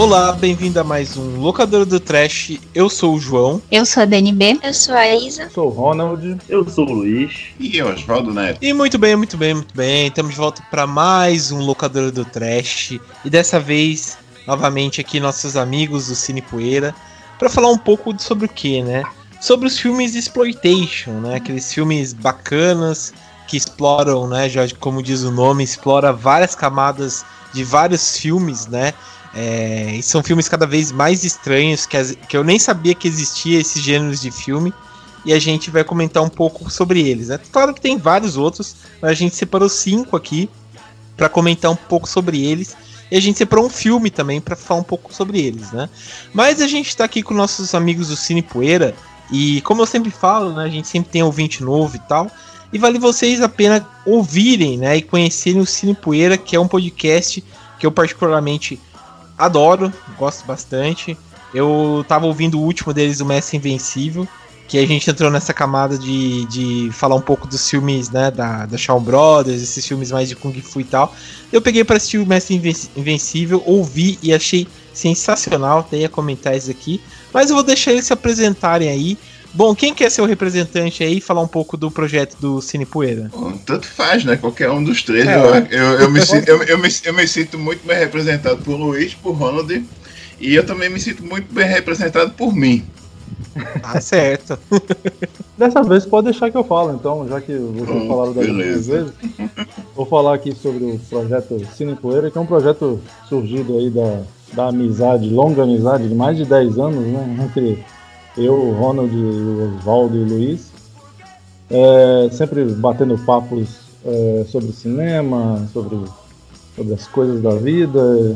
Olá, bem-vindo a mais um Locadora do Trash. Eu sou o João. Eu sou a DNB. Eu sou a Isa. Eu sou o Ronald. Eu sou o Luiz. E eu, Osvaldo Neto. E muito bem. Estamos de volta para mais um Locadora do Trash. E dessa vez, novamente aqui, nossos amigos do Cine Poeira, para falar um pouco sobre o que, né? Sobre os filmes de exploitation, né? Aqueles filmes bacanas que exploram, né? Já como diz o nome, explora várias camadas de vários filmes, né? E são filmes cada vez mais estranhos, que eu nem sabia que existia esses gêneros de filme. E a gente vai comentar um pouco sobre eles, né? Claro que tem vários outros, mas a gente separou 5 aqui para comentar um pouco sobre eles. E a gente separou um filme também para falar um pouco sobre eles, né? Mas a gente tá aqui com nossos amigos do Cine Poeira. E como eu sempre falo, né? A gente sempre tem ouvinte novo e tal. E vale vocês a pena ouvirem, né? E conhecerem o Cine Poeira, que é um podcast que eu particularmente adoro, gosto bastante. Eu tava ouvindo o último deles, o Mestre Invencível, que a gente entrou nessa camada de falar um pouco dos filmes, né, da Shaw Brothers, esses filmes mais de Kung Fu e tal. Eu peguei para assistir o Mestre Invencível, ouvi e achei sensacional, até ia comentar isso aqui. Mas eu vou deixar eles se apresentarem aí. Bom, quem quer ser o representante aí e falar um pouco do projeto do Cine Poeira? Bom, tanto faz, né? Qualquer um dos três. Eu me sinto muito bem representado por Luiz, por Ronald, e eu também me sinto muito bem representado por mim. Ah, certo. Dessa vez pode deixar que eu falo, então, já que vocês falaram das duas vezes. Vou falar aqui sobre o projeto Cine Poeira, que é um projeto surgido aí da amizade, longa amizade de mais de 10 anos, né? Entre eu, o Ronald, o Osvaldo e o Luiz, sempre batendo papos sobre cinema, sobre as coisas da vida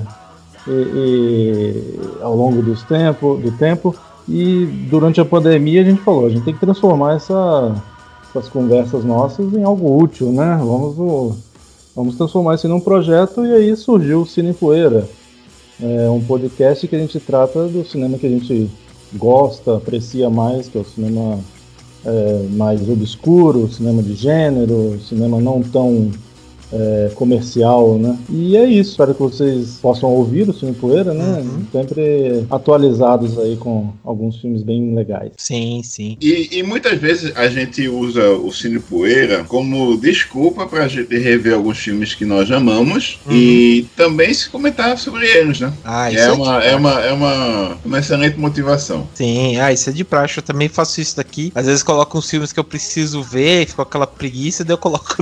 e ao longo do tempo. E durante a pandemia a gente falou, a gente tem que transformar essas conversas nossas em algo útil, né? Vamos transformar isso em um projeto, e aí surgiu o Cine Poeira, um podcast que a gente trata do cinema que a gente gosta, aprecia mais, que é o cinema mais obscuro, cinema de gênero, cinema não tão comercial, né? E é isso, espero que vocês possam ouvir o Cine Poeira, né? Sempre atualizados aí com alguns filmes bem legais. Sim, sim. E muitas vezes a gente usa o Cine Poeira como desculpa pra gente rever alguns filmes que nós amamos e também se comentar sobre eles, né? É uma excelente motivação. Sim, isso é de praxe, eu também faço isso daqui. Às vezes coloco uns filmes que eu preciso ver e fico com aquela preguiça, daí eu coloco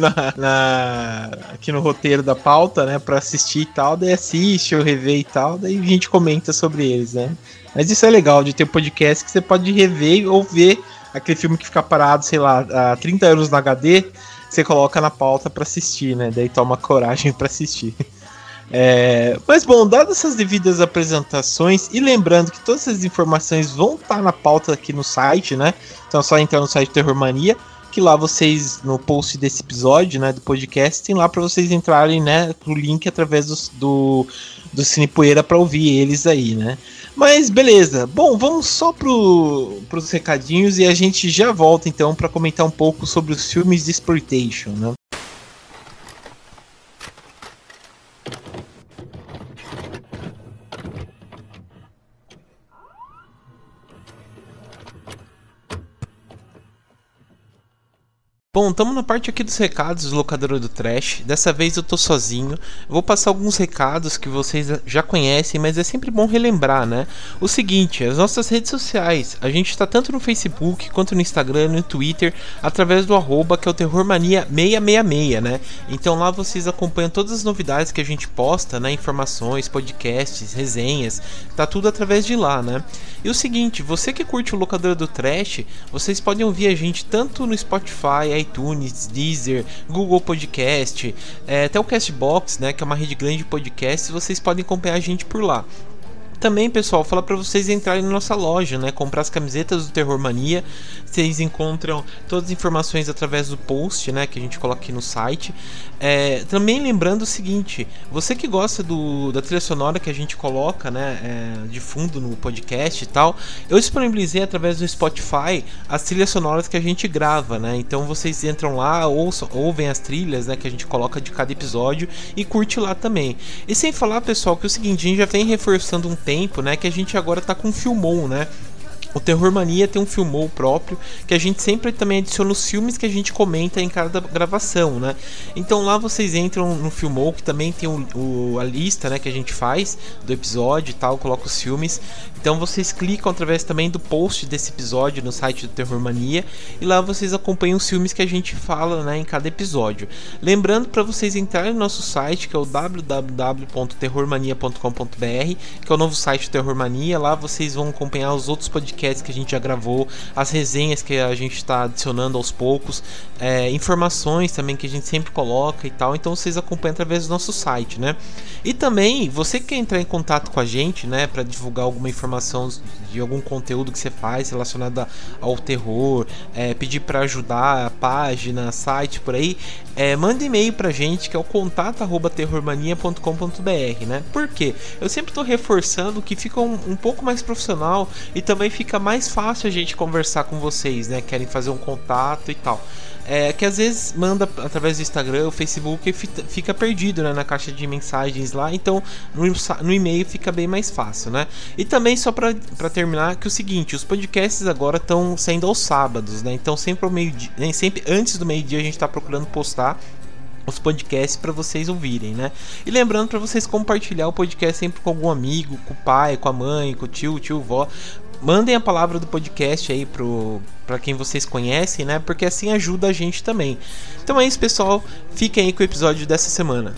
aqui no roteiro da pauta, né, pra assistir e tal, daí assiste, eu rever e tal, daí a gente comenta sobre eles, né. Mas isso é legal, de ter um podcast que você pode rever ou ver aquele filme que fica parado, sei lá, há 30 anos no HD, você coloca na pauta pra assistir, né, daí toma coragem pra assistir. Mas bom, dadas essas devidas apresentações, e lembrando que todas essas informações vão estar na pauta aqui no site, né, então é só entrar no site Terror Mania, que lá vocês, no post desse episódio, né, do podcast, tem lá para vocês entrarem, né, pro link através do Cine Poeira para ouvir eles aí, né. Mas beleza, bom, vamos só pros recadinhos e a gente já volta então para comentar um pouco sobre os filmes de exploitation, né. Bom, estamos na parte aqui dos recados do Locadora do Trash. Dessa vez eu tô sozinho. Eu vou passar alguns recados que vocês já conhecem, mas é sempre bom relembrar, né? O seguinte, as nossas redes sociais. A gente tá tanto no Facebook, quanto no Instagram, no Twitter, através do @ que é o TerrorMania666, né? Então lá vocês acompanham todas as novidades que a gente posta, né? Informações, podcasts, resenhas. Tá tudo através de lá, né? E o seguinte, você que curte o Locadora do Trash, vocês podem ouvir a gente tanto no Spotify, iTunes, Deezer, Google Podcast, até o Castbox, né, que é uma rede grande de podcasts, vocês podem acompanhar a gente por lá. Também, pessoal, falar para vocês entrarem na nossa loja, né? Comprar as camisetas do Terror Mania. Vocês encontram todas as informações através do post, né? Que a gente coloca aqui no site. Também lembrando o seguinte: você que gosta da trilha sonora que a gente coloca, né? De fundo no podcast e tal, eu disponibilizei através do Spotify as trilhas sonoras que a gente grava, né? Então vocês entram lá, ouvem as trilhas, né? Que a gente coloca de cada episódio e curte lá também. E sem falar, pessoal, que é o seguinte: a gente já vem reforçando um tempo, né, que a gente agora tá com um Filmou, né? O Terror Mania tem um Filmou próprio, que a gente sempre também adiciona os filmes que a gente comenta em cada gravação, né? Então lá vocês entram no Filmou, que também tem a lista, né, que a gente faz do episódio e tal, coloca os filmes. Então vocês clicam através também do post desse episódio no site do Terror Mania, e lá vocês acompanham os filmes que a gente fala, né, em cada episódio. Lembrando para vocês entrarem no nosso site, que é o www.terrormania.com.br, que é o novo site do Terror Mania. Lá vocês vão acompanhar os outros podcasts que a gente já gravou, as resenhas que a gente está adicionando aos poucos, informações também que a gente sempre coloca e tal. Então vocês acompanham através do nosso site, né? E também, você que quer entrar em contato com a gente, né, para divulgar alguma informação de algum conteúdo que você faz relacionado ao terror, pedir para ajudar a página, site, por aí, manda e-mail pra gente, que é o contato@terrormania.com.br, né? Por quê? Eu sempre tô reforçando que fica um pouco mais profissional e também fica mais fácil a gente conversar com vocês, né? Querem fazer um contato e tal. Que às vezes manda através do Instagram, o Facebook, e fica perdido, né, na caixa de mensagens lá. Então no e-mail fica bem mais fácil, né? E também só para terminar, que é o seguinte: os podcasts agora estão saindo aos sábados, né? Então sempre ao meio-dia, sempre antes do meio-dia a gente está procurando postar os podcasts para vocês ouvirem, né? E lembrando para vocês compartilhar o podcast sempre com algum amigo, com o pai, com a mãe, com o tio, vó. Mandem a palavra do podcast aí para quem vocês conhecem, né? Porque assim ajuda a gente também. Então é isso, pessoal. Fiquem aí com o episódio dessa semana.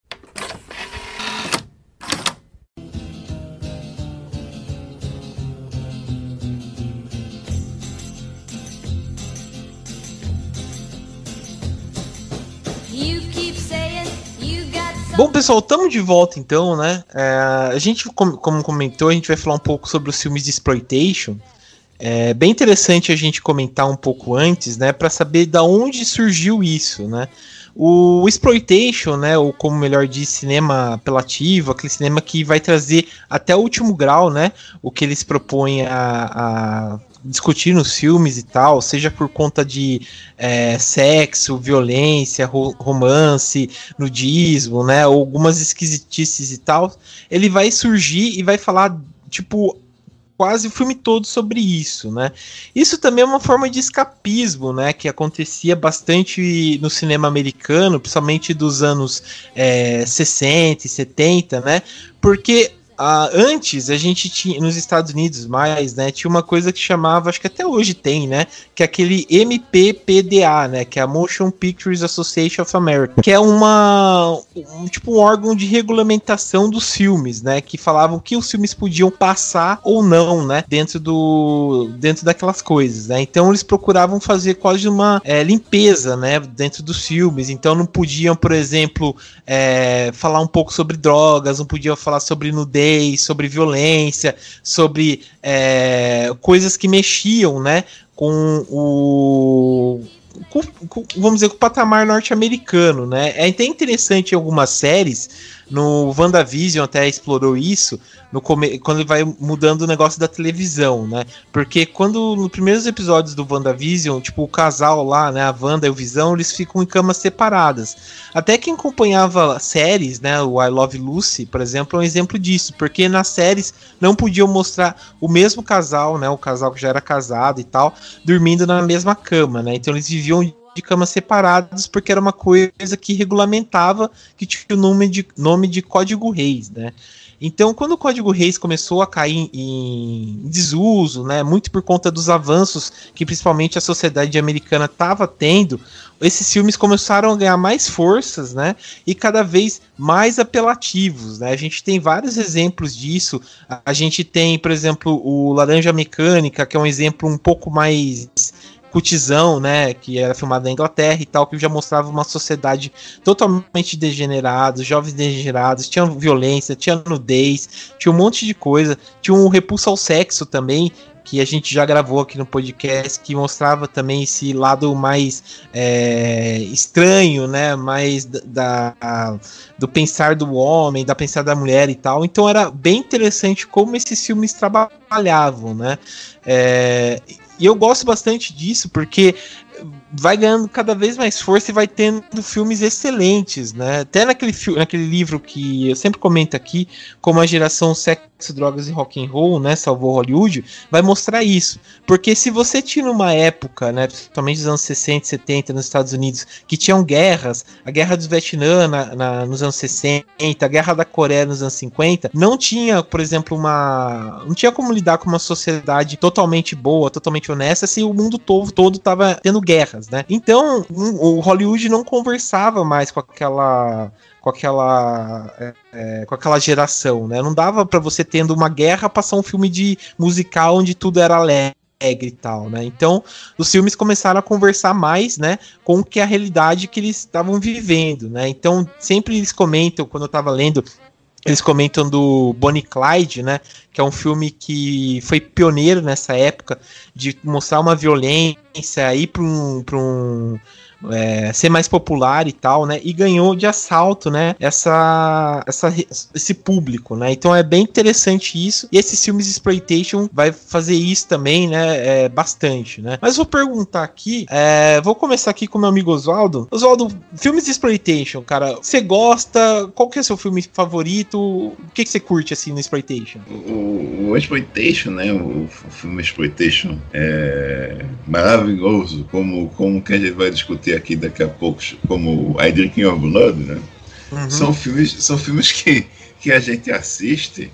Bom, pessoal, estamos de volta então, né? A gente, como comentou, a gente vai falar um pouco sobre os filmes de exploitation. É bem interessante a gente comentar um pouco antes, né? Para saber da onde surgiu isso, né? O exploitation, né? Ou como melhor diz, cinema apelativo, aquele cinema que vai trazer até o último grau, né? O que eles propõem a discutir nos filmes e tal, seja por conta de sexo, violência, romance, nudismo, né, ou algumas esquisitices e tal, ele vai surgir e vai falar, tipo, quase o filme todo sobre isso, né. Isso também é uma forma de escapismo, né, que acontecia bastante no cinema americano, principalmente dos anos 60 e 70, né, porque antes a gente tinha, nos Estados Unidos mais, né, tinha uma coisa que chamava, acho que até hoje tem, né, que é aquele MPPDA, né, que é a Motion Pictures Association of America, que é um órgão de regulamentação dos filmes, né, que falava o que os filmes podiam passar ou não, né, dentro daquelas coisas, né. Então eles procuravam fazer quase uma limpeza, né, dentro dos filmes. Então não podiam, por exemplo, falar um pouco sobre drogas, não podiam falar sobre nudez, sobre violência, sobre coisas que mexiam, né, vamos dizer, com o patamar norte-americano, né. É até interessante em algumas séries, no WandaVision até explorou isso, quando ele vai mudando o negócio da televisão, né, porque nos primeiros episódios do WandaVision, tipo, o casal lá, né, a Wanda e o Visão, eles ficam em camas separadas. Até quem acompanhava séries, né, o I Love Lucy, por exemplo, é um exemplo disso, porque nas séries não podiam mostrar o mesmo casal, né, o casal que já era casado e tal, dormindo na mesma cama, né, então eles viviam de camas separadas porque era uma coisa que regulamentava, que tinha o nome de Código Reis, né. Então, quando o Código Reis começou a cair em desuso, né, muito por conta dos avanços que principalmente a sociedade americana estava tendo, esses filmes começaram a ganhar mais forças, né, e cada vez mais apelativos, né. A gente tem vários exemplos disso. A gente tem, por exemplo, o Laranja Mecânica, que é um exemplo um pouco mais Cutizão, né, que era filmado na Inglaterra e tal, que já mostrava uma sociedade totalmente degenerada, jovens degenerados, tinha violência, tinha nudez, tinha um monte de coisa, tinha um repulso ao sexo também, que a gente já gravou aqui no podcast, que mostrava também esse lado mais estranho, né, mais do pensar do homem, da pensar da mulher e tal. Então era bem interessante como esses filmes trabalhavam, né, e eu gosto bastante disso, porque vai ganhando cada vez mais força e vai tendo filmes excelentes, né? Até naquele livro que eu sempre comento aqui, como a geração Sexo, Drogas e Rock and Roll, né, salvou Hollywood, vai mostrar isso. Porque se você tinha uma época, né, principalmente dos anos 60 e 70 nos Estados Unidos, que tinham guerras, a Guerra do Vietnã nos anos 60, a Guerra da Coreia nos anos 50, não tinha, por exemplo, não tinha como lidar com uma sociedade totalmente boa, totalmente honesta, se o mundo todo estava tendo guerras, né? Então, o Hollywood não conversava mais com aquela geração, né? Não dava pra você, tendo uma guerra, passar um filme de musical onde tudo era alegre e tal, né? Então, os filmes começaram a conversar mais, né, com que a realidade que eles estavam vivendo, né? Então, sempre eles comentam, quando eu tava lendo, eles comentam do Bonnie e Clyde, né, que é um filme que foi pioneiro nessa época de mostrar uma violência, ir para um ser mais popular e tal, né, e ganhou de assalto, né, esse público, né, então é bem interessante isso, e esses filmes de exploitation vai fazer isso também, né, bastante, né. Mas vou perguntar aqui, vou começar aqui com meu amigo Oswaldo. Oswaldo, filmes de exploitation, cara, você gosta? Qual que é o seu filme favorito? O que você curte, assim, no exploitation? O exploitation, né, o filme exploitation é maravilhoso, como que a gente vai discutir aqui daqui a pouco, como I Drink Your Blood, né? Uhum. São filmes que a gente assiste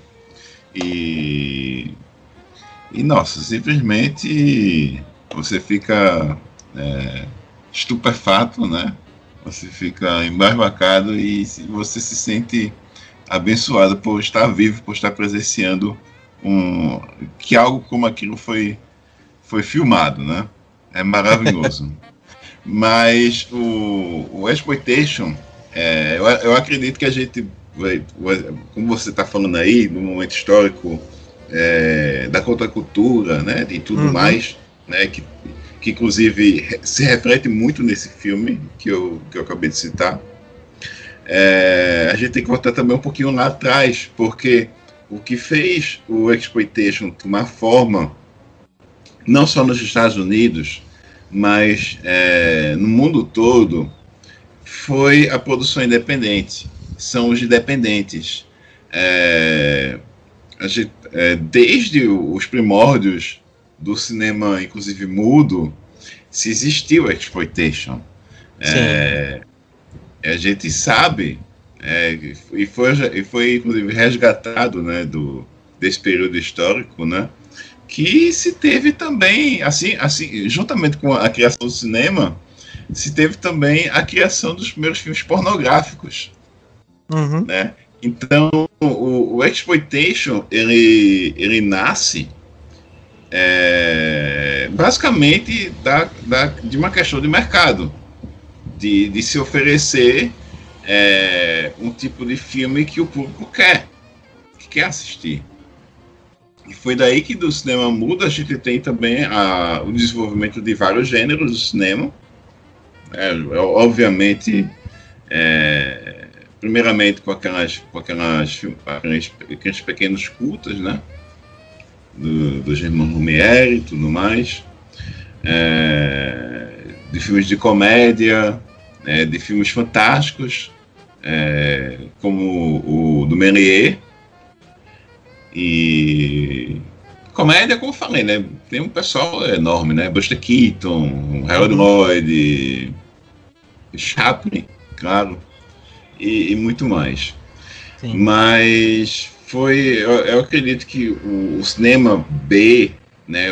e nossa, simplesmente você fica estupefato, né? Você fica embasbacado e você se sente abençoado por estar vivo, por estar presenciando que algo como aquilo foi filmado, né? É maravilhoso. Mas o exploitation, eu acredito que a gente como você está falando aí, no momento histórico da contracultura, né, e tudo mais, né, que inclusive se reflete muito nesse filme que eu acabei de citar, a gente tem que voltar também um pouquinho lá atrás, porque o que fez o exploitation tomar forma, não só nos Estados Unidos, mas no mundo todo, foi a produção independente. São os independentes. Desde os primórdios do cinema, inclusive mudo, se existiu a exploitation. A gente sabe, e foi inclusive resgatado, né, desse período histórico, né, que se teve também, assim, juntamente com a criação do cinema, se teve também a criação dos primeiros filmes pornográficos, né? Então, o exploitation, ele nasce basicamente de uma questão de mercado, de se oferecer um tipo de filme que o público quer assistir. E foi daí que do cinema mudo a gente tem também o desenvolvimento de vários gêneros do cinema. Obviamente, primeiramente com aqueles pequenos cultos, né, dos irmãos Lumière e tudo mais, de filmes de comédia, de filmes fantásticos, como o do Méliès. E comédia, como eu falei, né? Tem um pessoal enorme, né? Buster Keaton, Harold Lloyd, Chaplin, claro, e muito mais. Sim. Mas eu acredito que o cinema B, né?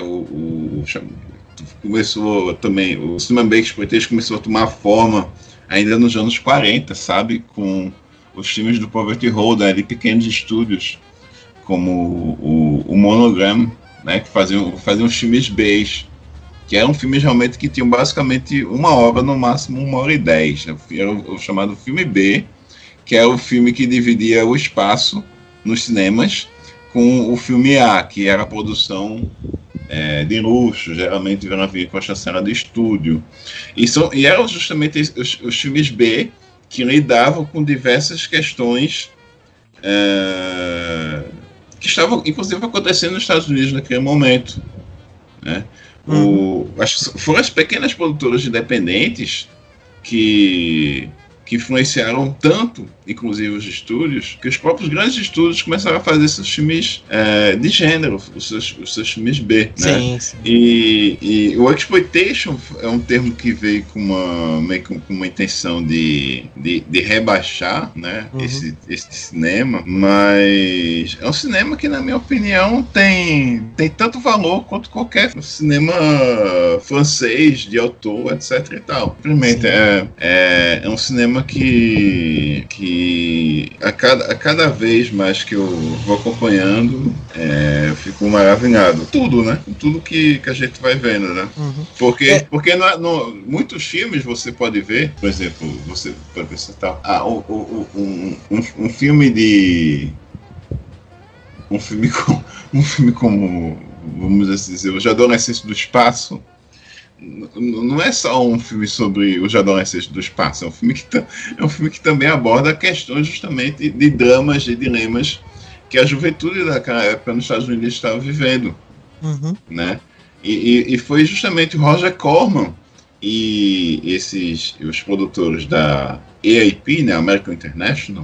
Começou também, o cinema B exploitation começou a tomar forma ainda nos anos 40, sabe? Com os filmes do Poverty Road, ali, pequenos estúdios, como o Monogram, né, que faziam os filmes Bs, que eram filmes realmente que tinham basicamente 1 hora, no máximo 1h10. Né? Era o chamado filme B, que é o filme que dividia o espaço nos cinemas com o filme A, que era a produção de luxo, geralmente vir com a chancela de estúdio. E eram justamente os filmes B que lidavam com diversas questões que estavam, inclusive, acontecendo nos Estados Unidos naquele momento. Né? Foram as pequenas produtoras independentes que influenciaram tanto, inclusive os estúdios, que os próprios grandes estúdios começaram a fazer esses filmes de gênero, os seus filmes B. Sim, né? Sim. E o exploitation é um termo que veio com uma intenção de rebaixar, né, esse cinema, mas é um cinema que, na minha opinião, tem tanto valor quanto qualquer cinema francês, de autor, etc. e tal. Simplesmente é um cinema que a cada vez mais que eu vou acompanhando, eu fico maravilhado. Tudo, né? Tudo que a gente vai vendo, né? Porque muitos filmes você pode ver, por exemplo, você pode ver um filme como, vamos dizer, Os Adolescentes do Espaço. Não é só um filme sobre os adolescentes do espaço, é um filme que também aborda questões justamente de dramas, de dilemas que a juventude daquela época nos Estados Unidos estava vivendo. Né? E foi justamente o Roger Corman e os produtores da AIP, né, American International,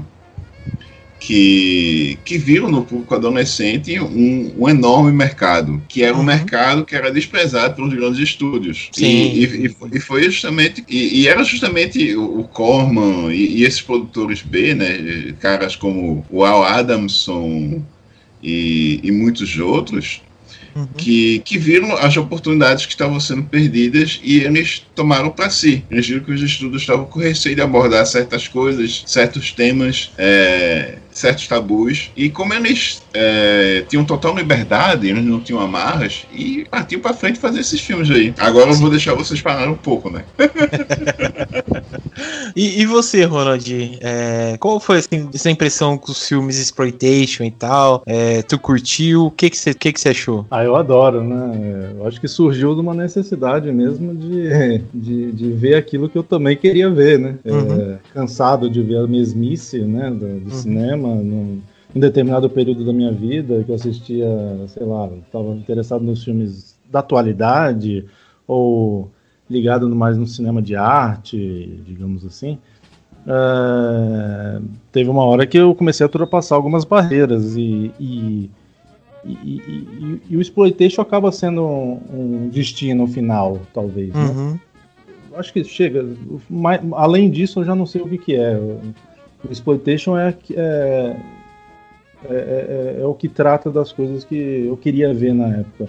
que viram no público adolescente um enorme mercado, que era um mercado que era desprezado pelos grandes estúdios. E foi justamente, e era justamente o Corman e esses produtores B, né, caras como o Al Adamson e muitos outros, que viram as oportunidades que estavam sendo perdidas e eles tomaram para si. Eles viram que os estúdios estavam com receio de abordar certas coisas, certos temas, certos tabus, e como eles tinham total liberdade, eles não tinham amarras, e partiam para frente fazer esses filmes aí. Agora eu vou deixar vocês pararem um pouco, né? E você, Ronald? Qual foi assim, essa impressão com os filmes exploitation e tal? Tu curtiu? O que você achou? Eu adoro, né? Eu acho que surgiu de uma necessidade mesmo de ver aquilo que eu também queria ver, né? Cansado de ver a mesmice, né, do cinema, num determinado período da minha vida, que eu assistia, sei lá, estava interessado nos filmes da atualidade, ou ligado mais no cinema de arte, digamos assim. Teve uma hora que eu comecei a ultrapassar algumas barreiras e o exploitation acaba sendo um destino final, talvez, né? Acho que chega. Além disso, eu já não sei o que é. O exploitation é o que trata das coisas que eu queria ver na época.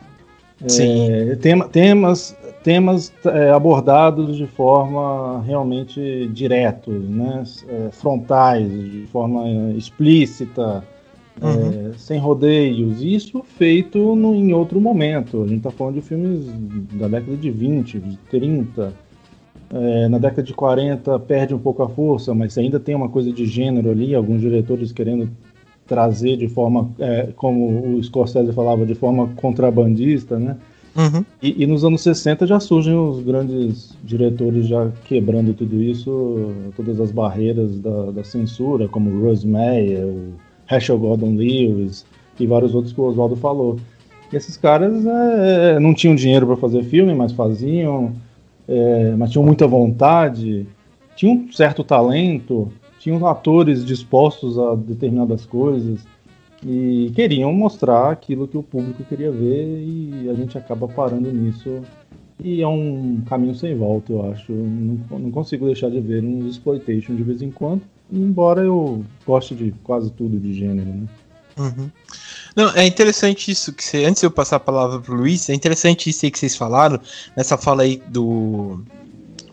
Temas abordados de forma realmente direta, né? Frontais, de forma explícita, sem rodeios. Isso feito em outro momento. A gente está falando de filmes da década de 20, de 30. Na década de 40 perde um pouco a força, mas ainda tem uma coisa de gênero ali, alguns diretores querendo trazer de forma, como o Scorsese falava, de forma contrabandista, né? E nos anos 60 já surgem os grandes diretores já quebrando tudo isso, todas as barreiras da censura, como o Russ Meyer, o Herschel Gordon Lewis e vários outros que o Oswaldo falou. E esses caras não tinham dinheiro para fazer filme, mas faziam, mas tinham muita vontade, tinham um certo talento, tinham atores dispostos a determinadas coisas e queriam mostrar aquilo que o público queria ver, e a gente acaba parando nisso, e é um caminho sem volta, eu acho. Não consigo deixar de ver uns exploitation de vez em quando, embora eu goste de quase tudo de gênero, né? Não, é interessante isso que você, antes de eu passar a palavra pro Luiz, é interessante isso aí que vocês falaram, nessa fala aí do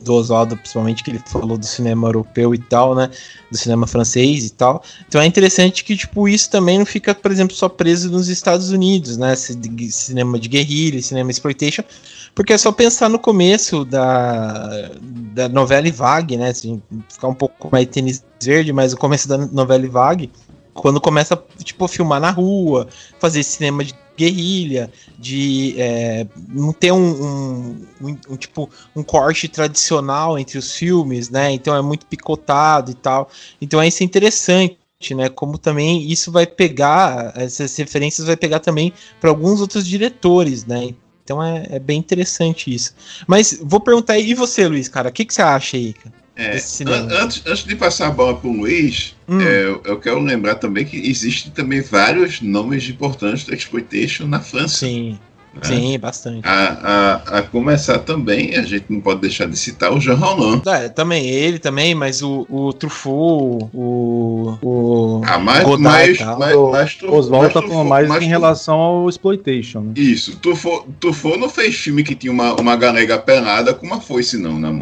do Oswaldo, principalmente, que ele falou do cinema europeu e tal, né? Do cinema francês e tal. Então é interessante que, tipo, isso também não fica, por exemplo, só preso nos Estados Unidos, né? Cinema de guerrilha, cinema exploitation, porque é só pensar no começo da novela Vague, né? Assim, ficar um pouco mais tênis verde, mas o começo da novela Vague, quando começa, tipo, a filmar na rua, fazer cinema de guerrilha, de não ter tipo, um corte tradicional entre os filmes, né? Então é muito picotado e tal. Então isso é interessante, né? Como também isso vai pegar, essas referências vai pegar também para alguns outros diretores, né? Então é bem interessante isso. Mas vou perguntar aí, e você, Luiz, cara, o que você acha aí, cara? Antes de passar a bola para o Luiz, eu quero lembrar também que existem também vários nomes importantes da exploitation na França. Sim, né? Sim, bastante. A começar também, a gente não pode deixar de citar o Jean Rollin. Também, ele também, mas o Truffaut, o Godard, o Oswaldo tá falando mais em relação ao exploitation. Né? Isso, Truffaut não fez filme que tinha uma galega pelada com uma foice não na mão.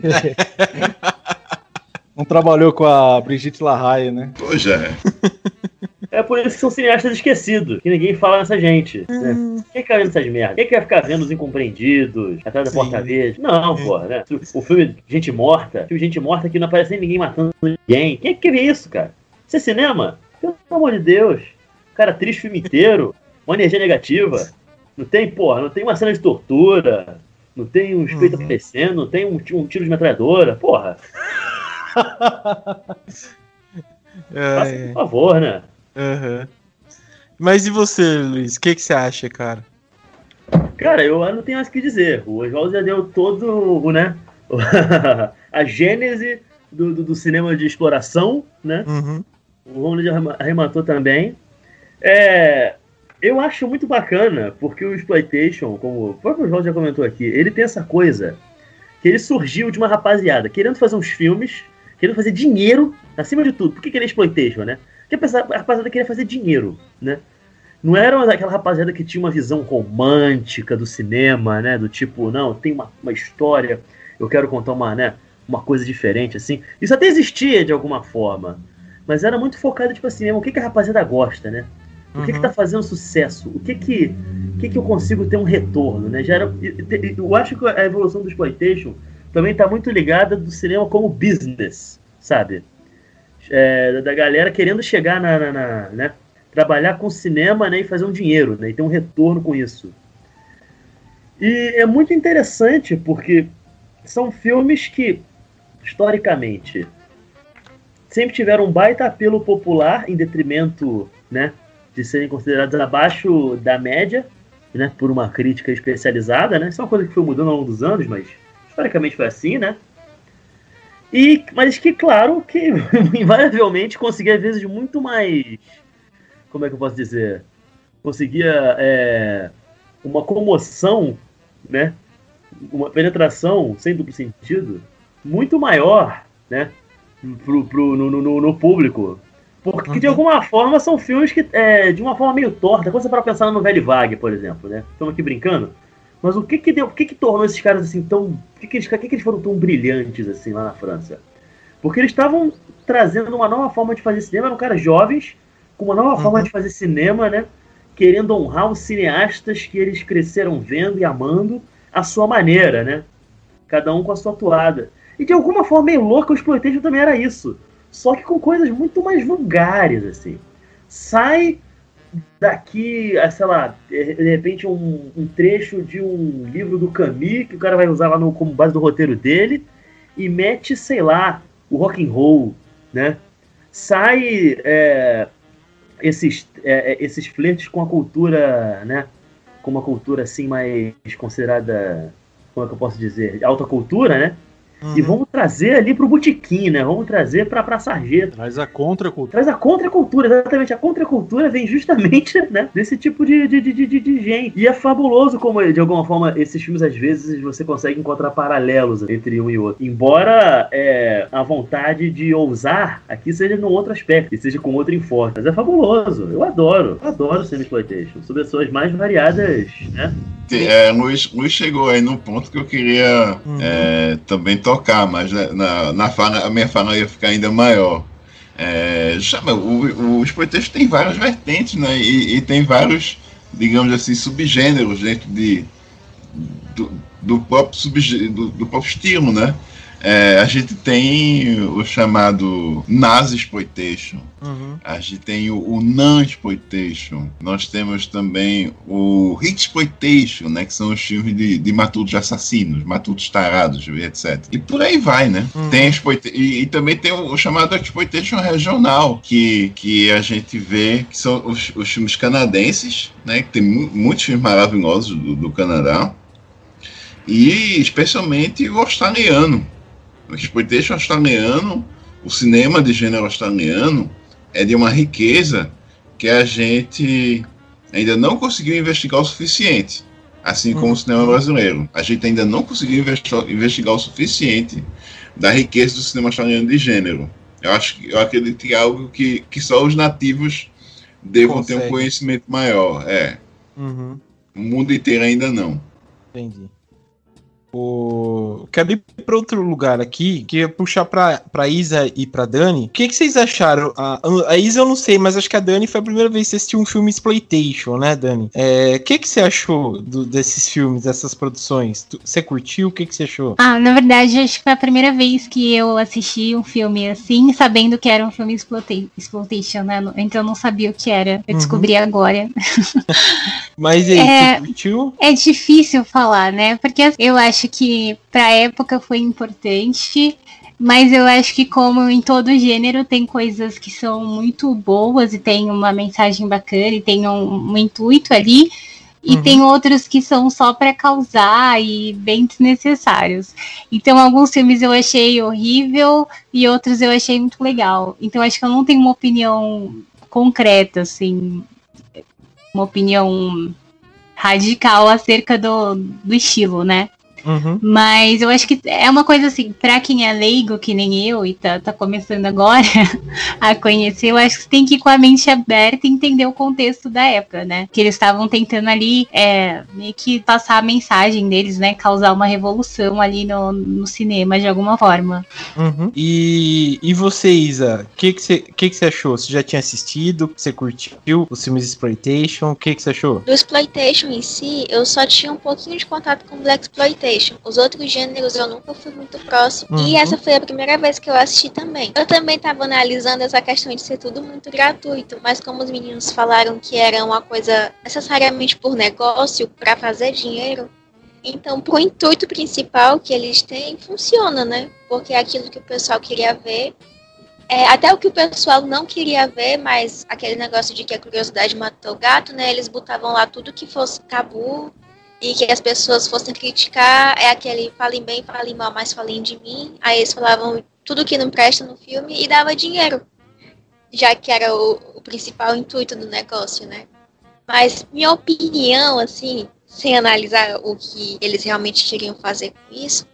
Não trabalhou com a Brigitte Lahaie, né? Pois é. É por isso que são cineastas esquecidos, que ninguém fala nessa gente. Né? Quem vai vendo essas merdas? Quem vai ficar vendo Os Incompreendidos, Atrás da Porta Verde? Não, porra, né? O filme Gente Morta, que não aparece nem ninguém matando ninguém. Quem é que quer ver isso, cara? Isso é cinema? Pelo amor de Deus. O cara triste o filme inteiro, uma energia negativa. Não tem, porra, não tem uma cena de tortura, não tem um espírito aparecendo, não tem um tiro de metralhadora, porra. Faça, por favor, né? Mas e você, Luiz? O que você acha, cara? Cara, eu não tenho mais o que dizer. O Oswaldo já deu todo, né? a gênese do cinema de exploração, né? O Romulo já arrematou também. Eu acho muito bacana, porque o exploitation, como o próprio Oswaldo já comentou aqui, ele tem essa coisa que ele surgiu de uma rapaziada querendo fazer uns filmes, querendo fazer dinheiro acima de tudo. Por que ele é exploitation, né? Porque a rapaziada queria fazer dinheiro, né? Não era aquela rapaziada que tinha uma visão romântica do cinema, né? Do tipo, não, tem uma história, eu quero contar uma coisa diferente, assim. Isso até existia de alguma forma, mas era muito focado, tipo assim, o que a rapaziada gosta, né? O que tá fazendo sucesso? O que eu consigo ter um retorno, né? Eu acho que a evolução do exploitation também tá muito ligada do cinema como business, sabe? Da galera querendo chegar né? Trabalhar com cinema, né, e fazer um dinheiro, né, e ter um retorno com isso. E é muito interessante porque são filmes que, historicamente, sempre tiveram um baita apelo popular em detrimento, né, de serem considerados abaixo da média, né, por uma crítica especializada, né. Isso é uma coisa que foi mudando ao longo dos anos, mas historicamente foi assim, né. Mas que, claro, que invariavelmente conseguia, às vezes, muito mais... Como é que eu posso dizer? Conseguia uma comoção, né? Uma penetração, sem duplo sentido, muito maior, né? No público. Porque, de alguma forma, são filmes que, de uma forma meio torta, quando você para pensar na novela Vague, por exemplo, né? Estamos aqui brincando. Mas o que tornou esses caras assim tão... Por que eles foram tão brilhantes assim lá na França? Porque eles estavam trazendo uma nova forma de fazer cinema, eram caras jovens, com uma nova forma de fazer cinema, né? Querendo honrar os cineastas que eles cresceram vendo e amando à sua maneira, né? Cada um com a sua toada. E de alguma forma meio louca, o exploitation também era isso. Só que com coisas muito mais vulgares, assim. Sai daqui, sei lá, de repente um trecho de um livro do Camus, que o cara vai usar lá como base do roteiro dele, e mete, sei lá, o rock and roll, né? Sai esses flertes com a cultura, né? Com uma cultura assim mais considerada, como é que eu posso dizer, alta cultura, né? E vamos trazer ali pro botequim, né? Vamos trazer pra sarjeta. Traz a contracultura. Traz a contracultura, exatamente. A contracultura vem justamente, né, desse tipo de gente. E é fabuloso como, de alguma forma, esses filmes, às vezes, você consegue encontrar paralelos entre um e outro. Embora a vontade de ousar aqui seja num outro aspecto, e seja com outro enfoque. Mas é fabuloso. Eu adoro cinema exploitation. Sobre as suas mais variadas, né? Luiz chegou aí num ponto que eu queria também tocar. colocar, mas na fala, a minha fala ia ficar ainda maior. O exploitation tem várias vertentes, né? E tem vários, digamos assim, subgêneros dentro do próprio estilo, né? A gente tem o chamado Nazi-exploitation, a gente tem o Non-exploitation, nós temos também o Hit-exploitation, né, que são os filmes de matutos assassinos, matutos tarados, etc. E por aí vai, né? Tem e também tem o chamado Exploitation regional, que a gente vê que são os filmes canadenses, né, que tem muitos filmes maravilhosos do Canadá, e especialmente o australiano. O exploitation australiano, o cinema de gênero australiano, é de uma riqueza que a gente ainda não conseguiu investigar o suficiente, assim como o cinema brasileiro. A gente ainda não conseguiu investigar o suficiente da riqueza do cinema australiano de gênero. Eu acredito que é algo que só os nativos devam ter um conhecimento maior. O mundo inteiro ainda não. Entendi. Quero ir para outro lugar aqui, que ia puxar pra Isa e pra Dani. O que vocês acharam? A Isa eu não sei, mas acho que a Dani foi a primeira vez que você assistiu um filme exploitation, né, Dani? O que você achou desses filmes, dessas produções? Você curtiu? O que você achou? Na verdade, acho que foi a primeira vez que eu assisti um filme assim, sabendo que era um filme exploitation, né? Então eu não sabia o que era. Eu descobri agora. Mas aí, você curtiu? É difícil falar, né? Porque eu acho que pra época foi importante, mas eu acho que, como em todo gênero, tem coisas que são muito boas e tem uma mensagem bacana e tem um intuito ali, e tem outros que são só pra causar e bem desnecessários. Então, alguns filmes eu achei horrível e outros eu achei muito legal. Então, acho que eu não tenho uma opinião concreta, assim, uma opinião radical acerca do estilo, né? Mas eu acho que é uma coisa assim, pra quem é leigo, que nem eu, e tá começando agora a conhecer, eu acho que você tem que ir com a mente aberta e entender o contexto da época, né? Que eles estavam tentando ali meio que passar a mensagem deles, né? Causar uma revolução ali no cinema, de alguma forma. E você, Isa, o que você achou? Você já tinha assistido? Você curtiu os filmes de exploitation? O que você achou? Do exploitation em si, eu só tinha um pouquinho de contato com Black Exploitation. Os outros gêneros eu nunca fui muito próximo. E essa foi a primeira vez que eu assisti também. Eu também estava analisando essa questão de ser tudo muito gratuito, mas como os meninos falaram que era uma coisa necessariamente por negócio, para fazer dinheiro, então pro intuito principal que eles têm, funciona, né? Porque é aquilo que o pessoal queria ver. Até o que o pessoal não queria ver, mas aquele negócio de que a curiosidade matou o gato, né? Eles botavam lá tudo que fosse tabu e que as pessoas fossem criticar, aquele falem bem, falem mal, mas falem de mim. Aí eles falavam tudo que não presta no filme e dava dinheiro, já que era o principal intuito do negócio, né? Mas minha opinião, assim, sem analisar o que eles realmente queriam fazer com isso,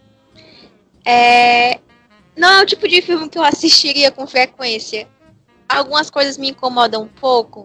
não é o tipo de filme que eu assistiria com frequência. Algumas coisas me incomodam um pouco,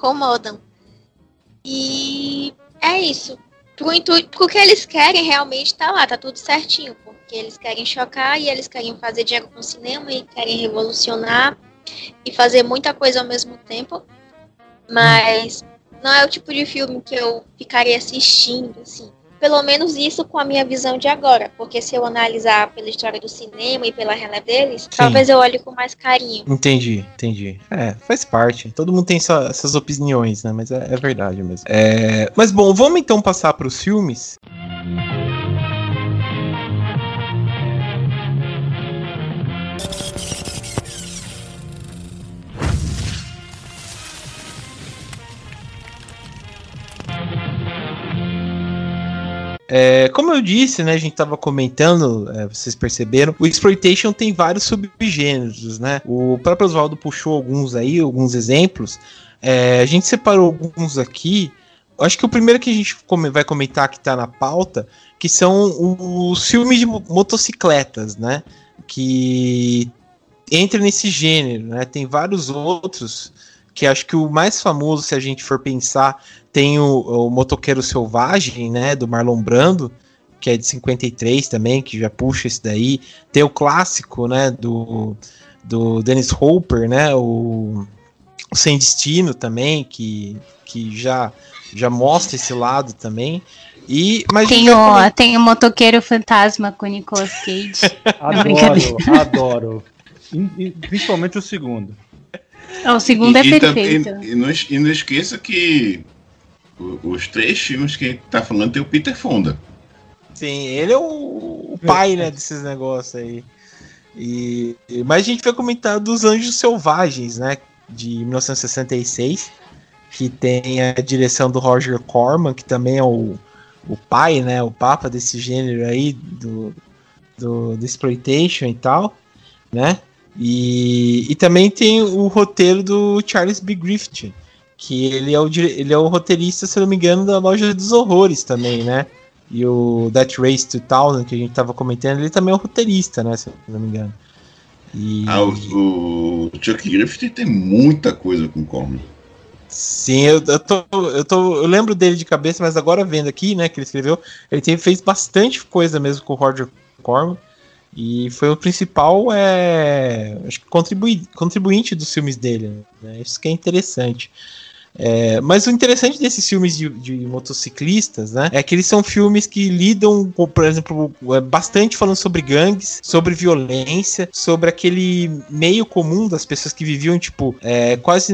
e é isso. Pro que eles querem realmente tá lá, tá tudo certinho, porque eles querem chocar e eles querem fazer dinheiro com o cinema e querem revolucionar e fazer muita coisa ao mesmo tempo, mas não é o tipo de filme que eu ficaria assistindo, assim. Pelo menos isso com a minha visão de agora, porque se eu analisar pela história do cinema e pela releva deles, talvez eu olhe com mais carinho. Entendi. Faz parte. Todo mundo tem essas opiniões, né? Mas é verdade mesmo. Mas bom, vamos então passar para os filmes. Como eu disse, né, a gente tava comentando, vocês perceberam, o exploitation tem vários subgêneros, né? O próprio Oswaldo puxou alguns exemplos. A gente separou alguns aqui. Acho que o primeiro que a gente vai comentar que tá na pauta, que são os filmes de motocicletas, né? Que entra nesse gênero, né? Tem vários outros, que acho que o mais famoso, se a gente for pensar, tem o Motoqueiro Selvagem, né, do Marlon Brando, que é de 53 também, que já puxa isso daí. Tem o clássico, né, do Dennis Hopper, né, o Sem Destino também, que já mostra esse lado também. Mas tem o Motoqueiro Fantasma com o Nicolas Cage. Adoro. Principalmente o segundo. O segundo é perfeito. E não esqueça que os 3 filmes que a gente tá falando tem o Peter Fonda. Sim, ele é o pai, né, desses negócios aí. Mas a gente vai comentar dos Anjos Selvagens, né, de 1966, que tem a direção do Roger Corman, que também é o pai, né, o papa desse gênero aí, do exploitation e tal, né. E também tem o roteiro do Charles B. Griffith, que ele é o roteirista, se não me engano, da Loja dos Horrores também, né? E o That Race 2000, que a gente tava comentando, ele também é o roteirista, né? Se não me engano. O Chuck Griffith tem muita coisa com Corman. Sim, eu lembro dele de cabeça, mas agora vendo aqui, né, que ele escreveu, ele fez bastante coisa mesmo com o Roger Corman. E foi o principal acho que contribuinte dos filmes dele, né? Isso que é interessante. Mas o interessante desses filmes de motociclistas, né, é que eles são filmes que lidam, por exemplo, bastante falando sobre gangues, sobre violência, sobre aquele meio comum das pessoas que viviam, tipo, quase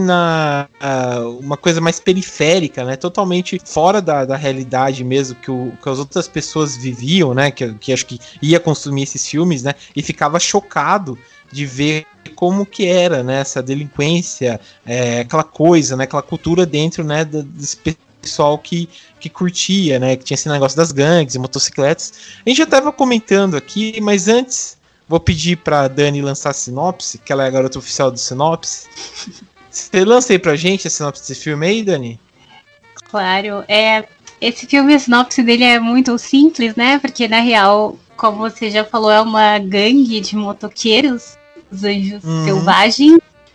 uma coisa mais periférica, né, totalmente fora da realidade mesmo que as outras pessoas viviam, né, que acho que ia consumir esses filmes, né, e ficava chocado de ver como que era, né, essa delinquência, aquela coisa, né, aquela cultura dentro, né, desse pessoal que curtia, né, que tinha esse negócio das gangues e motocicletas. A gente já estava comentando aqui, mas antes vou pedir para Dani lançar a sinopse, que ela é a garota oficial do sinopse. Você lança aí pra gente a sinopse desse filme aí, Dani? Claro, esse filme, a sinopse dele é muito simples, né, porque na real, como você já falou, é uma gangue de motoqueiros, os Anjos Selvagens,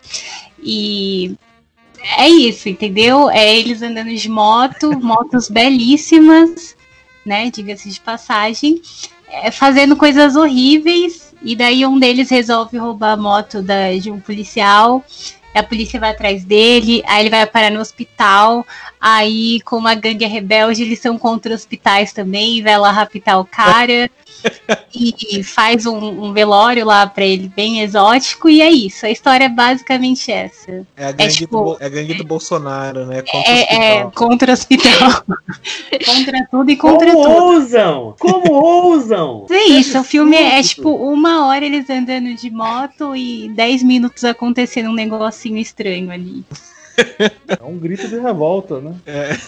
e é isso, entendeu? É eles andando de motos belíssimas, né, diga-se de passagem, fazendo coisas horríveis, e daí um deles resolve roubar a moto de um policial, a polícia vai atrás dele, aí ele vai parar no hospital, aí como a gangue é rebelde, eles são contra hospitais também, vai lá raptar o cara, e faz um velório lá pra ele bem exótico, e é isso, a história é basicamente essa. É a gangue do Bolsonaro, né? Contra o hospital. Contra tudo e contra tudo. Como ousam? É isso, o filme é tipo 1 hora eles andando de moto e 10 minutos acontecendo um negocinho estranho ali. É um grito de revolta, né?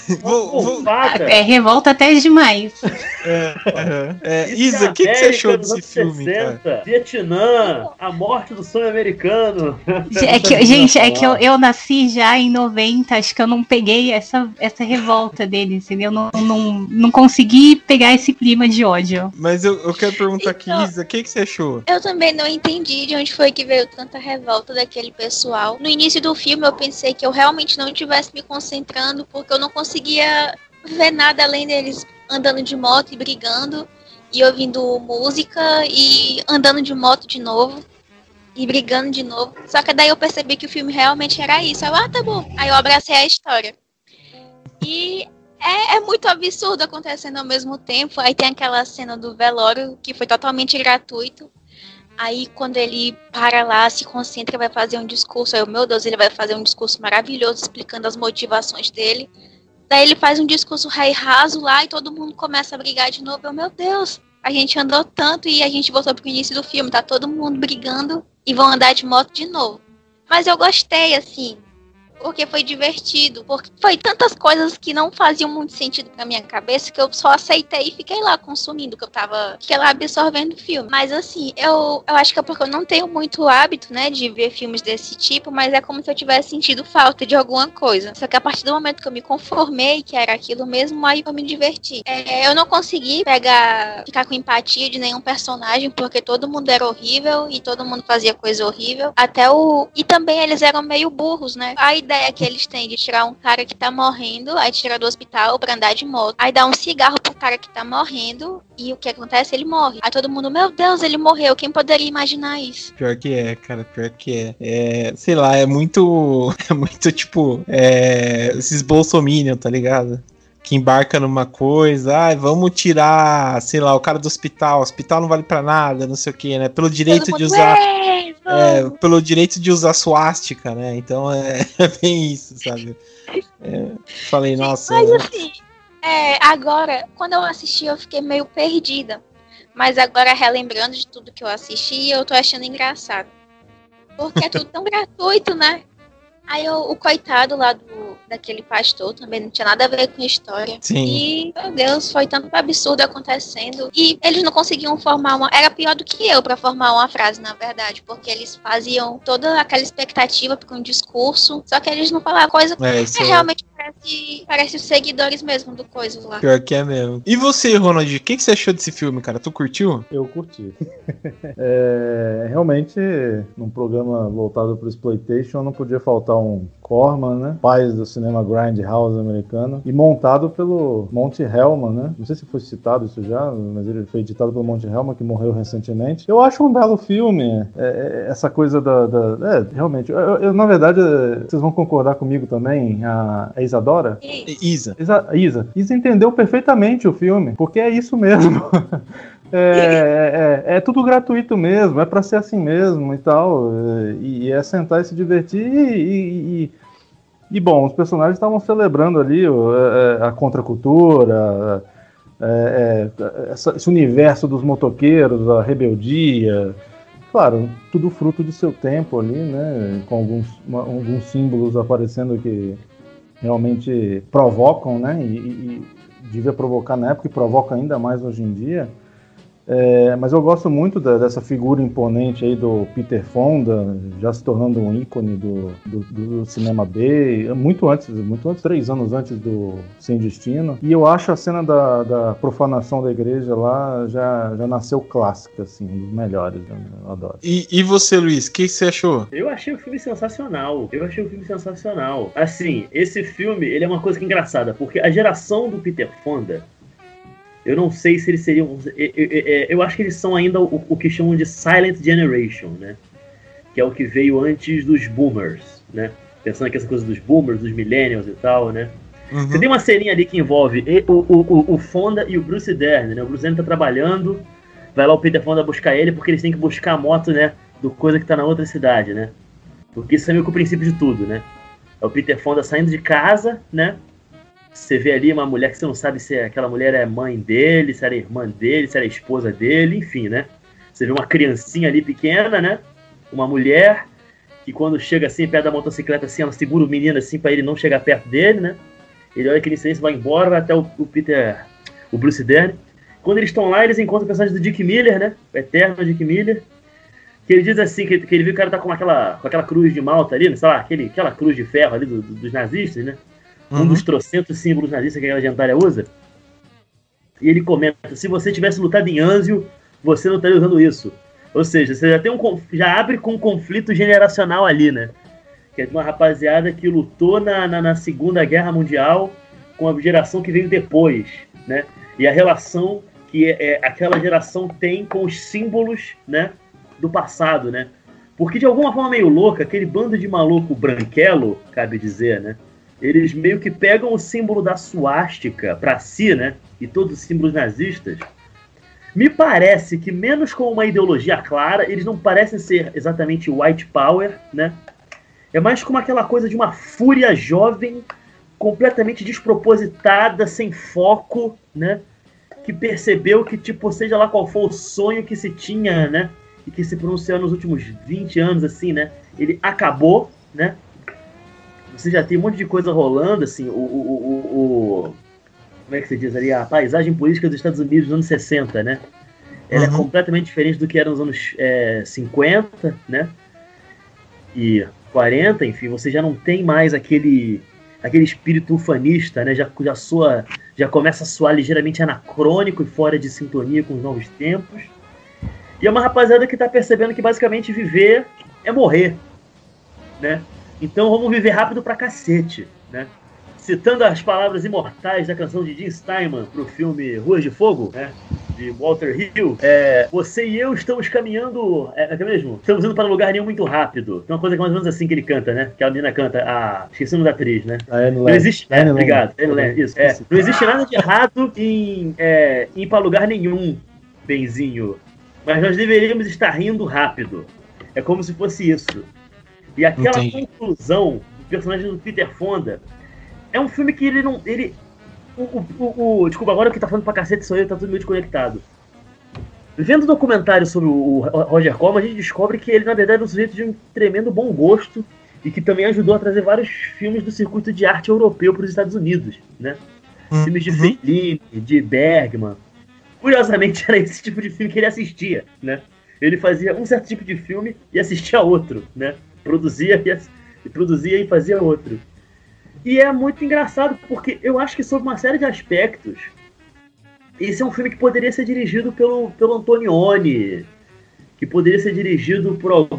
Revolta até demais. Isa, o que você achou desse filme, 60, cara? Vietnã, a morte do sonho americano. Eu nasci já em 90, acho que eu não peguei essa revolta deles, entendeu? Não consegui pegar esse clima de ódio. Mas eu quero perguntar aqui, Isa, o que você achou? Eu também não entendi de onde foi que veio tanta revolta daquele pessoal. No início do filme eu pensei que eu realmente não estivesse me concentrando, porque eu não conseguia ver nada além deles andando de moto e brigando, e ouvindo música, e andando de moto de novo, e brigando de novo. Só que daí eu percebi que o filme realmente era isso. Tá bom. Aí eu abracei a história. E é muito absurdo acontecendo ao mesmo tempo. Aí tem aquela cena do velório, que foi totalmente gratuito. Aí quando ele para lá, se concentra, vai fazer um discurso, aí meu Deus, ele vai fazer um discurso maravilhoso explicando as motivações dele. Daí ele faz um discurso raso lá e todo mundo começa a brigar de novo. Meu Deus, a gente andou tanto e a gente voltou pro início do filme, tá todo mundo brigando e vão andar de moto de novo. Mas eu gostei, assim, porque foi divertido, porque foi tantas coisas que não faziam muito sentido pra minha cabeça que eu só aceitei e fiquei lá consumindo, que fiquei lá absorvendo o filme. Mas assim, eu acho que é porque eu não tenho muito hábito, né, de ver filmes desse tipo, mas é como se eu tivesse sentido falta de alguma coisa. Só que a partir do momento que eu me conformei que era aquilo mesmo, aí eu me diverti. Eu não consegui ficar com empatia de nenhum personagem, porque todo mundo era horrível e todo mundo fazia coisa horrível. E também eles eram meio burros, né? Aí ideia que eles têm de tirar um cara que tá morrendo, aí tira do hospital pra andar de moto, aí dá um cigarro pro cara que tá morrendo, e o que acontece? Ele morre. Aí todo mundo, meu Deus, ele morreu, quem poderia imaginar isso? Pior que é, cara, pior que é. Sei lá, é muito tipo, esses bolsominion, tá ligado? Que embarca numa coisa, vamos tirar, sei lá, o cara do hospital não vale pra nada, não sei o que, né? Pelo direito de usar. Pelo direito de usar suástica, né? Então é bem isso, sabe? Falei, nossa. Mas assim, agora, quando eu assisti, eu fiquei meio perdida. Mas agora, relembrando de tudo que eu assisti, eu tô achando engraçado. Porque é tudo tão gratuito, né? Aí o coitado lá daquele pastor também não tinha nada a ver com a história. Sim. E, meu Deus, foi tanto absurdo acontecendo. E eles não conseguiam formar uma... Era pior do que eu pra formar uma frase, na verdade. Porque eles faziam toda aquela expectativa com um discurso. Só que eles não falavam coisa que realmente parece os seguidores mesmo do coisa lá. Pior que é mesmo. E você, Ronald, o que você achou desse filme, cara? Tu curtiu? Eu curti. Realmente, num programa voltado pro Exploitation, não podia faltar um Corman, né? Pais do cinema Grindhouse americano. E montado pelo Monte Hellman, né? Não sei se foi citado isso já, mas ele foi editado pelo Monte Hellman, que morreu recentemente. Eu acho um belo filme. Essa coisa realmente. Eu, na verdade, vocês vão concordar comigo também, a Isadora? Isa. Isa entendeu perfeitamente o filme, porque é isso mesmo. É tudo gratuito mesmo, é pra ser assim mesmo e tal, e é sentar e se divertir e bom, os personagens estavam celebrando ali a contracultura, esse universo dos motoqueiros, a rebeldia, claro, tudo fruto de seu tempo ali, né, com alguns símbolos aparecendo que realmente provocam, né, e devia provocar na época e provoca ainda mais hoje em dia. Mas eu gosto muito dessa figura imponente aí do Peter Fonda, já se tornando um ícone do cinema B, muito antes, 3 anos antes do Sem Destino. E eu acho a cena da profanação da igreja lá já nasceu clássica, assim, um dos melhores, eu adoro. E você, Luiz, o que você achou? Eu achei o filme sensacional. Assim, esse filme, ele é uma coisa que é engraçada, porque a geração do Peter Fonda, eu não sei se eles seriam... Eu acho que eles são ainda o que chamam de Silent Generation, né? Que é o que veio antes dos Boomers, né? Pensando que essa coisa dos Boomers, dos Millennials e tal, né? Uhum. Você tem uma serinha ali que envolve o Fonda e o Bruce Dern, né? O Bruce Dern tá trabalhando, vai lá o Peter Fonda buscar ele, porque eles têm que buscar a moto, né? Do coisa que tá na outra cidade, né? Porque isso é meio que o princípio de tudo, né? É o Peter Fonda saindo de casa, né? Você vê ali uma mulher que você não sabe se aquela mulher é mãe dele, se era irmã dele, se era esposa dele, enfim, né? Você vê uma criancinha ali pequena, né? Uma mulher que quando chega assim, perto da motocicleta, assim, ela segura o menino assim pra ele não chegar perto dele, né? Ele olha aquele silêncio, vai embora, vai até o Bruce Dern. Quando eles estão lá, eles encontram o personagem do Dick Miller, né? O eterno Dick Miller. Que ele diz assim, que ele viu que o cara tá com aquela cruz de Malta ali, sei lá, aquela cruz de ferro ali dos nazistas, né? Um dos trocentos símbolos nazistas que aquela gentalha usa. E ele comenta, se você tivesse lutado em Anzio, você não estaria usando isso. Ou seja, você já abre com um conflito generacional ali, né? Que é de uma rapaziada que lutou na Segunda Guerra Mundial com a geração que veio depois, né? E a relação que aquela geração tem com os símbolos, né, do passado, né? Porque de alguma forma meio louca, aquele bando de maluco branquelo, cabe dizer, né? Eles meio que pegam o símbolo da suástica pra si, né? E todos os símbolos nazistas. Me parece que, menos com uma ideologia clara, eles não parecem ser exatamente white power, né? É mais como aquela coisa de uma fúria jovem, completamente despropositada, sem foco, né? Que percebeu que, tipo, seja lá qual for o sonho que se tinha, né? E que se pronunciou nos últimos 20 anos, assim, né? Ele acabou, né? Você já tem um monte de coisa rolando, assim, como é que você diz ali? A paisagem política dos Estados Unidos nos anos 60, né? Ela é completamente diferente do que era nos anos 50, né? E 40, enfim, você já não tem mais aquele espírito ufanista, né? Já começa a soar ligeiramente anacrônico e fora de sintonia com os novos tempos. E é uma rapaziada que tá percebendo que basicamente viver é morrer, né? Então vamos viver rápido pra cacete, né? Citando as palavras imortais da canção de Jim Steinman pro filme Ruas de Fogo, né? De Walter Hill. Você e eu estamos caminhando... É mesmo? Estamos indo para lugar nenhum muito rápido. Tem uma coisa que mais ou menos assim que ele canta, né? Que a menina canta. Esqueci o nome da atriz, né? Não existe... obrigado. Isso. Não existe nada de errado em ir para lugar nenhum, benzinho. Mas nós deveríamos estar rindo rápido. É como se fosse isso. E aquela conclusão do personagem do Peter Fonda é um filme que ele não... Desculpa, agora que tá falando pra cacete sou eu, tá tudo meio desconectado. Vendo o documentário sobre o Roger Corman, a gente descobre que ele, na verdade, é um sujeito de um tremendo bom gosto e que também ajudou a trazer vários filmes do circuito de arte europeu para os Estados Unidos, né? Filmes de Fellini, de Bergman. Curiosamente, era esse tipo de filme que ele assistia, né? Ele fazia um certo tipo de filme e assistia outro, né? Produzia e fazia outro. E é muito engraçado, porque eu acho que sob uma série de aspectos, esse é um filme que poderia ser dirigido pelo Antonioni, que poderia ser dirigido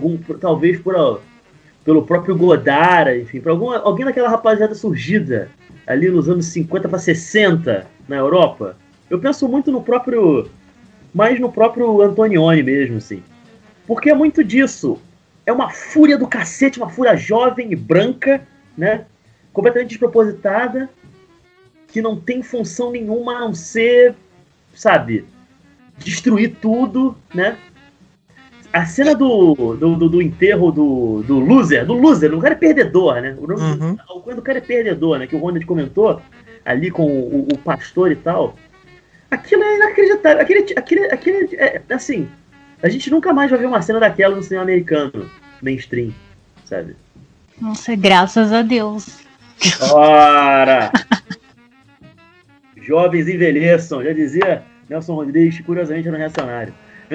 pelo próprio Godard, enfim, por alguém daquela rapaziada surgida ali nos anos 50 para 60 na Europa. Eu penso muito mais no próprio Antonioni mesmo, assim. Porque é muito disso. É uma fúria do cacete, uma fúria jovem e branca, né? Completamente despropositada, que não tem função nenhuma a não ser, sabe, destruir tudo, né? A cena do enterro do loser, o cara é perdedor, né? O cara é perdedor, né? Que o Ronald comentou ali com o pastor e tal. Aquilo é inacreditável. Aquele assim, a gente nunca mais vai ver uma cena daquela no cinema americano, mainstream, sabe? Nossa, graças a Deus. Ora! Jovens envelheçam, já dizia Nelson Rodrigues, curiosamente no Reacionário.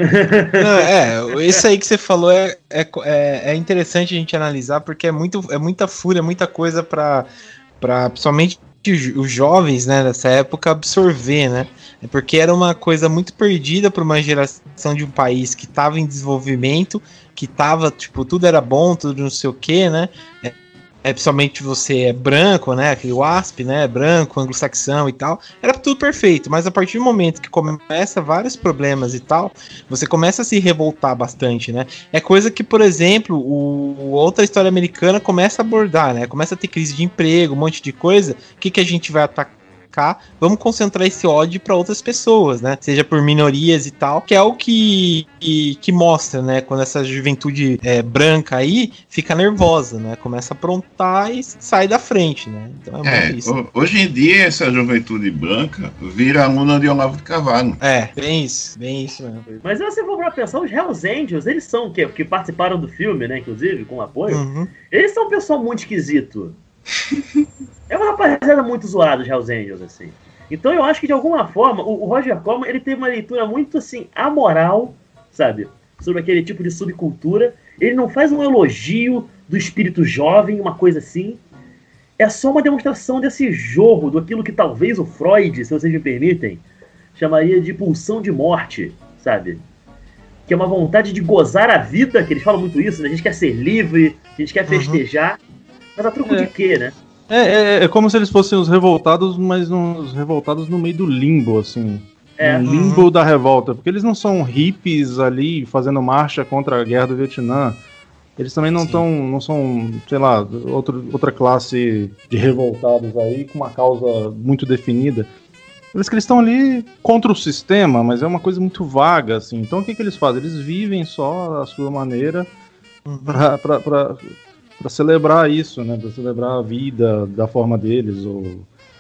Não, isso aí que você falou é interessante a gente analisar, porque é muita fúria, muita coisa para principalmente os jovens, né, dessa época absorver, né? Porque era uma coisa muito perdida para uma geração de um país que estava em desenvolvimento, que estava, tipo, tudo era bom, tudo não sei o que, né? Principalmente você é branco, né? Aquele WASP, né? Branco, anglo-saxão e tal. Era tudo perfeito, mas a partir do momento que começa vários problemas e tal, você começa a se revoltar bastante, né? É coisa que, por exemplo, outra história americana começa a abordar, né? Começa a ter crise de emprego, um monte de coisa. O que a gente vai atacar? Vamos concentrar esse ódio para outras pessoas, né? Seja por minorias e tal, que é o que mostra, né? Quando essa juventude branca aí fica nervosa, né? Começa a aprontar e sai da frente, né? Então muito isso. Hoje em dia, essa juventude branca vira aluna de Olavo de Carvalho. Bem isso mesmo. Mas se você for pra pensar, os Hells Angels, eles são que participaram do filme, né? Inclusive, com apoio. Eles são um pessoal muito esquisito. É uma rapaziada muito zoada, os Hells Angels, assim. Então eu acho que, de alguma forma, o Roger Corman, ele teve uma leitura muito, assim, amoral, sabe? Sobre aquele tipo de subcultura. Ele não faz um elogio do espírito jovem, uma coisa assim. É só uma demonstração desse jorro, daquilo que talvez o Freud, se vocês me permitem, chamaria de pulsão de morte, sabe? Que é uma vontade de gozar a vida, que eles falam muito isso, né? A gente quer ser livre, a gente quer festejar. Mas a truco de quê, né? É como se eles fossem os revoltados, mas os revoltados no meio do limbo, assim. No limbo da revolta. Porque eles não são hippies ali fazendo marcha contra a guerra do Vietnã. Eles também não são, sei lá, outra classe de revoltados aí com uma causa muito definida. Eles estão ali contra o sistema, mas é uma coisa muito vaga, assim. Então o que eles fazem? Eles vivem só a sua maneira para celebrar isso, né? Para celebrar a vida da forma deles, ou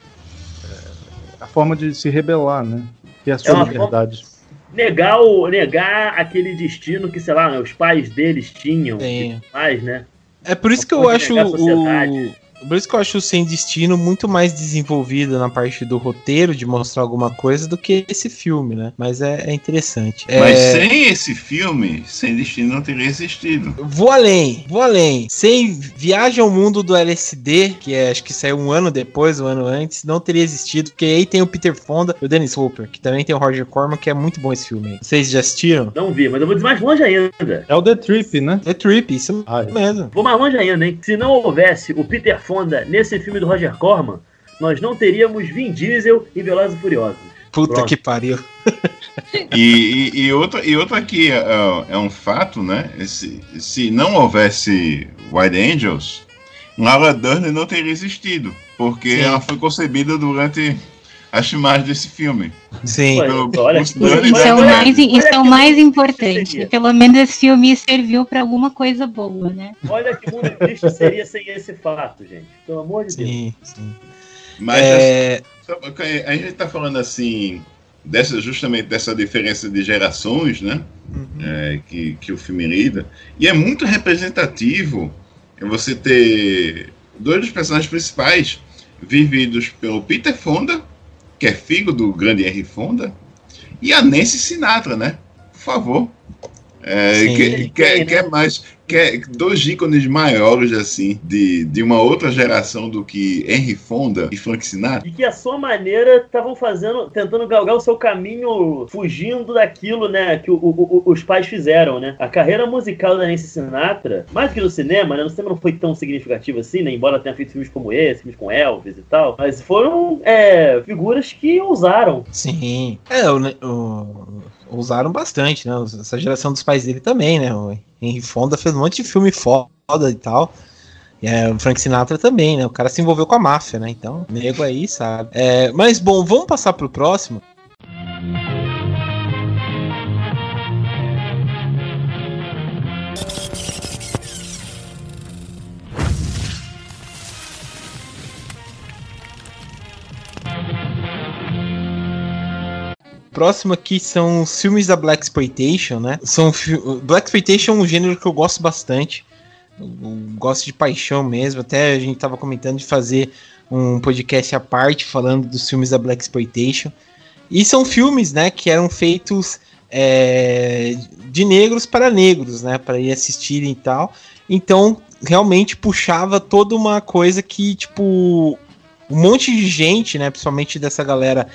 a forma de se rebelar, né? Que é a sua liberdade. Negar aquele destino que, sei lá, os pais deles tinham, mais, né? É por isso que eu acho Por isso que eu acho o Sem Destino muito mais desenvolvido na parte do roteiro, de mostrar alguma coisa, do que esse filme, né? Mas é interessante. Mas sem esse filme, Sem Destino não teria existido. Vou além. Sem Viagem ao Mundo do LSD, que acho que saiu um ano depois, um ano antes, não teria existido, porque aí tem o Peter Fonda e o Dennis Hopper, que também tem o Roger Corman, que é muito bom esse filme aí. Vocês já assistiram? Não vi, mas eu vou dizer mais longe ainda. É o The Trip, né? The Trip, isso mesmo. Vou mais longe ainda, hein? Se não houvesse o Peter Fonda nesse filme do Roger Corman, nós não teríamos Vin Diesel e Velozes e Furiosos. Puta Pronto. Que pariu. E outra aqui é um fato, né? Se não houvesse White Angels, Laura Dern não teria existido, porque ela foi concebida durante as filmagens desse filme. Sim. Isso é o mais importante. Pelo menos esse filme serviu pra alguma coisa boa, né? Olha que mundo triste seria sem esse fato, gente. Pelo amor de Deus. Sim. Mas a gente tá falando assim, justamente dessa diferença de gerações, né? Uhum. Que o filme lida. E é muito representativo você ter dois dos personagens principais vividos pelo Peter Fonda, que é filho do grande Henry Fonda, e a Nancy Sinatra, né? Por favor. Quer dois ícones maiores, assim, de uma outra geração do que Henry Fonda e Frank Sinatra. E que, à sua maneira, estavam tentando galgar o seu caminho, fugindo daquilo, né, que os pais fizeram, né? A carreira musical da Nancy Sinatra, mais do que no cinema, né? No cinema não foi tão significativo assim, né? Embora tenha feito filmes como esse, filmes com Elvis e tal, mas foram figuras que ousaram. Sim. Usaram bastante, né? Essa geração dos pais dele também, né? O Henry Fonda fez um monte de filme foda e tal. E o Frank Sinatra também, né? O cara se envolveu com a máfia, né? Então, nego aí, sabe? Mas, bom, vamos passar pro próximo. Próximo aqui são os filmes da Blaxploitation, né? Blaxploitation é um gênero que eu gosto bastante. Eu gosto de paixão mesmo. Até a gente tava comentando de fazer um podcast à parte falando dos filmes da Blaxploitation. E são filmes, né, que eram feitos de negros para negros, né? Para ir assistirem e tal. Então, realmente puxava toda uma coisa que, tipo, um monte de gente, né, principalmente dessa galera,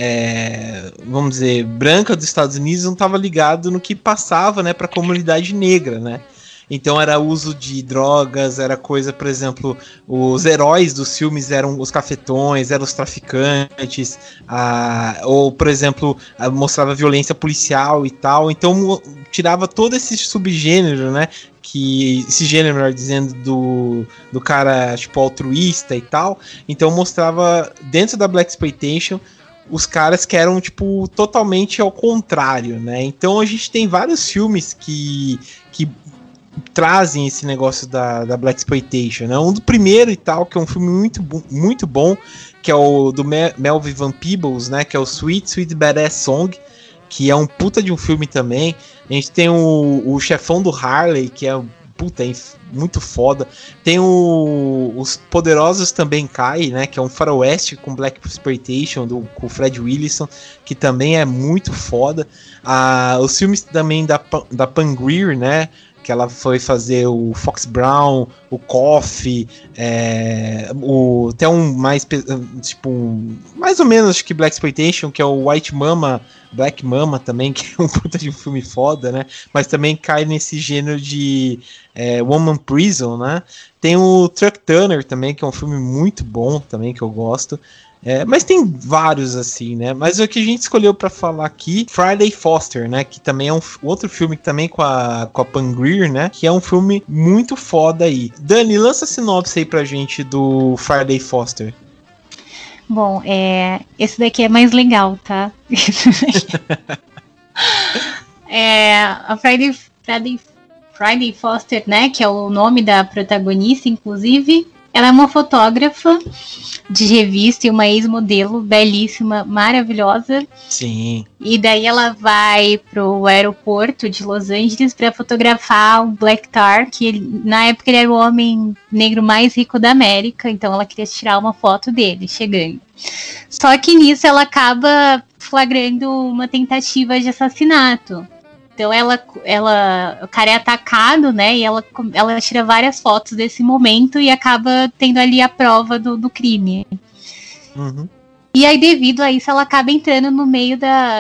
vamos dizer, branca dos Estados Unidos, não estava ligado no que passava, né, para a comunidade negra, né. Então era uso de drogas, era coisa, por exemplo, os heróis dos filmes eram os cafetões, eram os traficantes, ou, por exemplo, mostrava violência policial e tal. Então tirava todo esse subgênero, né? Esse gênero, melhor dizendo, do cara, tipo, altruísta e tal. Então mostrava, dentro da Blaxploitation, os caras que eram, tipo, totalmente ao contrário, né? Então a gente tem vários filmes que trazem esse negócio da Blaxploitation, né? Um do primeiro e tal, que é um filme muito bom, que é o do Melvin Van Peebles, né? Que é o Sweet Sweet Badass Song, que é um puta de um filme também. A gente tem o Chefão do Harley, que é muito foda. Tem Os Poderosos Também Caem, né? Que é um faroeste com Blaxploitation com o Fred Willison, que também é muito foda. Os filmes também da Pam Grier, né? Que ela foi fazer o Fox Brown, o Coffee, até um mais, tipo, mais ou menos, acho que Blaxploitation, que é o White Mama, Black Mama também, que é um puta de um filme foda, né? Mas também cai nesse gênero de Woman Prison, né? Tem o Truck Turner também, que é um filme muito bom também, que eu gosto. Mas tem vários assim, né? Mas o que a gente escolheu pra falar aqui, Friday Foster, né? Que também é um outro filme que também com a Pam Grier, né? Que é um filme muito foda aí. Dani, lança a sinopse aí pra gente do Friday Foster. Bom, esse daqui é mais legal, tá? A Friday Foster, né? Que é o nome da protagonista, inclusive. Ela é uma fotógrafa de revista e uma ex-modelo belíssima, maravilhosa. Sim. E daí ela vai pro aeroporto de Los Angeles para fotografar o Black Tar, que na época ele era o homem negro mais rico da América, então ela queria tirar uma foto dele chegando. Só que nisso ela acaba flagrando uma tentativa de assassinato. Então o cara é atacado, né? E ela tira várias fotos desse momento e acaba tendo ali a prova do crime. Uhum. E aí, devido a isso, ela acaba entrando no meio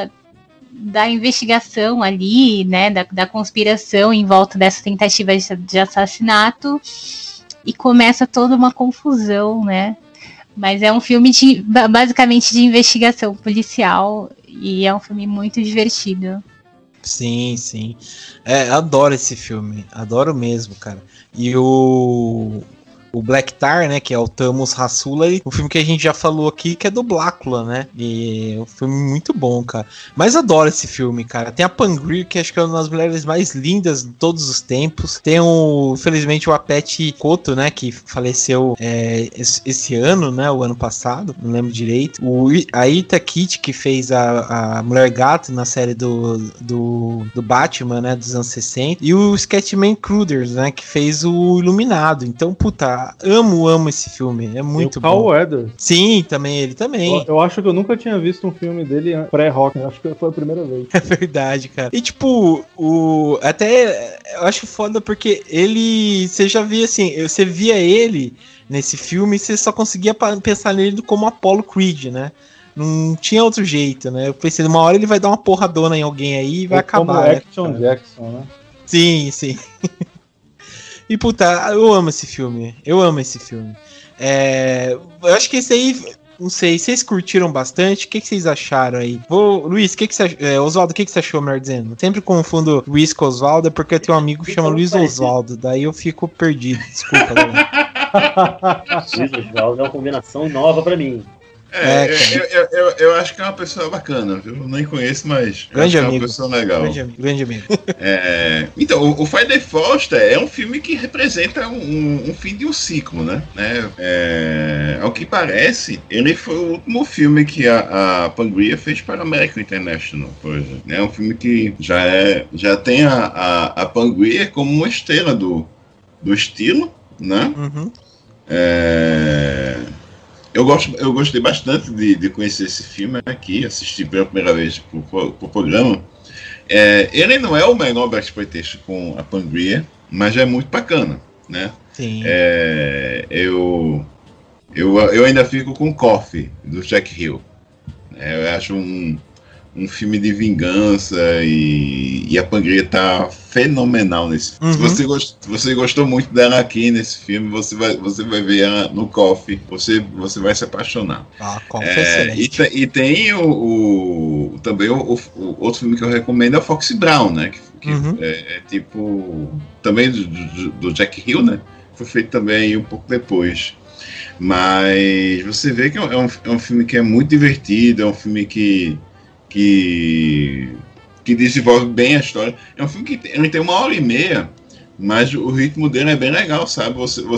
da investigação ali, né? Da conspiração em volta dessa tentativa de assassinato. E começa toda uma confusão, né? Mas é um filme basicamente de investigação policial. E é um filme muito divertido. Sim, sim. Adoro esse filme. Adoro mesmo, cara. E o Black Tar, né, que é o Tamus Rasulari, um filme que a gente já falou aqui, que é do Blácula, né, e é um filme muito bom, cara, mas adoro esse filme, cara. Tem a Pam Grier, que acho que é uma das mulheres mais lindas de todos os tempos. Tem infelizmente o Apete Koto, né, que faleceu esse ano, né, o ano passado, não lembro direito. A Ita Kitt, que fez a Mulher Gato na série do Batman, né, dos anos 60, e o Scatman Crothers, né, que fez o Iluminado. Então, puta, amo esse filme, é muito bom. Carl Weathers. Sim, ele também. Eu acho que eu nunca tinha visto um filme dele pré-rock, acho que foi a primeira vez. É verdade, cara. E tipo, até eu acho foda porque você já via assim, você via ele nesse filme e você só conseguia pensar nele como Apollo Creed, né? Não tinha outro jeito, né? Eu pensei, uma hora ele vai dar uma porradona em alguém aí e vai acabar. Como Action Jackson, né? Sim. E puta, eu amo esse filme. Eu acho que esse aí, não sei, vocês curtiram bastante? O que vocês acharam aí? Luiz, Oswaldo, o que você achou, melhor dizendo? Sempre confundo Luiz com Oswaldo, porque eu tenho um amigo que chama Luiz Oswaldo, daí eu fico perdido. Desculpa, galera. Luiz Oswaldo é uma combinação nova pra mim. Eu acho que é uma pessoa bacana, viu? Eu nem conheço, mas grande amigo. É uma pessoa legal. Grande amigo. Então, o Friday Foster é um filme que representa um fim de um ciclo, né? Ao que parece, ele foi o último filme que a Pam Grier fez para a American International, por exemplo. É um filme que já tem a Pam Grier como uma estrela do estilo, né? Uhum. Eu gostei bastante de conhecer esse filme aqui, assisti pela primeira vez pro programa. Ele não é o melhor Blaxploitation com a Pam Grier, mas é muito bacana, né? Sim. Eu ainda fico com Coffee, do Jack Hill. Eu acho um filme de vingança e a Pam Grier tá fenomenal nesse filme. Uhum. Se você gostou muito dela aqui nesse filme, você vai ver ela no Coffee, você vai se apaixonar. E tem também o outro filme que eu recomendo é o Foxy Brown, né? Que uhum. é tipo também do Jack Hill, né? Foi feito também um pouco depois. Mas você vê que é um filme que é muito divertido, é um filme que desenvolve bem a história. É um filme que ele tem 1h30, mas o ritmo dele é bem legal, sabe?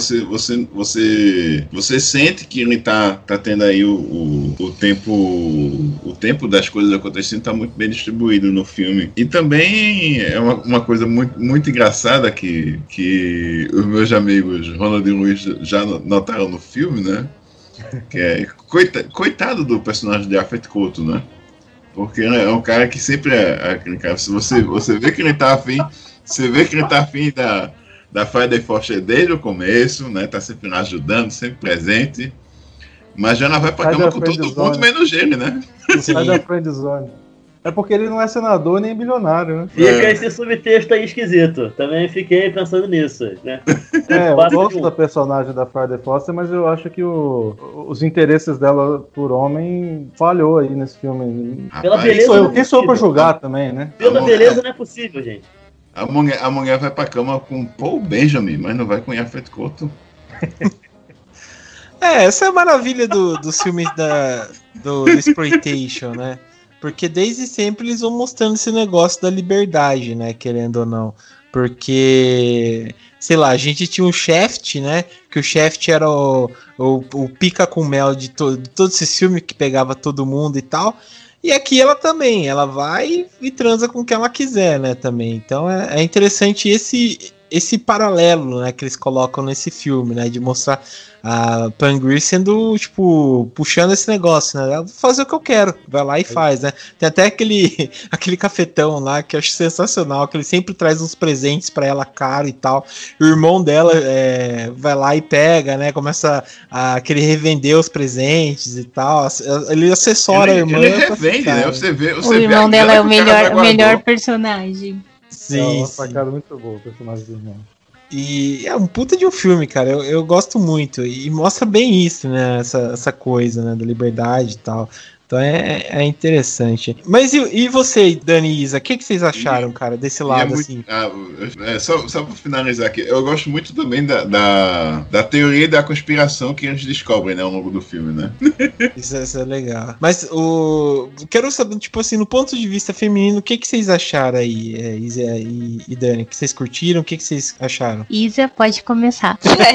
Você sente que ele tá tendo aí o tempo das coisas acontecendo, tá muito bem distribuído no filme. E também é uma coisa muito, muito engraçada que os meus amigos Ronald e Luiz já notaram no filme, né? Que é coitado do personagem de Apete Koto, né? Porque é um cara que sempre é aquele cara. Se você vê que ele tá afim, da Friday Foster desde o começo, né? Tá sempre lá ajudando, sempre presente. Mas já não vai pra cama com todo mundo, menos ele, né? Sai da friend zone. É porque ele não é senador nem bilionário, né? Fica esse subtexto aí esquisito. Também fiquei pensando nisso, né? Eu gosto da personagem da Friday Foster, mas eu acho que os interesses dela por homem falhou aí nesse filme. Pela beleza. Quem sou eu pra julgar também, né? Pela beleza não é possível, gente. A mulher vai pra cama com Paul Benjamin, mas não vai com Yaphet Kotto. Essa é a maravilha dos filmes do exploitation, né? Porque desde sempre eles vão mostrando esse negócio da liberdade, né? Querendo ou não. Porque, sei lá, a gente tinha o Shaft, né? Que o Shaft era o pica com mel de todo esse filme que pegava todo mundo e tal. E aqui ela também, ela vai e transa com o que ela quiser, né, também. Então é interessante esse paralelo, né, que eles colocam nesse filme, né, de mostrar a Pangri sendo, tipo, puxando esse negócio, né, ela fazer o que eu quero, vai lá e faz, né. Tem até aquele cafetão lá que eu acho sensacional, que ele sempre traz uns presentes pra ela caro e tal. O irmão dela vai lá e pega, né, começa a querer revender os presentes e tal, ele assessora a irmã. Ele revende, né, o irmão dela é o melhor personagem. Sim, uma sacada muito boa o personagem do irmão. E é um puta de um filme, cara. Eu gosto muito. E mostra bem isso, né? Essa coisa, né? Da liberdade e tal. Então é interessante. Mas e você, Dani e Isa, o que vocês acharam, cara, desse lado, assim? Só pra finalizar aqui, eu gosto muito também da teoria da conspiração que eles descobrem, né, ao longo do filme, né? Isso é legal. Mas quero saber, tipo assim, no ponto de vista feminino, o que vocês acharam aí, Isa e Dani? O que vocês curtiram? O que vocês acharam? Isa, pode começar.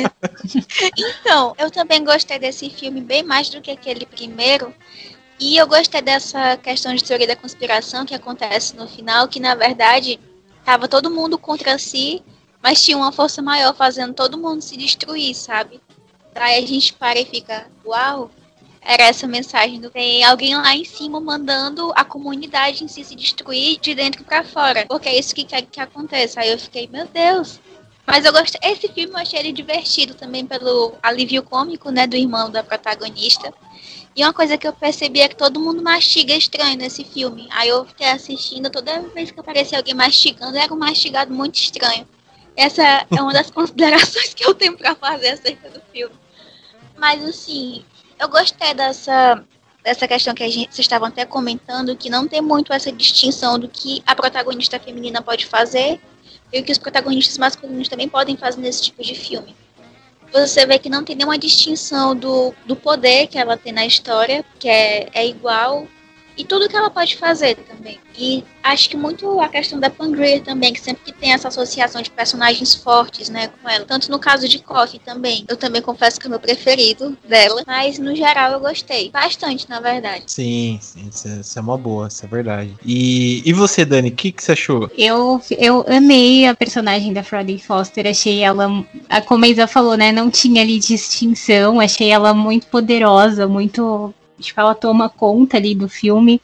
Então, eu também gostei desse filme bem mais do que aquele primeiro. E eu gostei dessa questão de teoria da conspiração que acontece no final, que na verdade tava todo mundo contra si, mas tinha uma força maior fazendo todo mundo se destruir, sabe? Daí a gente para e fica, uau, era essa mensagem tem alguém lá em cima mandando a comunidade em si se destruir de dentro pra fora, porque é isso que quer que aconteça. Aí eu fiquei, meu Deus. Mas eu gostei, esse filme eu achei ele divertido também pelo alívio cômico, né, do irmão da protagonista. E uma coisa que eu percebi é que todo mundo mastiga estranho nesse filme. Aí eu fiquei assistindo, toda vez que aparecia alguém mastigando, era um mastigado muito estranho. Essa é uma das considerações que eu tenho pra fazer acerca do filme. Mas assim, eu gostei dessa questão que vocês estavam até comentando, que não tem muito essa distinção do que a protagonista feminina pode fazer e o que os protagonistas masculinos também podem fazer nesse tipo de filme. Você vê que não tem nenhuma distinção do poder que ela tem na história, que é igual, e tudo que ela pode fazer também. E acho que muito a questão da Pangria também, que sempre que tem essa associação de personagens fortes, né, com ela. Tanto no caso de Coffee também. Eu também confesso que é o meu preferido dela, mas no geral eu gostei. Bastante, na verdade. Sim, isso é uma boa, isso é verdade. E você, Dani, o que você achou? Eu amei a personagem da Jodie Foster, achei ela, como a Isa falou, né, não tinha ali distinção, achei ela muito poderosa, muito... Acho que ela toma conta ali do filme.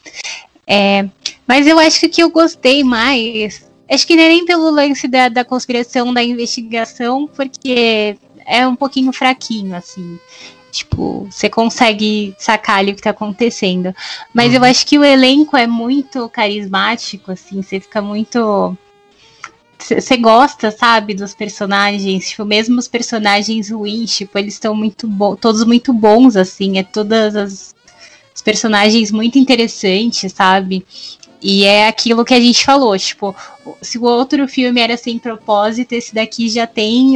Mas eu acho que o que eu gostei mais... Acho que não é nem pelo lance da conspiração, da investigação, porque é um pouquinho fraquinho, assim. Tipo, você consegue sacar ali o que tá acontecendo. Mas eu acho que o elenco é muito carismático, assim. Você fica muito... Você gosta, sabe, dos personagens, tipo, mesmo os personagens ruins, tipo, eles estão todos muito bons, assim, os personagens muito interessantes, sabe, e é aquilo que a gente falou, tipo, se o outro filme era sem propósito, esse daqui já tem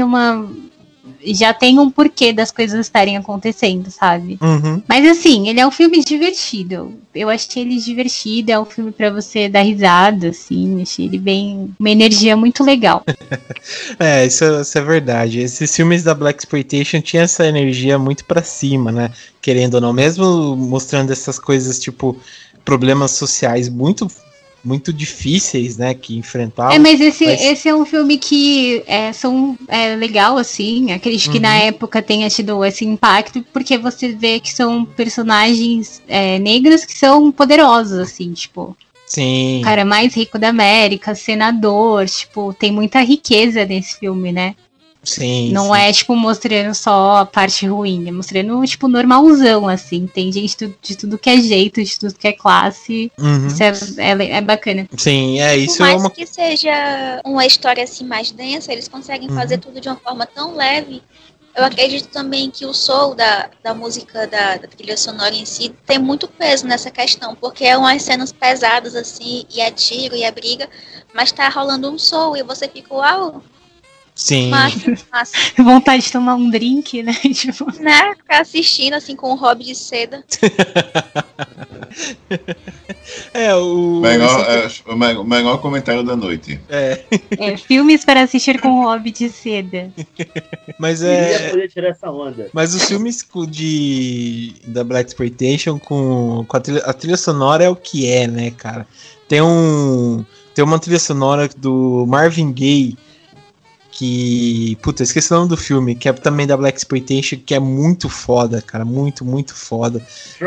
um porquê das coisas estarem acontecendo, sabe? Mas assim, ele é um filme divertido. Eu achei ele divertido, é um filme pra você dar risada, assim. Achei ele uma energia muito legal. Isso é verdade. Esses filmes da Blaxploitation tinham essa energia muito pra cima, né? Querendo ou não, mesmo mostrando essas coisas, tipo, problemas sociais muito difíceis, né, que enfrentavam. Mas esse é um filme que é legal, assim, acredito que na época tenha tido esse impacto, porque você vê que são personagens negros que são poderosos, assim, tipo... Sim. O cara mais rico da América, senador, tipo, tem muita riqueza nesse filme, né? Sim. Não é, tipo, mostrando só a parte ruim, é mostrando, tipo, normalzão, assim. Tem gente de tudo que é jeito, de tudo que é classe. Isso é bacana. Sim, isso é uma... Por mais que seja uma história, assim, mais densa, eles conseguem fazer tudo de uma forma tão leve. Eu acredito também que o soul da música, da trilha sonora em si, tem muito peso nessa questão, porque é umas cenas pesadas, assim, e é tiro, e é briga, mas tá rolando um soul, e você fica, uau... Sim. Massa. Vontade de tomar um drink, né? Né? Ficar assistindo assim com um hobby de seda. O melhor comentário da noite. Filmes para assistir com hobby de seda. Mas queria poder tirar essa onda. Mas os filmes da Blaxploitation com a trilha sonora é o que é, né, cara? Tem uma trilha sonora do Marvin Gaye que... Puta, esqueci o nome do filme, que é também da Blaxploitation, que é muito foda, cara. Muito, muito foda.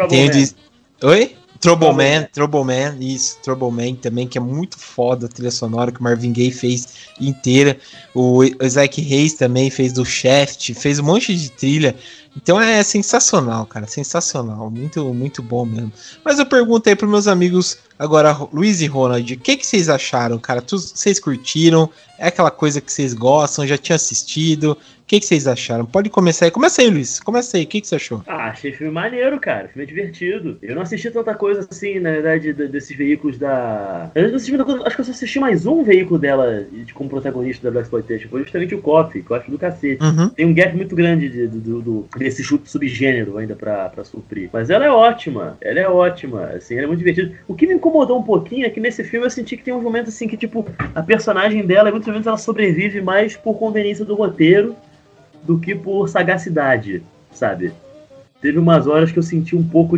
Oi? Trouble Man, isso, Trouble Man também, que é muito foda a trilha sonora que o Marvin Gaye fez inteira. O Isaac Hayes também fez do Shaft, fez um monte de trilha. Então é sensacional, cara, sensacional, muito, muito bom mesmo. Mas eu pergunto aí pros meus amigos agora, Luiz e Ronald, o que vocês acharam, cara? Vocês curtiram? É aquela coisa que vocês gostam, já tinham assistido? O que vocês acharam? Pode começar aí. Começa aí, Luiz. Começa aí. O que você achou? Achei filme maneiro, cara. Filme divertido. Eu não assisti tanta coisa assim, na verdade, desses veículos da... Eu não assisti muita coisa. Acho que eu só assisti mais um veículo dela como protagonista da Blaxploitation. Foi justamente o Coffee, que eu acho do cacete. Uhum. Tem um gap muito grande desse subgênero ainda pra suprir. Mas ela é ótima. Assim, ela é muito divertida. O que me incomodou um pouquinho é que nesse filme eu senti que tem um momento assim que, tipo, a personagem dela, muitos momentos ela sobrevive mais por conveniência do roteiro do que por sagacidade, sabe? Teve umas horas que eu senti um pouco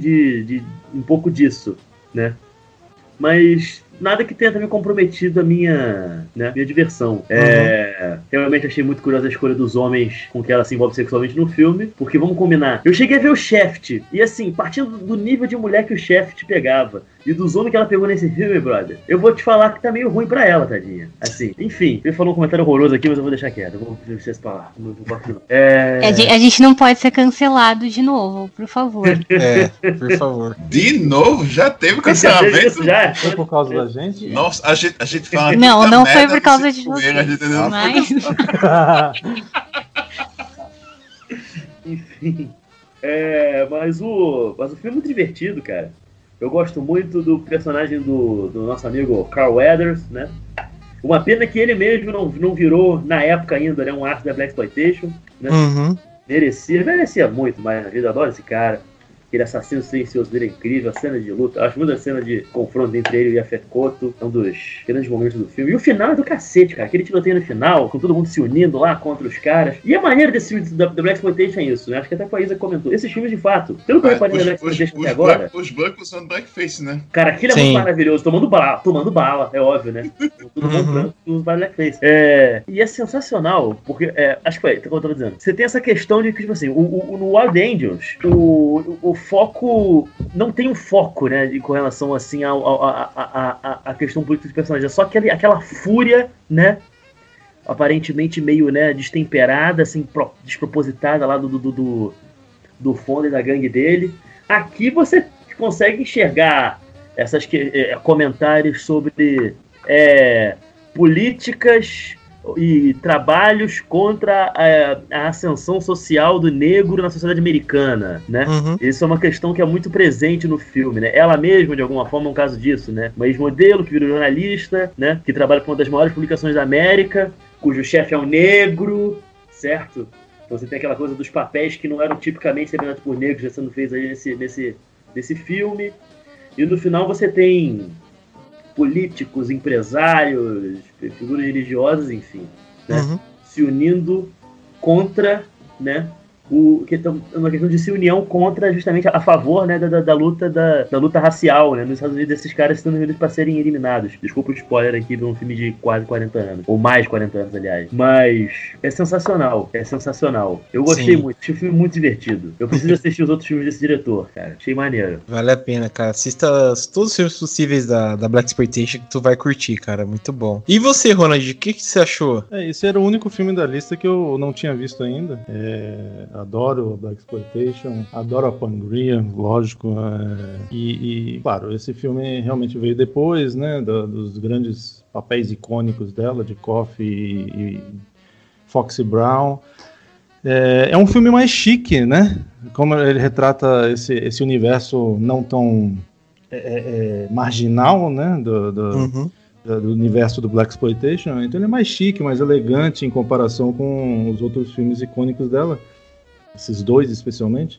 um pouco disso, né? Mas nada que tenha me comprometido a minha diversão. Realmente achei muito curiosa a escolha dos homens com que ela se envolve sexualmente no filme, porque vamos combinar, eu cheguei a ver o Shaft, e assim, partindo do nível de mulher que o Shaft pegava, e dos homens que ela pegou nesse filme, brother, eu vou te falar que tá meio ruim pra ela, tadinha. Assim, enfim, ele falou um comentário horroroso aqui, mas eu vou deixar quieto, eu vou ver vocês falar. A gente não pode ser cancelado de novo, por favor. Por favor. De novo? Já teve cancelamento? Já? Foi por causa da gente? Nossa, a gente fala... Não foi por causa de você. Mas... Enfim. Mas o filme é muito divertido, cara. Eu gosto muito do personagem do nosso amigo Carl Weathers, né? Uma pena que ele mesmo não virou, na época ainda, né, um astro da Blaxploitation, né? Uhum. Merecia muito mais na vida. Adoro esse cara. Aquele assassino silencioso dele é incrível, a cena de luta. Acho muito a cena de confronto entre ele e a Yafet Kotto é um dos grandes momentos do filme. E o final é do cacete, cara. Aquele tiroteio no final, com todo mundo se unindo lá contra os caras. E a maneira desse filme da Blaxploitation é isso, né? Acho que até a Isa comentou. Esses filmes, de fato, pelo que eu reparei na Blaxploitation até agora... Os brancos usando blackface, né? Cara, aquele é muito maravilhoso. Tomando bala, é óbvio, né? Tudo bom branco, tudo blackface. E é sensacional, porque... acho que foi, como eu tava dizendo. Você tem essa questão de que, tipo assim, no Wild Angels, o foco, não tem um foco, né, com relação, assim, a questão política do personagem, é só aquela fúria, né, aparentemente meio, né, destemperada, assim, despropositada lá do fundo da gangue dele. Aqui você consegue enxergar esses comentários sobre políticas e trabalhos contra a ascensão social do negro na sociedade americana, né? Uhum. Isso é uma questão que é muito presente no filme, né? Ela mesma, de alguma forma, é um caso disso, né? Uma ex-modelo que virou jornalista, né? Que trabalha com uma das maiores publicações da América, cujo chefe é um negro, certo? Então você tem aquela coisa dos papéis que não eram tipicamente representados por negros, já sendo feitos aí nesse filme. E no final você tem políticos, empresários, figuras religiosas, enfim, né, se unindo contra, né, uma questão de se união contra, justamente a favor, né, da luta racial, né, nos Estados Unidos, esses caras sendo unidos para serem eliminados. Desculpa o spoiler aqui de um filme de quase 40 anos, ou mais de 40 anos, aliás. Mas é sensacional. Eu gostei muito, achei o filme muito divertido. Eu preciso assistir os outros filmes desse diretor, cara. Achei maneiro. Vale a pena, cara. Assista todos os filmes possíveis da Blaxploitation que tu vai curtir, cara. Muito bom. E você, Ronald, o que você achou? Esse era o único filme da lista que eu não tinha visto ainda. Adoro a Blaxploitation, adoro a Pangria, lógico. Claro, esse filme realmente veio depois, né, dos grandes papéis icônicos dela, de Coffee e Foxy Brown. É um filme mais chique, né? Como ele retrata esse universo não tão marginal, né, do universo do Blaxploitation. Então ele é mais chique, mais elegante em comparação com os outros filmes icônicos dela. Esses dois especialmente.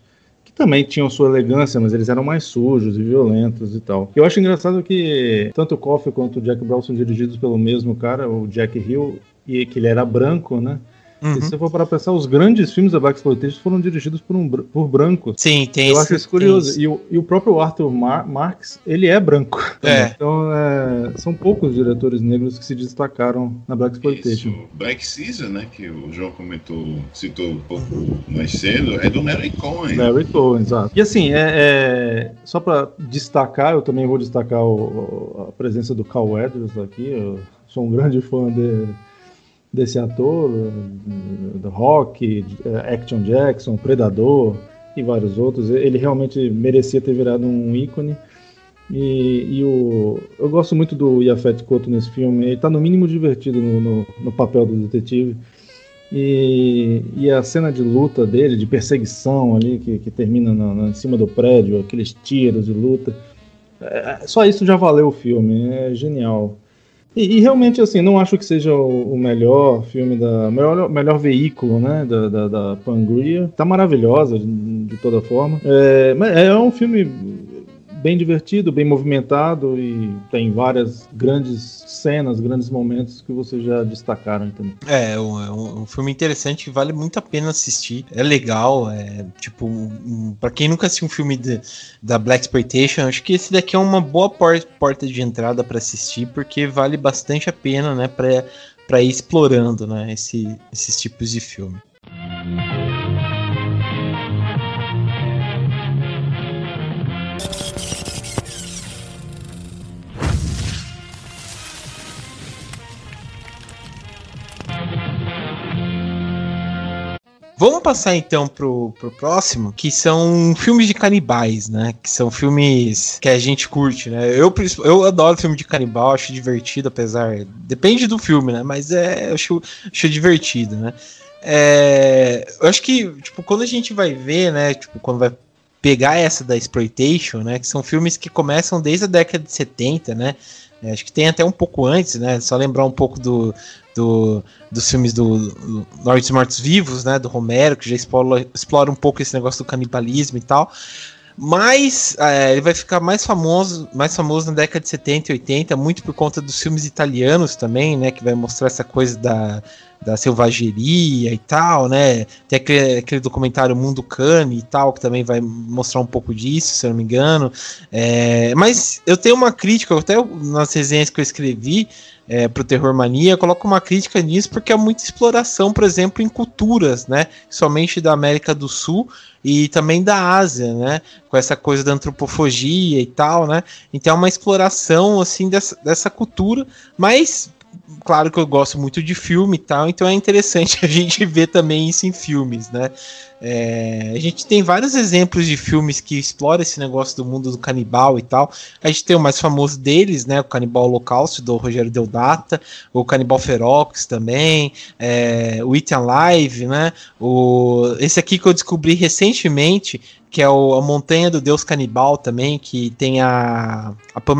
que também tinham sua elegância, mas eles eram mais sujos e violentos e tal. Eu acho engraçado que tanto o Coffey quanto o Jack Brown são dirigidos pelo mesmo cara, o Jack Hill, e que ele era branco, né? E se você for para pensar, os grandes filmes da Blaxploitation foram dirigidos por brancos. Sim, tem Eu acho isso curioso. E o próprio Arthur Marks, ele é branco. Então, são poucos diretores negros que se destacaram na Blaxploitation. Isso. Black Caesar, né, que o João citou um pouco mais cedo, é do Larry Cohen. Larry Cohen, exato. E assim, só para destacar, eu também vou destacar a presença do Carl Weathers aqui. Eu sou um grande fã desse ator, do Rock, Action Jackson, Predador e vários outros. Ele realmente merecia ter virado um ícone. Eu gosto muito do Yaphet Kotto nesse filme. Ele está no mínimo divertido no papel do detetive. E a cena de luta dele, de perseguição ali, que termina em cima do prédio, aqueles tiros de luta, só isso já valeu o filme. É genial. E realmente, assim, não acho que seja o melhor filme, melhor veículo, né, da Pangria. Tá maravilhosa, de toda forma. Mas é um filme bem divertido, bem movimentado e tem várias grandes cenas, grandes momentos que vocês já destacaram também. É um filme interessante que vale muito a pena assistir. É legal, pra quem nunca assistiu um filme da Blaxploitation, acho que esse daqui é uma boa porta de entrada para assistir, porque vale bastante a pena, né, para ir explorando, né, esses tipos de filme. Vamos passar então pro próximo, que são filmes de canibais, né? Que são filmes que a gente curte, né? Eu adoro filme de canibal, acho divertido, apesar... Depende do filme, né? Mas eu acho divertido, né? Eu acho que, quando a gente vai ver, né? Quando vai pegar essa da Exploitation, né? Que são filmes que começam desde a década de 70, né? Acho que tem até um pouco antes, né? Só lembrar um pouco dos filmes do Noite dos Mortos Vivos, né? Do Romero, que já explora um pouco esse negócio do canibalismo e tal. Mas ele vai ficar mais famoso na década de 70 e 80, muito por conta dos filmes italianos também, né? Que vai mostrar essa coisa da selvageria e tal, né? Tem aquele documentário Mundo Cane e tal, que também vai mostrar um pouco disso, se eu não me engano. Mas eu tenho uma crítica, até nas resenhas que eu escrevi pro Terror Mania, eu coloco uma crítica nisso, porque é muita exploração, por exemplo, em culturas, né? Somente da América do Sul e também da Ásia, né? Com essa coisa da antropofagia e tal, né? Então é uma exploração, assim, dessa cultura, mas... Claro que eu gosto muito de filme e tal, então é interessante a gente ver também isso em filmes, né? A gente tem vários exemplos de filmes que exploram esse negócio do mundo do canibal e tal. A gente tem o mais famoso deles, né? O Canibal Holocausto, do Rogério Deodato, o Canibal Ferox também, o Eat Alive, né? Esse aqui que eu descobri recentemente, que é a Montanha do Deus Canibal também, que tem a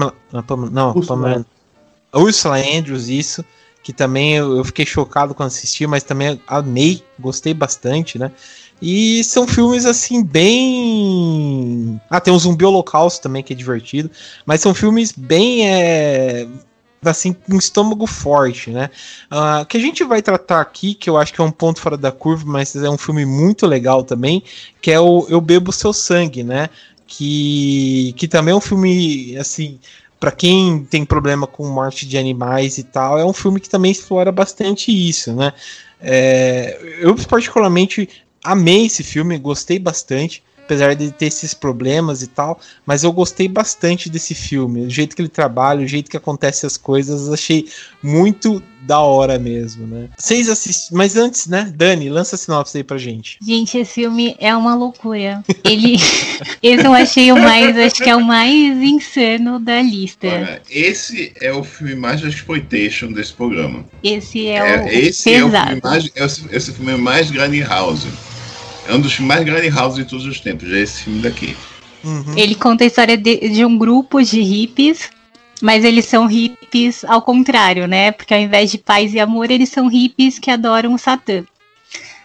Ursula Andrews, isso, que também eu fiquei chocado quando assisti, mas também amei, gostei bastante, né? E são filmes, assim, bem... tem um Zumbi Holocausto também, que é divertido, mas são filmes bem, assim, com estômago forte, né? Que a gente vai tratar aqui, que eu acho que é um ponto fora da curva, mas é um filme muito legal também, que é o Eu Bebo Seu Sangue, né? Que também é um filme, assim... Pra quem tem problema com morte de animais e tal, é um filme que também explora bastante isso, né? Eu particularmente amei esse filme, gostei bastante, apesar de ter esses problemas e tal, mas eu gostei bastante desse filme, o jeito que ele trabalha, o jeito que acontecem as coisas, achei muito da hora mesmo, né? Vocês assistiram, mas antes, né, Dani, lança a sinopse aí pra gente. Gente, esse filme é uma loucura. Esse eu achei acho que é o mais insano da lista. Olha, esse é o filme mais de exploitation desse programa. Esse é esse filme mais Grindhouse. É um dos filmes mais Grindhouse de todos os tempos, é esse filme daqui. Uhum. Ele conta a história de um grupo de hippies, mas eles são hippies ao contrário, né? Porque ao invés de paz e amor, eles são hippies que adoram o Satã.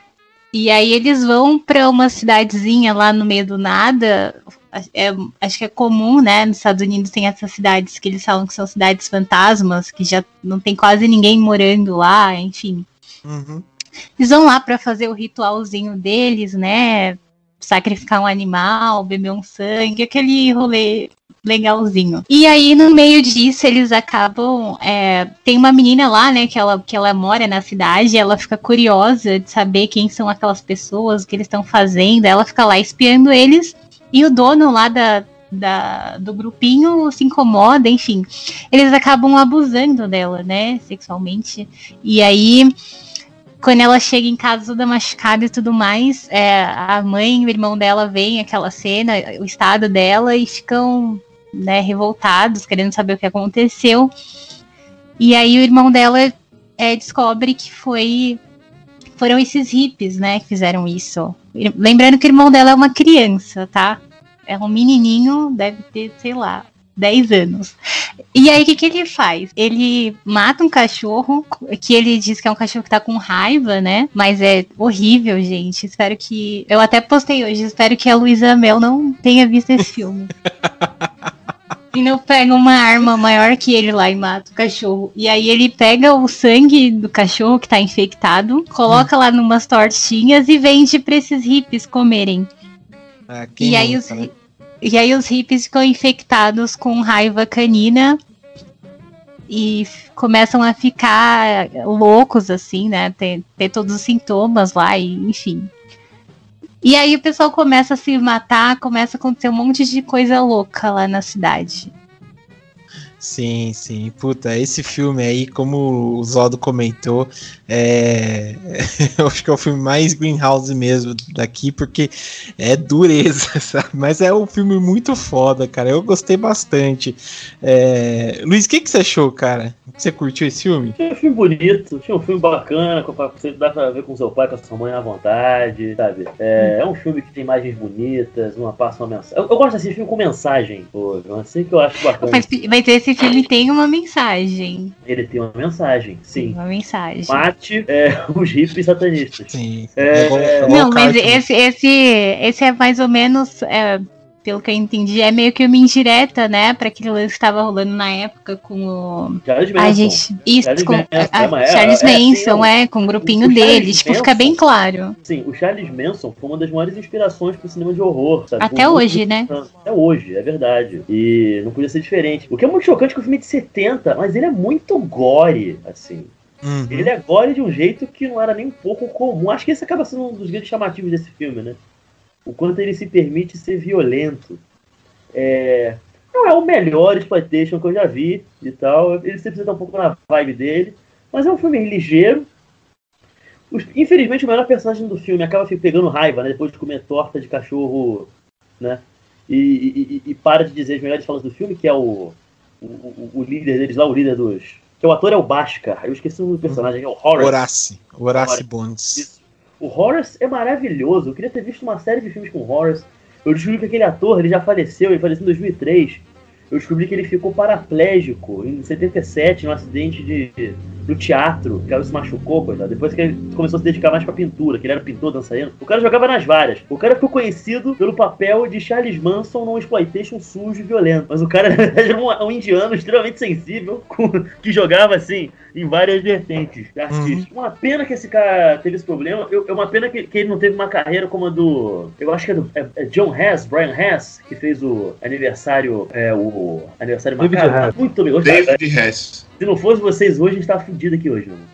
E aí eles vão pra uma cidadezinha lá no meio do nada. Acho que é comum, né? Nos Estados Unidos tem essas cidades que eles falam que são cidades fantasmas, que já não tem quase ninguém morando lá, enfim. Uhum. Eles vão lá pra fazer o ritualzinho deles, né? Sacrificar um animal, beber um sangue, aquele rolê legalzinho. E aí, no meio disso, eles acabam... tem uma menina lá, né, que ela mora na cidade, e ela fica curiosa de saber quem são aquelas pessoas, o que eles estão fazendo. Ela fica lá espiando eles, e o dono lá do grupinho se incomoda, enfim. Eles acabam abusando dela, né, sexualmente. E aí... Quando ela chega em casa toda machucada e tudo mais, a mãe e o irmão dela veem aquela cena, o estado dela, e ficam, né, revoltados, querendo saber o que aconteceu. E aí o irmão dela descobre que foram esses hippies, né, que fizeram isso. Lembrando que o irmão dela é uma criança, tá? É um menininho, deve ter, sei lá, 10 anos. E aí, o que ele faz? Ele mata um cachorro, que ele diz que é um cachorro que tá com raiva, né? Mas é horrível, gente. Espero que... Eu até postei hoje, espero que a Luísa Mel não tenha visto esse filme. E não pega uma arma maior que ele lá e mata o cachorro. E aí ele pega o sangue do cachorro que tá infectado, coloca lá numas tortinhas e vende pra esses hippies comerem. E aí os hippies ficam infectados com raiva canina e começam a ficar loucos, assim, né? Ter todos os sintomas lá, e, enfim. E aí o pessoal começa a se matar, começa a acontecer um monte de coisa louca lá na cidade. Sim, sim. Puta, esse filme aí, como o Zodo comentou, eu acho que é o filme mais Greenhouse mesmo daqui, porque é dureza, sabe? Mas é um filme muito foda, cara. Eu gostei bastante. Luiz, o que você achou, cara? Você curtiu esse filme? Achei um filme bonito, achei um filme bacana, você dá pra ver com seu pai, com a sua mãe à vontade, sabe? É um filme que tem imagens bonitas, passa uma mensagem. Eu gosto desse filme com mensagem, pô, assim que eu acho bacana. Mas esse filme tem uma mensagem. Ele tem uma mensagem, sim. Uma mensagem. Mate os hippies satanistas. Sim. Não, mas esse é mais ou menos... pelo que eu entendi, é meio que uma indireta, né? Pra aquilo que estava rolando na época com o... Charles Manson. Charles Manson, com o grupinho dele. Tipo, fica bem claro. Sim, o Charles Manson foi uma das maiores inspirações pro cinema de horror, sabe? Até hoje, né? Até hoje, é verdade. E não podia ser diferente. O que é muito chocante é que o filme é de 70, mas ele é muito gore, assim. Uhum. Ele é gore de um jeito que não era nem um pouco comum. Acho que esse acaba sendo um dos grandes chamativos desse filme, né? O quanto ele se permite ser violento. Não é o melhor exploitation que eu já vi e tal. Ele sempre tá um pouco na vibe dele. Mas é um filme ligeiro. Infelizmente, o melhor personagem do filme acaba pegando raiva, né? Depois de comer torta de cachorro, né? E para de dizer as melhores falas do filme, que é o líder deles lá, o líder dos... Que o ator é o Bhaskar. Eu esqueci o nome do personagem, é o Horace Bonds. Isso. O Horace é maravilhoso. Eu queria ter visto uma série de filmes com o Horace. Eu descobri que aquele ator, ele faleceu em 2003. Eu descobri que ele ficou paraplégico em 77, num acidente no teatro. O cara se machucou, coitado. Depois que ele começou a se dedicar mais pra pintura, que ele era pintor, dançarino. O cara jogava nas várias. O cara ficou conhecido pelo papel de Charles Manson num exploitation sujo e violento. Mas o cara, na verdade, era um indiano extremamente sensível, que jogava, assim, em várias vertentes artísticas. Uma pena que esse cara teve esse problema. É uma pena que ele não teve uma carreira como a do... Eu acho que é John Hess, Brian Hess, que fez o aniversário... o aniversário macabro. Muito legal. David Hess. Se não fosse vocês hoje, a gente tava fudido aqui hoje, mano.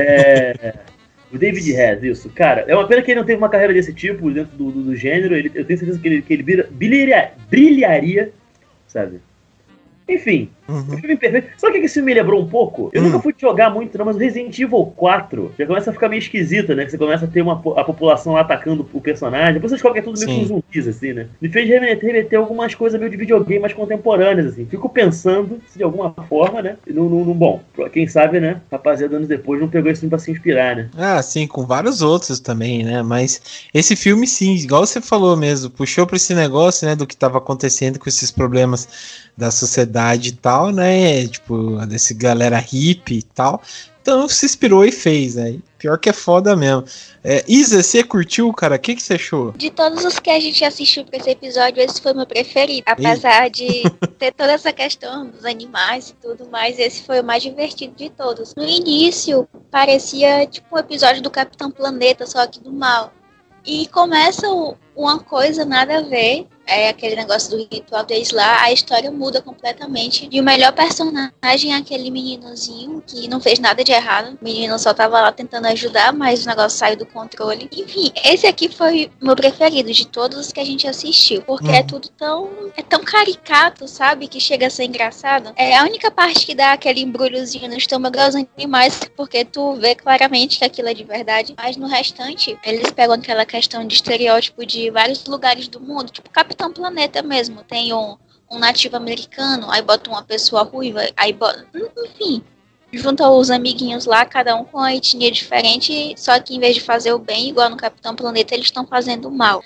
O David Hess, isso. Cara, é uma pena que ele não teve uma carreira desse tipo dentro do gênero. Eu tenho certeza que ele brilharia, sabe? Enfim, o filme perfeito. Sabe o que esse filme me lembrou um pouco? Eu nunca fui jogar muito, não, mas o Resident Evil 4 já começa a ficar meio esquisito, né? Que você começa a ter a população lá atacando o personagem. Depois você descobre que é tudo meio com zumbis, assim, né? Me fez remeter algumas coisas meio de videogame mais contemporâneas, assim. Fico pensando se de alguma forma, né? Bom, quem sabe, né? Rapaziada, anos depois não pegou esse filme pra se inspirar, né? Ah, sim, com vários outros também, né? Mas esse filme, sim, igual você falou mesmo, puxou pra esse negócio, né? Do que tava acontecendo com esses problemas da sociedade e tal. tal, né? Tipo, desse galera hippie e tal. Então se inspirou e fez, né? Pior que é foda mesmo. Isa, você curtiu, cara? O que você achou? De todos os que a gente assistiu pra esse episódio, esse foi o meu preferido. Apesar de ter toda essa questão dos animais e tudo mais, esse foi o mais divertido de todos. No início, parecia tipo um episódio do Capitão Planeta, só que do mal. E começa uma coisa nada a ver, aquele negócio do ritual deles lá, a história muda completamente. E o melhor personagem é aquele meninozinho que não fez nada de errado. O menino só tava lá tentando ajudar, mas o negócio saiu do controle. Enfim, esse aqui foi meu preferido de todos os que a gente assistiu, porque é tudo tão caricato, sabe, que chega a ser engraçado. É a única parte que dá aquele embrulhozinho no estômago aos animais, porque tu vê claramente que aquilo é de verdade. Mas no restante, eles pegam aquela questão de estereótipo de vários lugares do mundo, tipo Capitão Planeta mesmo. Tem um nativo americano, aí bota uma pessoa ruiva, aí bota... Enfim, junta os amiguinhos lá, cada um com uma etnia diferente, só que em vez de fazer o bem, igual no Capitão Planeta, eles estão fazendo o mal.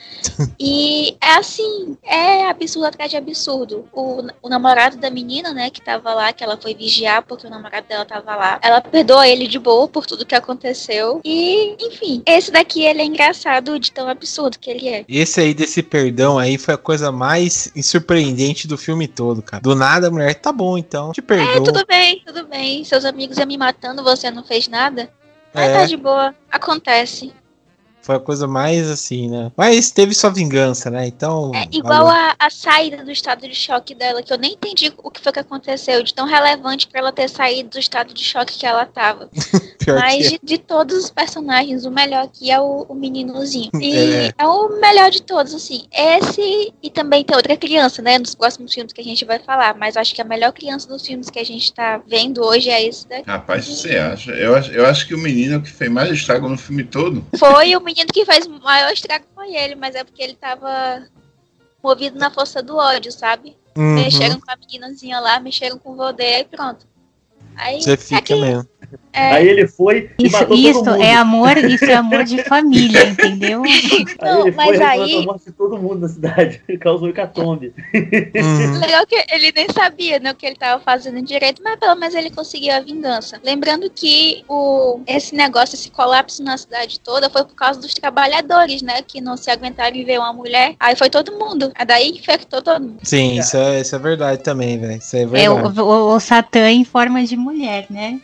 E é assim, é absurdo atrás de absurdo. O namorado da menina, né, que tava lá, que ela foi vigiar porque o namorado dela tava lá, ela perdoa ele de boa por tudo que aconteceu. E, enfim, esse daqui, ele é engraçado de tão absurdo que ele é. Esse aí desse perdão aí foi a coisa mais surpreendente do filme todo, cara. Do nada a mulher, tá bom então, te perdoa. Tudo bem, seus amigos iam me matando, você não fez nada? Tá de boa, acontece. Foi a coisa mais assim, né? Mas teve sua vingança, né? Então. Igual a saída do estado de choque dela, que eu nem entendi o que foi que aconteceu, de tão relevante pra ela ter saído do estado de choque que ela tava. Mas de todos os personagens, o melhor aqui é o meninozinho. E é o melhor de todos, assim. Esse e também tem outra criança, né? Nos próximos filmes que a gente vai falar. Mas acho que a melhor criança dos filmes que a gente tá vendo hoje é esse daqui. Rapaz, você acha? Eu acho que o menino que fez mais estrago no filme todo foi o menino que fez o maior estrago foi ele, mas é porque ele tava movido na força do ódio, sabe? Mexeram com a meninazinha lá, mexeram com o Vodê e pronto. Aí você fica mesmo. Aí ele foi e matou todo mundo. Isso é amor de família, entendeu? Não, mas aí a morte de todo mundo na cidade. Causou hecatombe. Legal que ele nem sabia, né, o que ele tava fazendo direito, mas pelo menos ele conseguiu a vingança. Lembrando que esse negócio, esse colapso na cidade toda foi por causa dos trabalhadores, né, que não se aguentaram em ver uma mulher. Aí foi todo mundo. Aí daí infectou todo mundo. Sim, isso é verdade também, velho. Isso é verdade. O Satã em forma de mulher, né?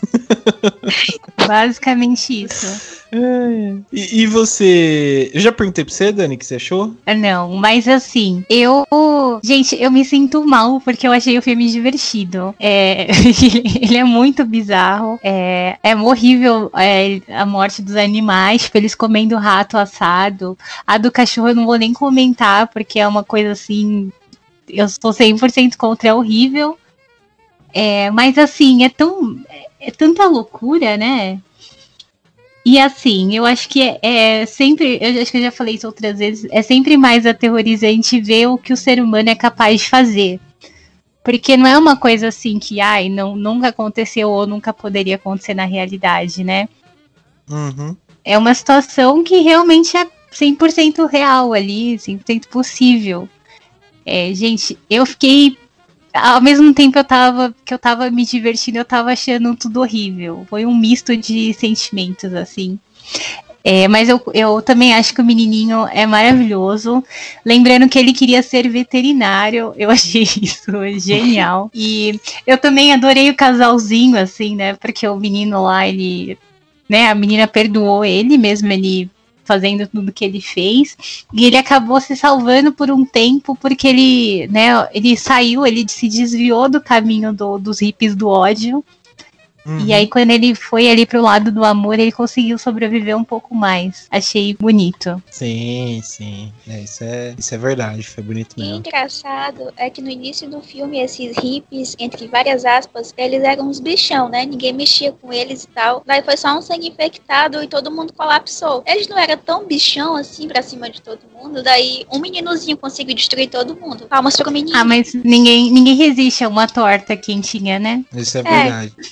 Basicamente isso. E você... Eu já perguntei pra você, Dani, o que você achou? Não, mas assim, gente, eu me sinto mal porque eu achei o filme divertido. Ele é muito bizarro. É horrível a morte dos animais, tipo, eles comendo rato assado. A do cachorro eu não vou nem comentar, porque é uma coisa assim... Eu estou 100% contra, é horrível. Mas assim, é tanta loucura, né? E assim, eu acho que sempre, eu acho que eu já falei isso outras vezes, é sempre mais aterrorizante ver o que o ser humano é capaz de fazer. Porque não é uma coisa assim que, nunca aconteceu ou nunca poderia acontecer na realidade, né? Uhum. É uma situação que realmente é 100% real ali, 100% possível. Gente, eu fiquei... Ao mesmo tempo que eu tava me divertindo, eu tava achando tudo horrível. Foi um misto de sentimentos, assim. Mas eu também acho que o menininho é maravilhoso. Lembrando que ele queria ser veterinário. Eu achei isso genial. E eu também adorei o casalzinho, assim, né? Porque o menino lá, ele... né, a menina perdoou ele, mesmo ele... fazendo tudo que ele fez, e ele acabou se salvando por um tempo, porque ele, né, ele se desviou do caminho dos hippies do ódio, e aí quando ele foi ali pro lado do amor, ele conseguiu sobreviver um pouco mais. Achei bonito. Sim. Isso é verdade, foi bonito mesmo. E engraçado é que no início do filme, esses hippies, entre várias aspas, eles eram uns bichão, né? Ninguém mexia com eles e tal. Daí foi só um sangue infectado e todo mundo colapsou. Eles não eram tão bichão assim pra cima de todo mundo. Daí um meninozinho conseguiu destruir todo mundo. Palmas pro menino. Mas ninguém resiste a uma torta quentinha, né? Isso é verdade. Acho que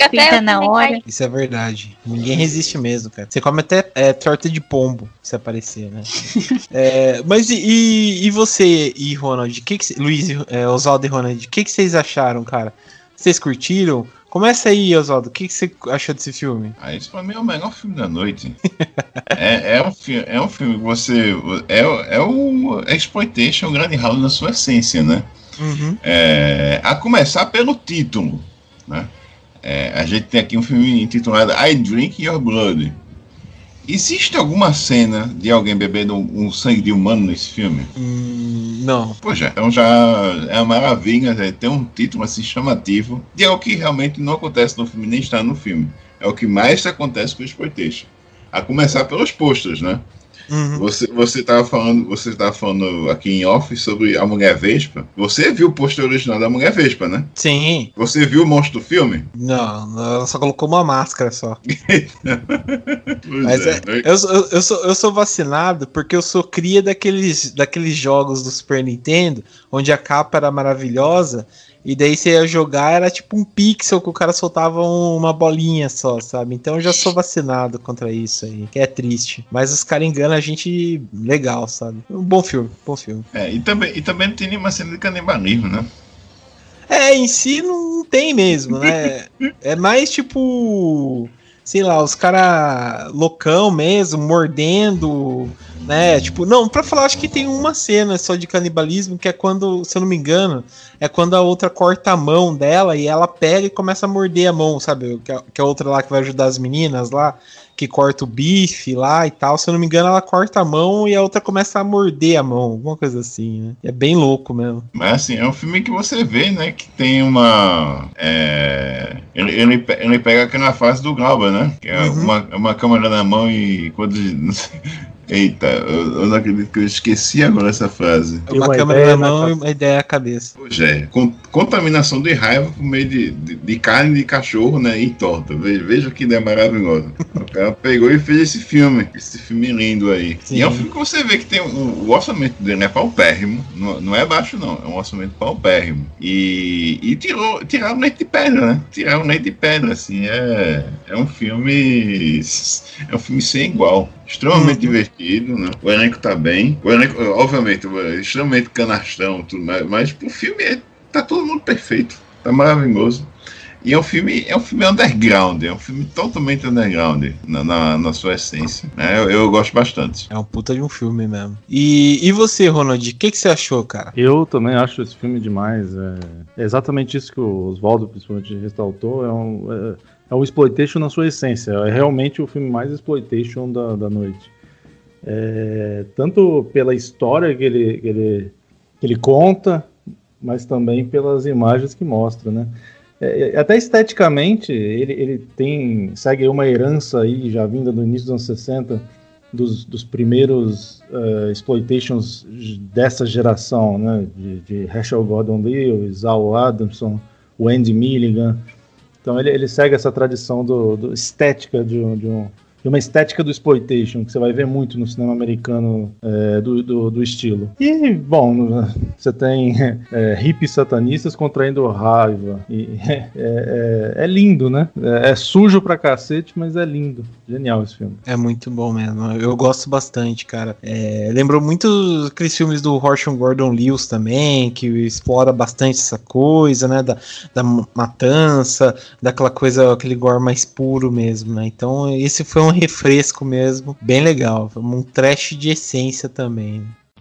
até na hora. Isso é verdade. Ninguém resiste mesmo, cara. Você come até torta de pombo se aparecer, né? Mas e você e Ronald? Luiz, Oswaldo e Ronald, o que vocês acharam, cara? Vocês curtiram? Começa aí, Oswaldo. O que você achou desse filme? Isso pra mim é o melhor filme da noite. é um filme que você... É o exploitation Grande House na sua essência, né? Uhum. A começar pelo título, né? A gente tem aqui um filme intitulado I Drink Your Blood. Existe alguma cena de alguém bebendo um sangue de humano nesse filme? Não. Pois é, então já é uma maravilha, tem um título assim chamativo de algo que realmente não acontece no filme, nem está no filme. É o que mais acontece com o exploitation. A começar pelos posters, né? Uhum. Você estava falando aqui em off sobre a Mulher Vespa. Você viu o pôster original da Mulher Vespa, né? Sim. Você viu o monstro do filme? Não, ela só colocou uma máscara só. Mas eu sou vacinado porque eu sou cria daqueles jogos do Super Nintendo, onde a capa era maravilhosa. E daí você ia jogar, era tipo um pixel que o cara soltava uma bolinha só, sabe? Então eu já sou vacinado contra isso aí, que é triste. Mas os caras enganam a gente legal, sabe? Um bom filme. E também não tem nenhuma cena de canibalismo, né? Em si não tem mesmo, né? É mais tipo... sei lá, os caras loucão mesmo, mordendo, né? Tipo, não, pra falar, acho que tem uma cena só de canibalismo, que é quando, se eu não me engano, é quando a outra corta a mão dela e ela pega e começa a morder a mão, sabe? Que a outra lá que vai ajudar as meninas lá, que corta o bife lá e tal. Se eu não me engano, ela corta a mão e a outra começa a morder a mão, alguma coisa assim, né? É bem louco mesmo. Mas assim, é um filme que você vê, né? Que tem uma... Ele pega aquela fase do Glauber, né? Que é uma câmera na mão e quando... Eita, eu não acredito que eu esqueci agora essa frase. Uma câmera na mão e uma ideia na cabeça. Pois é, contaminação de raiva por meio de carne de cachorro, né, e torta. Veja que ideia maravilhosa. O cara pegou e fez esse filme lindo aí. Sim. E é um filme que você vê que tem o orçamento dele é paupérrimo, não é baixo não, é um orçamento paupérrimo. E tiraram leite de pedra, né? Tiraram leite de pedra, assim, é um filme sem igual. Extremamente divertido, né? O elenco tá bem. O elenco, obviamente, extremamente canastrão, tudo mais, mas pro filme tá todo mundo perfeito. Tá maravilhoso. E é um filme underground, é um filme totalmente underground na sua essência. Né? Eu gosto bastante. É um puta de um filme mesmo. E você, Ronald, o que você achou, cara? Eu também acho esse filme demais. É exatamente isso que o Oswaldo principalmente ressaltou. É o exploitation na sua essência. É realmente o filme mais exploitation da noite. Tanto pela história que ele conta, mas também pelas imagens que mostra, né? Até esteticamente, ele segue uma herança aí, já vinda do início dos anos 60, dos primeiros exploitations dessa geração, né? De Herschel Gordon Lewis, Al Adamson, o Andy Milligan. Então ele segue essa tradição do estética de uma estética do exploitation, que você vai ver muito no cinema americano do estilo. E, bom, você tem hippies satanistas contraindo raiva. E é lindo, né? É sujo pra cacete, mas é lindo. Genial esse filme. É muito bom mesmo. Eu gosto bastante, cara. Lembrou muito aqueles filmes do Herschel Gordon Lewis também, que explora bastante essa coisa, né? Da matança, daquela coisa, aquele gore mais puro mesmo, né? Então, esse foi um refresco mesmo, bem legal, um trash de essência também.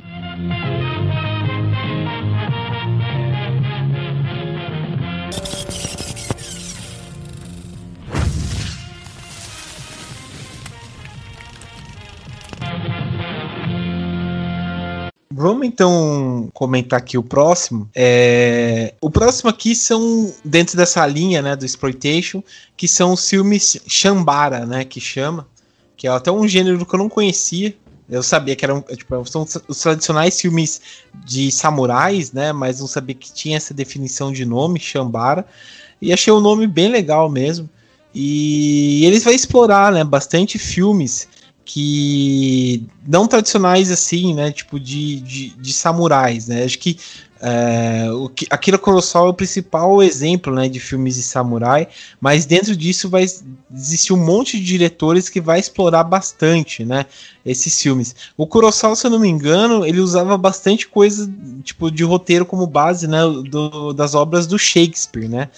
Vamos então comentar aqui o próximo. O próximo aqui são, dentro dessa linha, né, do exploitation, que são os filmes Shambara, né, que é até um gênero que eu não conhecia. Eu sabia que são os tradicionais filmes de samurais, né, mas não sabia que tinha essa definição de nome, Shambara, e achei o nome bem legal mesmo. E eles vão explorar, né, bastante filmes que não tradicionais assim, né, tipo de samurais, né, acho que Akira Kurosawa é o principal exemplo, né, de filmes de samurai, mas dentro disso vai existir um monte de diretores que vai explorar bastante, né, esses filmes. O Kurosawa, se eu não me engano, ele usava bastante coisa tipo de roteiro como base, né, das obras do Shakespeare, né,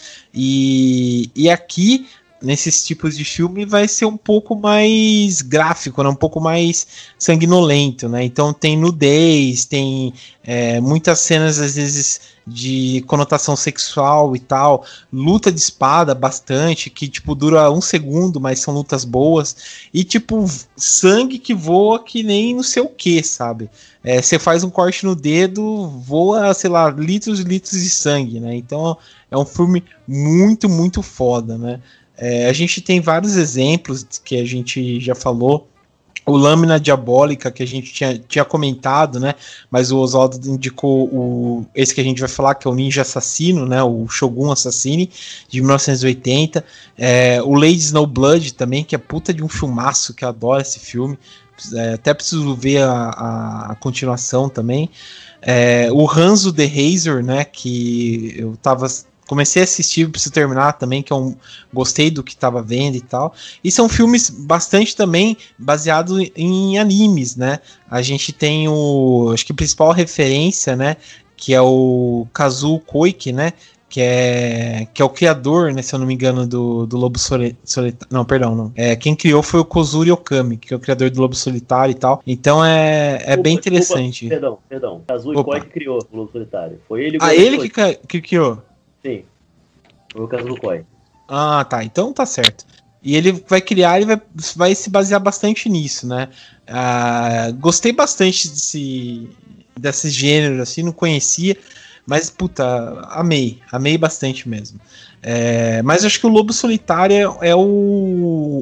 e aqui nesses tipos de filme vai ser um pouco mais gráfico, né? Um pouco mais sanguinolento, né? Então tem nudez, tem muitas cenas às vezes de conotação sexual e tal, luta de espada bastante, que tipo dura 1 segundo, mas são lutas boas, e tipo sangue que voa que nem não sei o que, sabe? Você faz um corte no dedo, voa, sei lá, litros e litros de sangue, né? Então é um filme muito, muito foda, né? A gente tem vários exemplos que a gente já falou. O Lâmina Diabólica, que a gente tinha comentado, né? Mas o Oswaldo indicou esse que a gente vai falar, que é o Ninja Assassino, né? O Shogun Assassine, de 1980. O Lady Snowblood também, que é puta de um filmaço, que eu adoro esse filme. Até preciso ver a continuação também. O Hanzo the Razor, né? Que eu comecei a assistir, preciso terminar também, que gostei do que estava vendo e tal. E são filmes bastante também baseados em animes, né? A gente tem acho que a principal referência, né? Que é o Kazuo Koike, né? Que é o criador, né? Se eu não me engano, do Lobo Solitário. Não, perdão, não. Quem criou foi o Kozuri Okami, que é o criador do Lobo Solitário e tal. Então bem interessante. Perdão. Kazuo Koike criou o Lobo Solitário. Foi ele que criou? Sim, foi o Kazuo Koike. Ah, tá. Então tá certo. E ele vai criar, ele vai se basear bastante nisso, né? Gostei bastante desse gênero, assim, não conhecia, mas, puta, amei bastante mesmo. Mas eu acho que o Lobo Solitário é o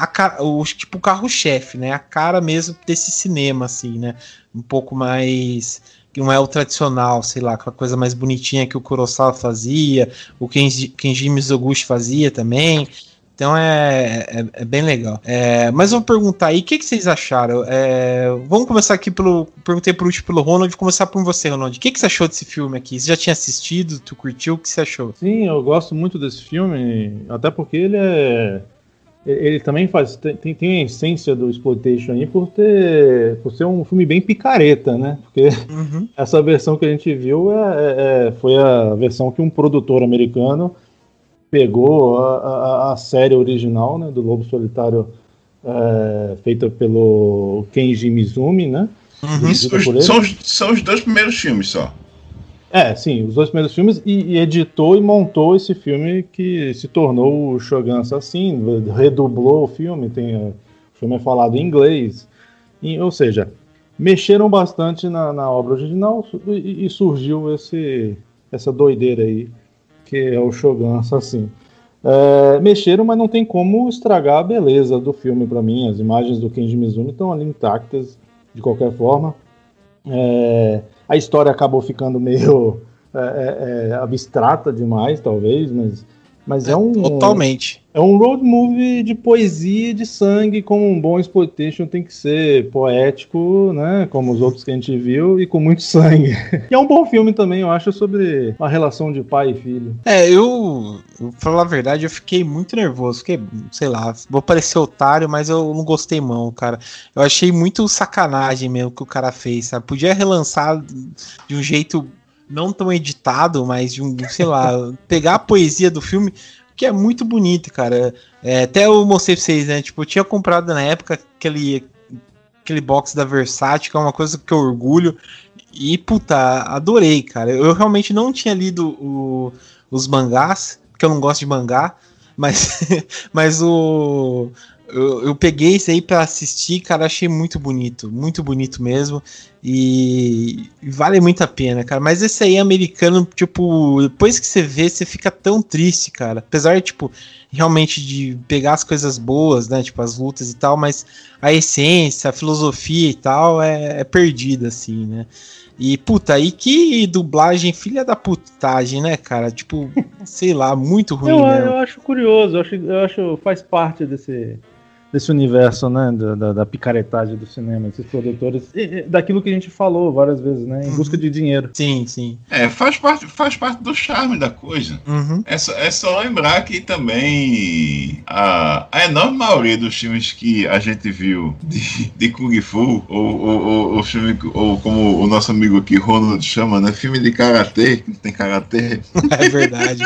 carro-chefe, né? A cara mesmo desse cinema, assim, né? Um pouco mais... que não é o tradicional, sei lá, aquela coisa mais bonitinha que o Kurosawa fazia, o Kenji Mizoguchi fazia também. Então é bem legal. Mas vou perguntar aí, o que vocês acharam? Vamos começar aqui perguntei por último pelo Ronald, vou começar por você, Ronald. O que você achou desse filme aqui? Você já tinha assistido? Tu curtiu? O que você achou? Sim, eu gosto muito desse filme, até porque ele também tem a essência do exploitation aí por ser um filme bem picareta, né? Porque essa versão que a gente viu foi a versão que um produtor americano pegou a série original, né, do Lobo Solitário, feita pelo Kenji Mizumi, né? São os 2 primeiros filmes só. Sim, os 2 primeiros filmes, e editou e montou esse filme que se tornou o Shogun Assassino, redublou o filme, o filme é falado em inglês, ou seja, mexeram bastante na obra original e surgiu essa doideira aí, que é o Shogun Assassino. Mexeram, mas não tem como estragar a beleza do filme para mim. As imagens do Kenji Mizumi estão ali intactas, de qualquer forma. A história acabou ficando meio abstrata demais, talvez, mas totalmente. É um road movie de poesia e de sangue, como um bom exploitation tem que ser, poético, né, como os outros que a gente viu, e com muito sangue. E é um bom filme também, eu acho, sobre a relação de pai e filho. Eu pra falar a verdade, eu fiquei muito nervoso, sei lá, vou parecer otário, mas eu não gostei não, cara. Eu achei muito sacanagem mesmo que o cara fez, sabe? Podia relançar de um jeito não tão editado, mas de sei lá, pegar a poesia do filme, que é muito bonito, cara. Até eu mostrei pra vocês, né? Tipo, eu tinha comprado na época aquele box da Versace, que é uma coisa que eu orgulho. E, puta, adorei, cara. Eu realmente não tinha lido os mangás, porque eu não gosto de mangá, mas eu peguei isso aí pra assistir, cara, achei muito bonito mesmo, e vale muito a pena, cara, mas esse aí americano, tipo, depois que você vê, você fica tão triste, cara, apesar, tipo, realmente de pegar as coisas boas, né, tipo, as lutas e tal, mas a essência, a filosofia e tal é perdida, assim, né. E, puta, aí que dublagem filha da putagem, né, cara? Tipo, sei lá, muito ruim, né? Eu acho curioso, eu acho faz parte desse universo, né, da picaretagem do cinema, esses produtores, daquilo que a gente falou várias vezes, né, em busca de dinheiro. Sim, sim. Faz parte do charme da coisa. É só lembrar que também a enorme maioria dos filmes que a gente viu de Kung Fu, ou filme, ou como o nosso amigo aqui, Ronald, chama, né, filme de karatê, que tem karatê. É verdade.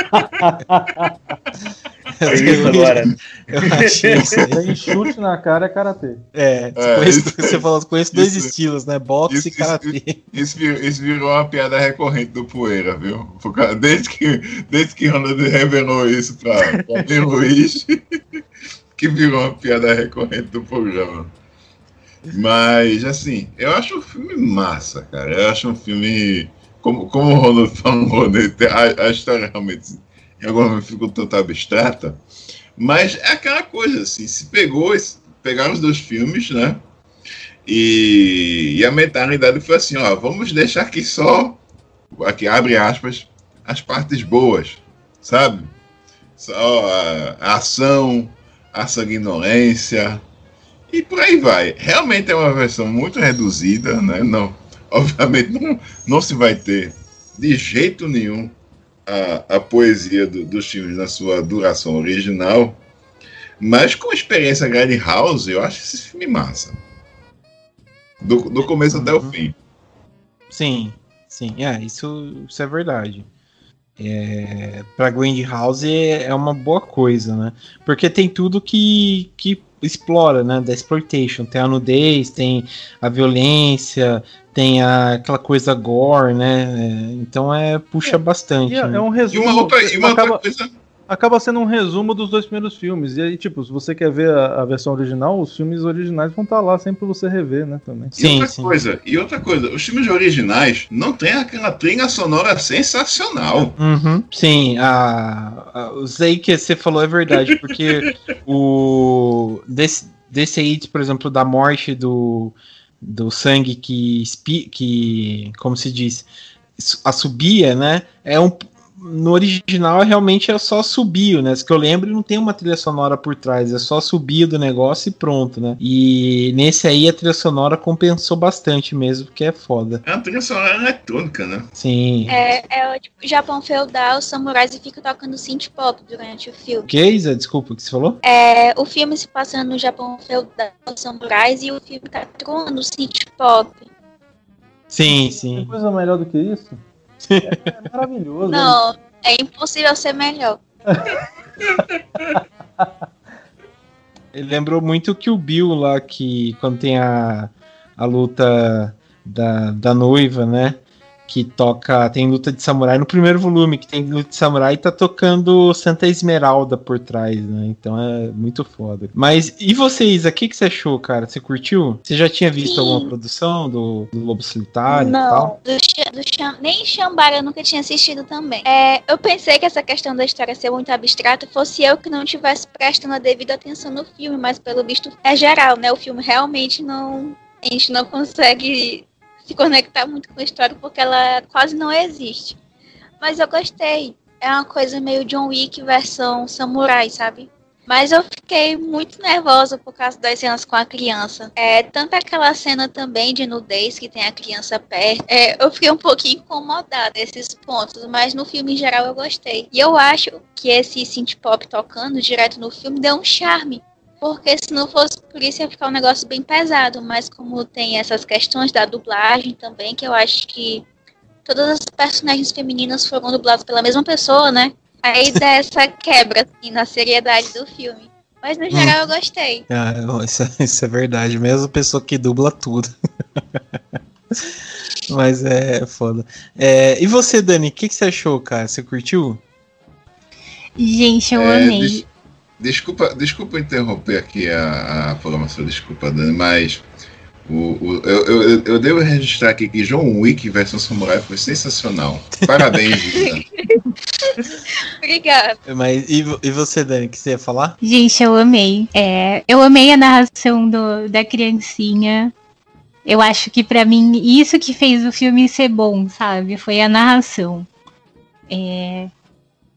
É isso agora. Eu achei isso aí. Tem chute na cara, é karatê. Você falou, conheço dois estilos, né? Boxe e karatê. Isso virou uma piada recorrente do Poeira, viu? Desde que Ronald revelou isso pra Luiz, que virou uma piada recorrente do programa. Mas, assim, eu acho um filme massa, cara. Eu acho um filme, como o Ronald falou, né? A história realmente em algum momento ficou tanto abstrata, mas é aquela coisa, assim, pegaram os dois filmes, né, e a mentalidade foi assim, vamos deixar aqui abre aspas, as partes boas, sabe? Só a ação, a sanguinolência, e por aí vai. Realmente é uma versão muito reduzida, né, obviamente não se vai ter de jeito nenhum a poesia dos filmes na sua duração original, mas com a experiência Grindhouse, eu acho esse filme massa. Do começo até o fim. Sim. Isso é verdade. Pra Grindhouse é uma boa coisa, né? Porque tem tudo que explora, né? Da exploitation. Tem a nudez, tem a violência, tem aquela coisa gore, né? Então puxa bastante. É um resumo. E uma outra coisa. Acaba sendo um resumo dos dois primeiros filmes. E aí, tipo, se você quer ver a versão original, os filmes originais vão estar lá sempre pra você rever, né? Também. E outra coisa, os filmes originais não tem aquela trilha sonora sensacional. Sim, os aí que você falou é verdade, porque desse aí, por exemplo, da morte do sangue que, como se diz, assobia, né? No original realmente é só assobio, né? Se que eu lembro, não tem uma trilha sonora por trás, é só assobio do negócio e pronto, né? E nesse aí a trilha sonora compensou bastante mesmo, porque é foda. É uma trilha sonora eletrônica, né? Sim. É tipo Japão feudal, os samurais ficam tocando synth pop durante o filme. Que, Isa? Desculpa, o que você falou? O filme se passando no Japão feudal, os samurais, e o filme tá troando synth pop. Sim. Tem coisa melhor do que isso? É maravilhoso. Não, é impossível ser melhor. Ele lembrou muito que o Bill lá, que quando tem a luta da noiva, né? Que tem luta de samurai no primeiro volume, que tem luta de samurai e tá tocando Santa Esmeralda por trás, né? Então é muito foda. Mas e você, Isa, o que você achou, cara? Você curtiu? Você já tinha visto alguma produção do Lobo Solitário e tal? Nem Shambara eu nunca tinha assistido também. Eu pensei que essa questão da história ser muito abstrata fosse eu que não tivesse prestando a devida atenção no filme, mas pelo visto é geral, né? O filme realmente a gente não consegue se conectar muito com a história porque ela quase não existe. Mas eu gostei. É uma coisa meio John Wick versão samurai, sabe? Mas eu fiquei muito nervosa por causa das cenas com a criança. Tanto aquela cena também de nudez que tem a criança perto. Eu fiquei um pouquinho incomodada nesses pontos, mas no filme em geral eu gostei. E eu acho que esse synth pop tocando direto no filme deu um charme. Porque se não fosse por isso ia ficar um negócio bem pesado, mas como tem essas questões da dublagem também, que eu acho que todas as personagens femininas foram dubladas pela mesma pessoa, né? Aí dá essa quebra assim, na seriedade do filme. Mas no geral eu gostei. Isso é verdade, mesmo pessoa que dubla tudo. Mas é foda. E você, Dani, o que você achou, cara? Você curtiu? Gente, eu amei. Desculpa interromper aqui a programação, desculpa, Dani, mas eu devo registrar aqui que John Wick versão Samurai foi sensacional. Parabéns, Gina. Obrigada. Mas e você, Dani, o que você ia falar? Gente, eu amei. Eu amei a narração da criancinha. Eu acho que pra mim, isso que fez o filme ser bom, sabe? Foi a narração.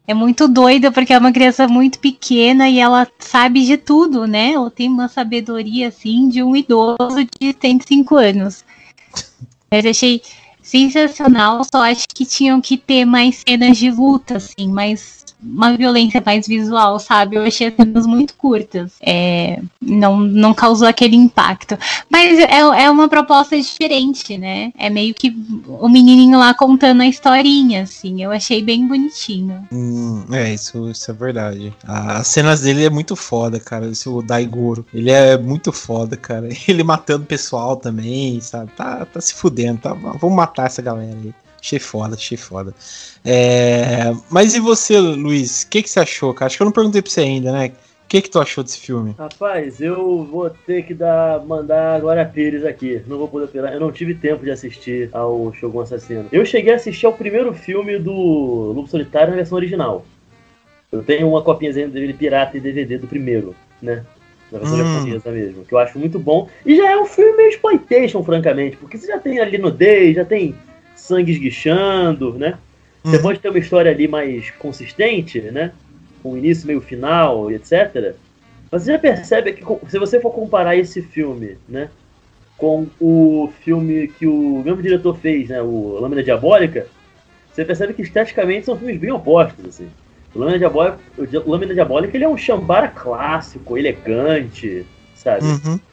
é muito doida, porque é uma criança muito pequena e ela sabe de tudo, né? Ela tem uma sabedoria, assim, de um idoso de 105 anos. Eu achei sensacional, só acho que tinham que ter mais cenas de luta, assim, uma violência mais visual, sabe? Eu achei as cenas muito curtas. Não causou aquele impacto. Mas é uma proposta diferente, né? É meio que o menininho lá contando a historinha, assim. Eu achei bem bonitinho. Isso é verdade. As cenas dele é muito foda, cara. O Daigoro. Ele é muito foda, cara. Ele matando pessoal também, sabe? Tá se fudendo, tá? Vamos matar essa galera aí. Achei foda. Mas e você, Luiz? O que você achou, cara? Acho que eu não perguntei pra você ainda, né? O que tu achou desse filme? Rapaz, eu vou ter que mandar a Glória Pires aqui. Não vou poder operar. Eu não tive tempo de assistir ao Shogun Assassino. Eu cheguei a assistir ao primeiro filme do Lobo Solitário na versão original. Eu tenho uma copinhazinha dele pirata e DVD do primeiro, né? Na versão japonesa mesmo. Que eu acho muito bom. E já é um filme meio exploitation, francamente. Porque você já tem ali nudez, já tem sangue esguichando, né? Você pode ter uma história ali mais consistente, né? Com início, meio final e etc. Mas você já percebe que se você for comparar esse filme, né? Com o filme que o mesmo diretor fez, né? O Lâmina Diabólica, você percebe que esteticamente são filmes bem opostos, assim. O Lâmina Diabólica ele é um Shambara clássico, elegante, sabe?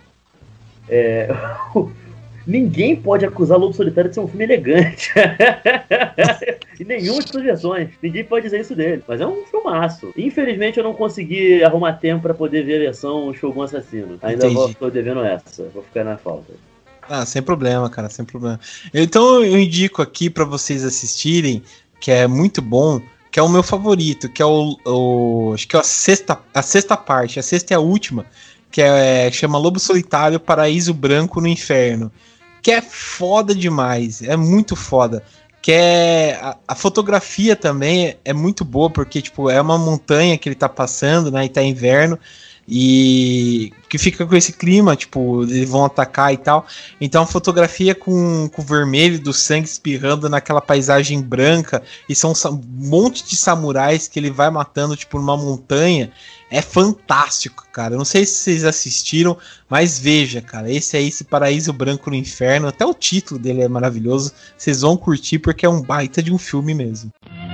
Ninguém pode acusar Lobo Solitário de ser um filme elegante. Em nenhuma de suas versões. Ninguém pode dizer isso dele. Mas é um filmaço. Infelizmente eu não consegui arrumar tempo pra poder ver a versão Shogun Assassino. Ainda estou devendo essa. Vou ficar na falta. Sem problema, cara. Sem problema. Então eu indico aqui pra vocês assistirem, que é muito bom, que é o meu favorito, que é acho que é a sexta parte. A sexta é a última, que chama Lobo Solitário, Paraíso Branco no Inferno. Que é foda demais, é muito foda. Que a fotografia também é muito boa, porque tipo, é uma montanha que ele tá passando, né, e tá inverno, e que fica com esse clima, tipo, eles vão atacar e tal. Então a fotografia com o vermelho do sangue espirrando naquela paisagem branca, e são um monte de samurais que ele vai matando, tipo, numa montanha. É fantástico, cara. Eu não sei se vocês assistiram, mas veja, cara. Esse Paraíso Branco no Inferno, até o título dele é maravilhoso. Vocês vão curtir porque é um baita de um filme mesmo.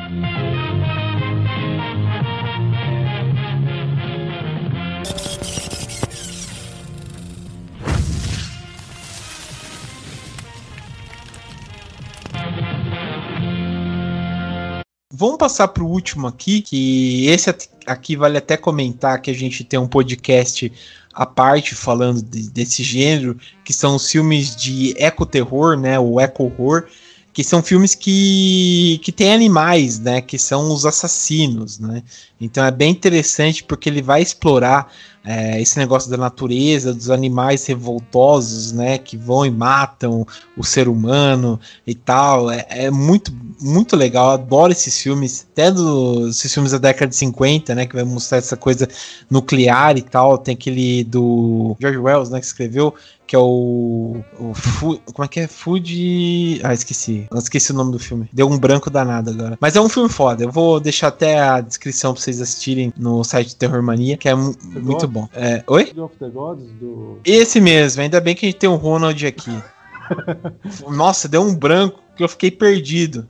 Vamos passar para o último aqui, que esse aqui vale até comentar que a gente tem um podcast à parte falando desse gênero, que são os filmes de ecoterror, né, o eco-horror, que são filmes que tem animais, né, que são os assassinos, né. Então é bem interessante porque ele vai explorar esse negócio da natureza, dos animais revoltosos, né, que vão e matam o ser humano e tal. É muito, muito legal. Eu adoro esses filmes, até esses filmes da década de 50, né, que vai mostrar essa coisa nuclear e tal. Tem aquele do George Wells, né, que escreveu, que é como é que é? Esqueci o nome do filme. Deu um branco danado agora. Mas é um filme foda. Eu vou deixar até a descrição pra vocês assistirem no site Terror Mania, que é muito bom. Oi? Of the Gods, Esse mesmo. Ainda bem que a gente tem o Ronald aqui. Nossa, deu um branco que eu fiquei perdido.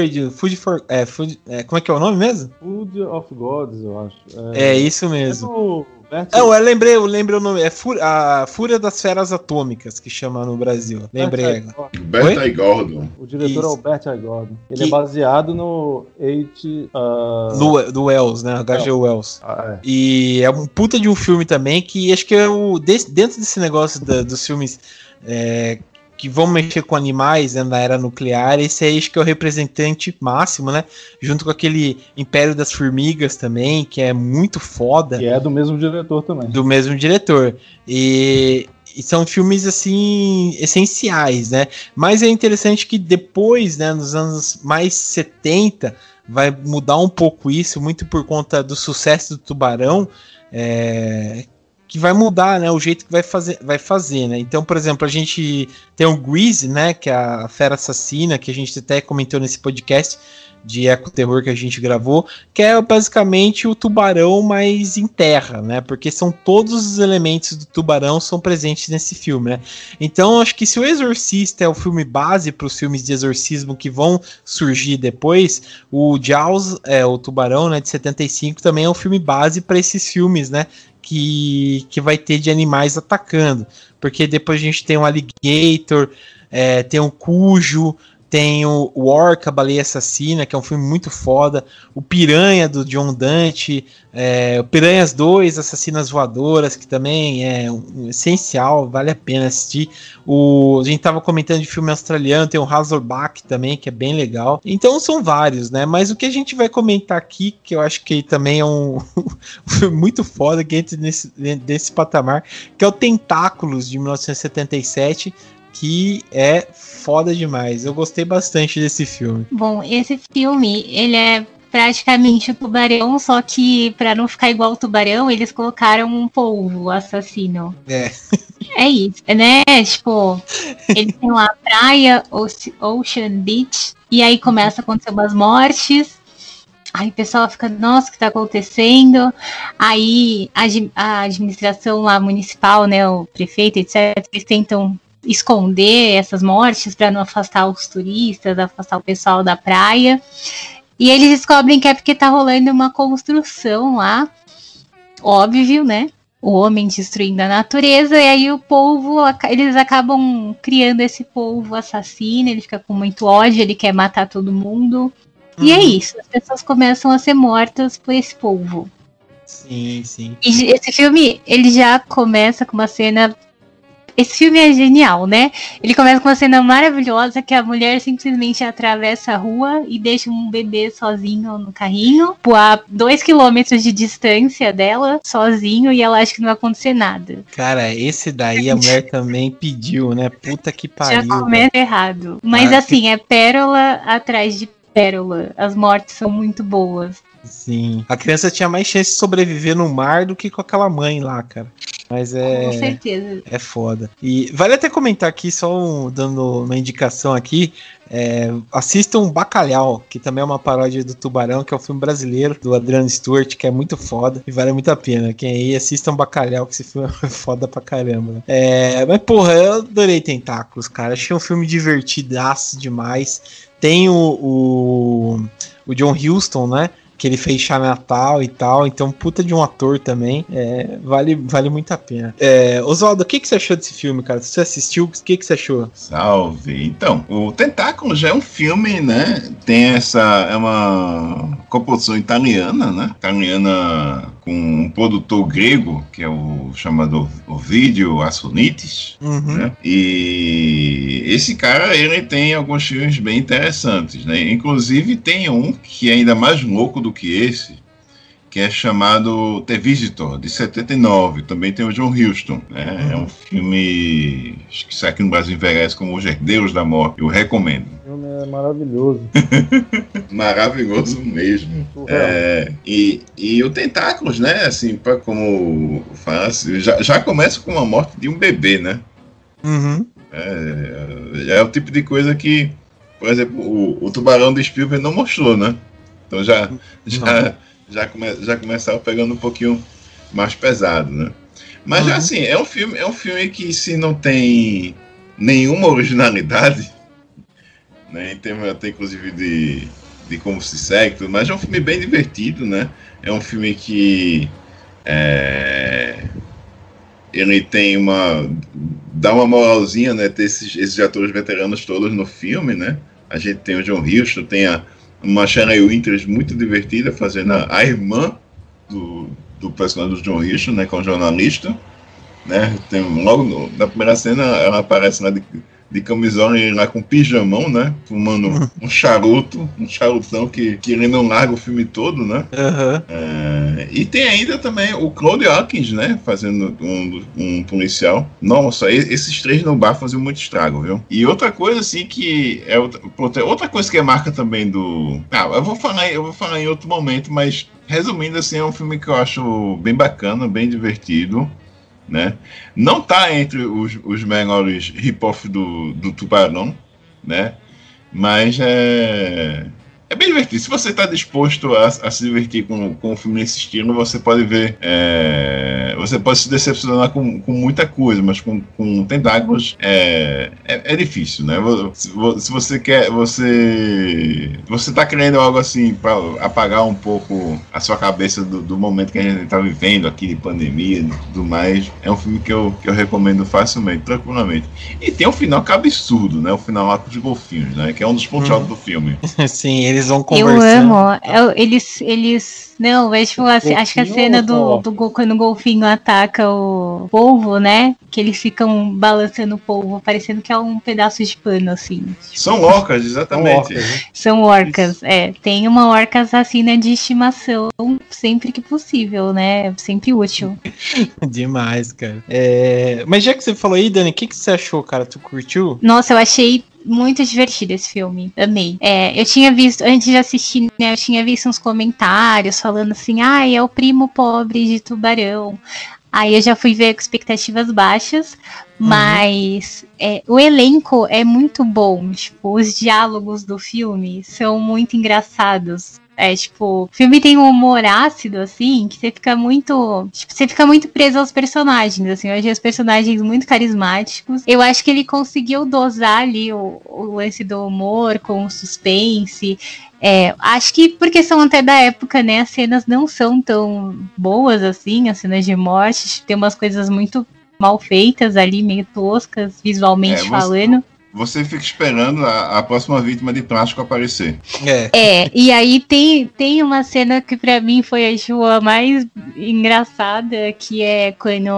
Como é que é o nome mesmo? Food of Gods, eu acho. É isso mesmo. Eu lembrei o nome. É a Fúria das Feras Atômicas, que chama no Brasil. Lembrei agora. Bert I. Gordon. O diretor é o Bert I. Gordon. Ele é baseado no do Wells, né? H.G. Wells. E é um puta de um filme também, que acho que é dentro desse negócio dos filmes que vão mexer com animais, né, na era nuclear, esse aí acho que é o representante máximo, né? Junto com aquele Império das Formigas também, que é muito foda. E é do mesmo diretor também. Do mesmo diretor. E são filmes, assim, essenciais, né? Mas é interessante que depois, né, nos anos mais 70, vai mudar um pouco isso, muito por conta do sucesso do Tubarão, que vai mudar, né, o jeito que vai fazer, né? Então, por exemplo, a gente tem o Grease, né, que é a fera assassina, que a gente até comentou nesse podcast de ecoterror que a gente gravou, que é basicamente o tubarão, mas em terra, né? Porque são todos os elementos do tubarão são presentes nesse filme, né? Então, acho que se o Exorcista é o filme base para os filmes de exorcismo que vão surgir depois, o Jaws, o Tubarão, né, de 75, também é o filme base para esses filmes, né? Que vai ter de animais atacando. Porque depois a gente tem o Alligator, tem o Cujo, tem o Orca, a Baleia Assassina, que é um filme muito foda. O Piranha, do John Dante. O Piranhas 2, Assassinas Voadoras, que também é essencial, vale a pena assistir. A gente tava comentando de filme australiano, tem o Razorback também, que é bem legal. Então são vários, né? Mas o que a gente vai comentar aqui, que eu acho que também é um filme muito foda, que entra nesse patamar, que é o Tentáculos, de 1977, que é foda demais. Eu gostei bastante desse filme. Bom, esse filme, ele é praticamente o tubarão, só que pra não ficar igual o tubarão, eles colocaram um polvo assassino. É isso, né? Tipo, eles têm lá a praia, Ocean Beach, e aí começa a acontecer umas mortes. Aí o pessoal fica, nossa, o que tá acontecendo? Aí a administração lá municipal, né, o prefeito, etc., eles tentam esconder essas mortes para não afastar os turistas, afastar o pessoal da praia. E eles descobrem que é porque tá rolando uma construção lá, óbvio, né? O homem destruindo a natureza, e aí o polvo, eles acabam criando esse polvo assassino, ele fica com muito ódio, ele quer matar todo mundo. E é isso, as pessoas começam a ser mortas por esse polvo. Sim, sim. E esse filme, ele já começa com uma cena... Esse filme é genial, né? Ele começa com uma cena maravilhosa que a mulher simplesmente atravessa a rua e deixa um bebê sozinho no carrinho, a 2 km de distância dela, sozinho, e ela acha que não vai acontecer nada. Cara, esse daí a mulher também pediu, né? Puta que pariu. Já começa errado. Mas assim, é pérola atrás de pérola. As mortes são muito boas. Sim. A criança tinha mais chance de sobreviver no mar do que com aquela mãe lá, cara. Mas com certeza. É foda. E vale até comentar aqui, só dando uma indicação aqui, assistam Bacalhau, que também é uma paródia do Tubarão, que é um filme brasileiro, do Adriano Stewart, que é muito foda e vale muito a pena. Quem aí, assistam Bacalhau, que esse filme é foda pra caramba. Mas porra, eu adorei Tentáculos, cara. Achei um filme divertidaço demais. Tem o John Huston, né? Que ele fez Natal e tal, então puta de um ator também, vale muito a pena. Oswaldo, o que você achou desse filme, cara? Você assistiu, o que você achou? Salve! Então, o Tentáculo já é um filme, né, tem é uma composição italiana, né, com um produtor grego, que é o chamado Ovidio Assonitis, né, e esse cara, ele tem alguns filmes bem interessantes, né, inclusive tem um que é ainda mais louco do que esse, que é chamado The Visitor, de 79, também tem o John Huston, né? É um filme que sai aqui no Brasil envelhece como Os Herdeiros da Morte, eu recomendo. O filme é maravilhoso. Maravilhoso mesmo. E o Tentáculos, né, assim, como fala, assim, já começa com a morte de um bebê, né? É o tipo de coisa que, por exemplo, o Tubarão do Spielberg não mostrou, né? Então já começava pegando um pouquinho mais pesado, né? Mas assim, é um filme que, se não tem nenhuma originalidade, né, em termos até inclusive de como se segue, tudo, mas é um filme bem divertido, né? É um filme que ele tem dá uma moralzinha, né? Ter esses atores veteranos todos no filme, né? A gente tem o John Huston, tem uma Shelley Winters muito divertida, fazendo a irmã do personagem do John Huston, né, que é um jornalista, né, logo na primeira cena ela aparece lá de camisola e lá com pijamão, né, fumando um charutão que ele não larga o filme todo, né. E tem ainda também o Claude Hawkins, né, fazendo um policial. Nossa, esses três no bar faziam muito estrago, viu. E outra coisa assim que outra coisa que é marca também do... eu vou falar em outro momento, mas resumindo assim, é um filme que eu acho bem bacana, bem divertido. né? Não tá entre os melhores rip-off do Tubarão, né? Mas é bem divertido. Se você está disposto a se divertir com um filme nesse estilo, você pode ver. Você pode se decepcionar com muita coisa, mas com tentáculos é difícil, né? Se você quer. Você está querendo algo assim para apagar um pouco a sua cabeça do momento que a gente está vivendo aqui de pandemia e tudo mais, é um filme que eu recomendo facilmente, tranquilamente. E tem um final que é absurdo, né? O final lá com os golfinhos, né? Que é um dos pontos altos do filme. Sim, eles vão conversando. Eu amo. Eles não, mas tipo, assim, acho que a cena quando o golfinho ataca o polvo, né? Que eles ficam balançando o polvo, parecendo que é um pedaço de pano, assim. Tipo. São orcas, exatamente. São orcas, Tem uma orca assassina de estimação sempre que possível, né? Sempre útil. Demais, cara. Mas já que você falou aí, Dani, o que você achou, cara? Tu curtiu? Nossa, eu achei muito divertido esse filme, amei. Eu tinha visto, antes de assistir, né, eu tinha visto uns comentários falando assim, é o primo pobre de Tubarão. Aí eu já fui ver com expectativas baixas, mas o elenco é muito bom, tipo, os diálogos do filme são muito engraçados. O filme tem um humor ácido, assim, que você fica muito preso aos personagens, assim. Eu achei os personagens muito carismáticos. Eu acho que ele conseguiu dosar ali o lance do humor com o suspense. Acho que porque são até da época, né, as cenas não são tão boas, assim, as cenas de morte. Tem umas coisas muito mal feitas ali, meio toscas, visualmente falando. Você fica esperando a próxima vítima de plástico aparecer. E aí tem uma cena que pra mim foi a mais engraçada, que é quando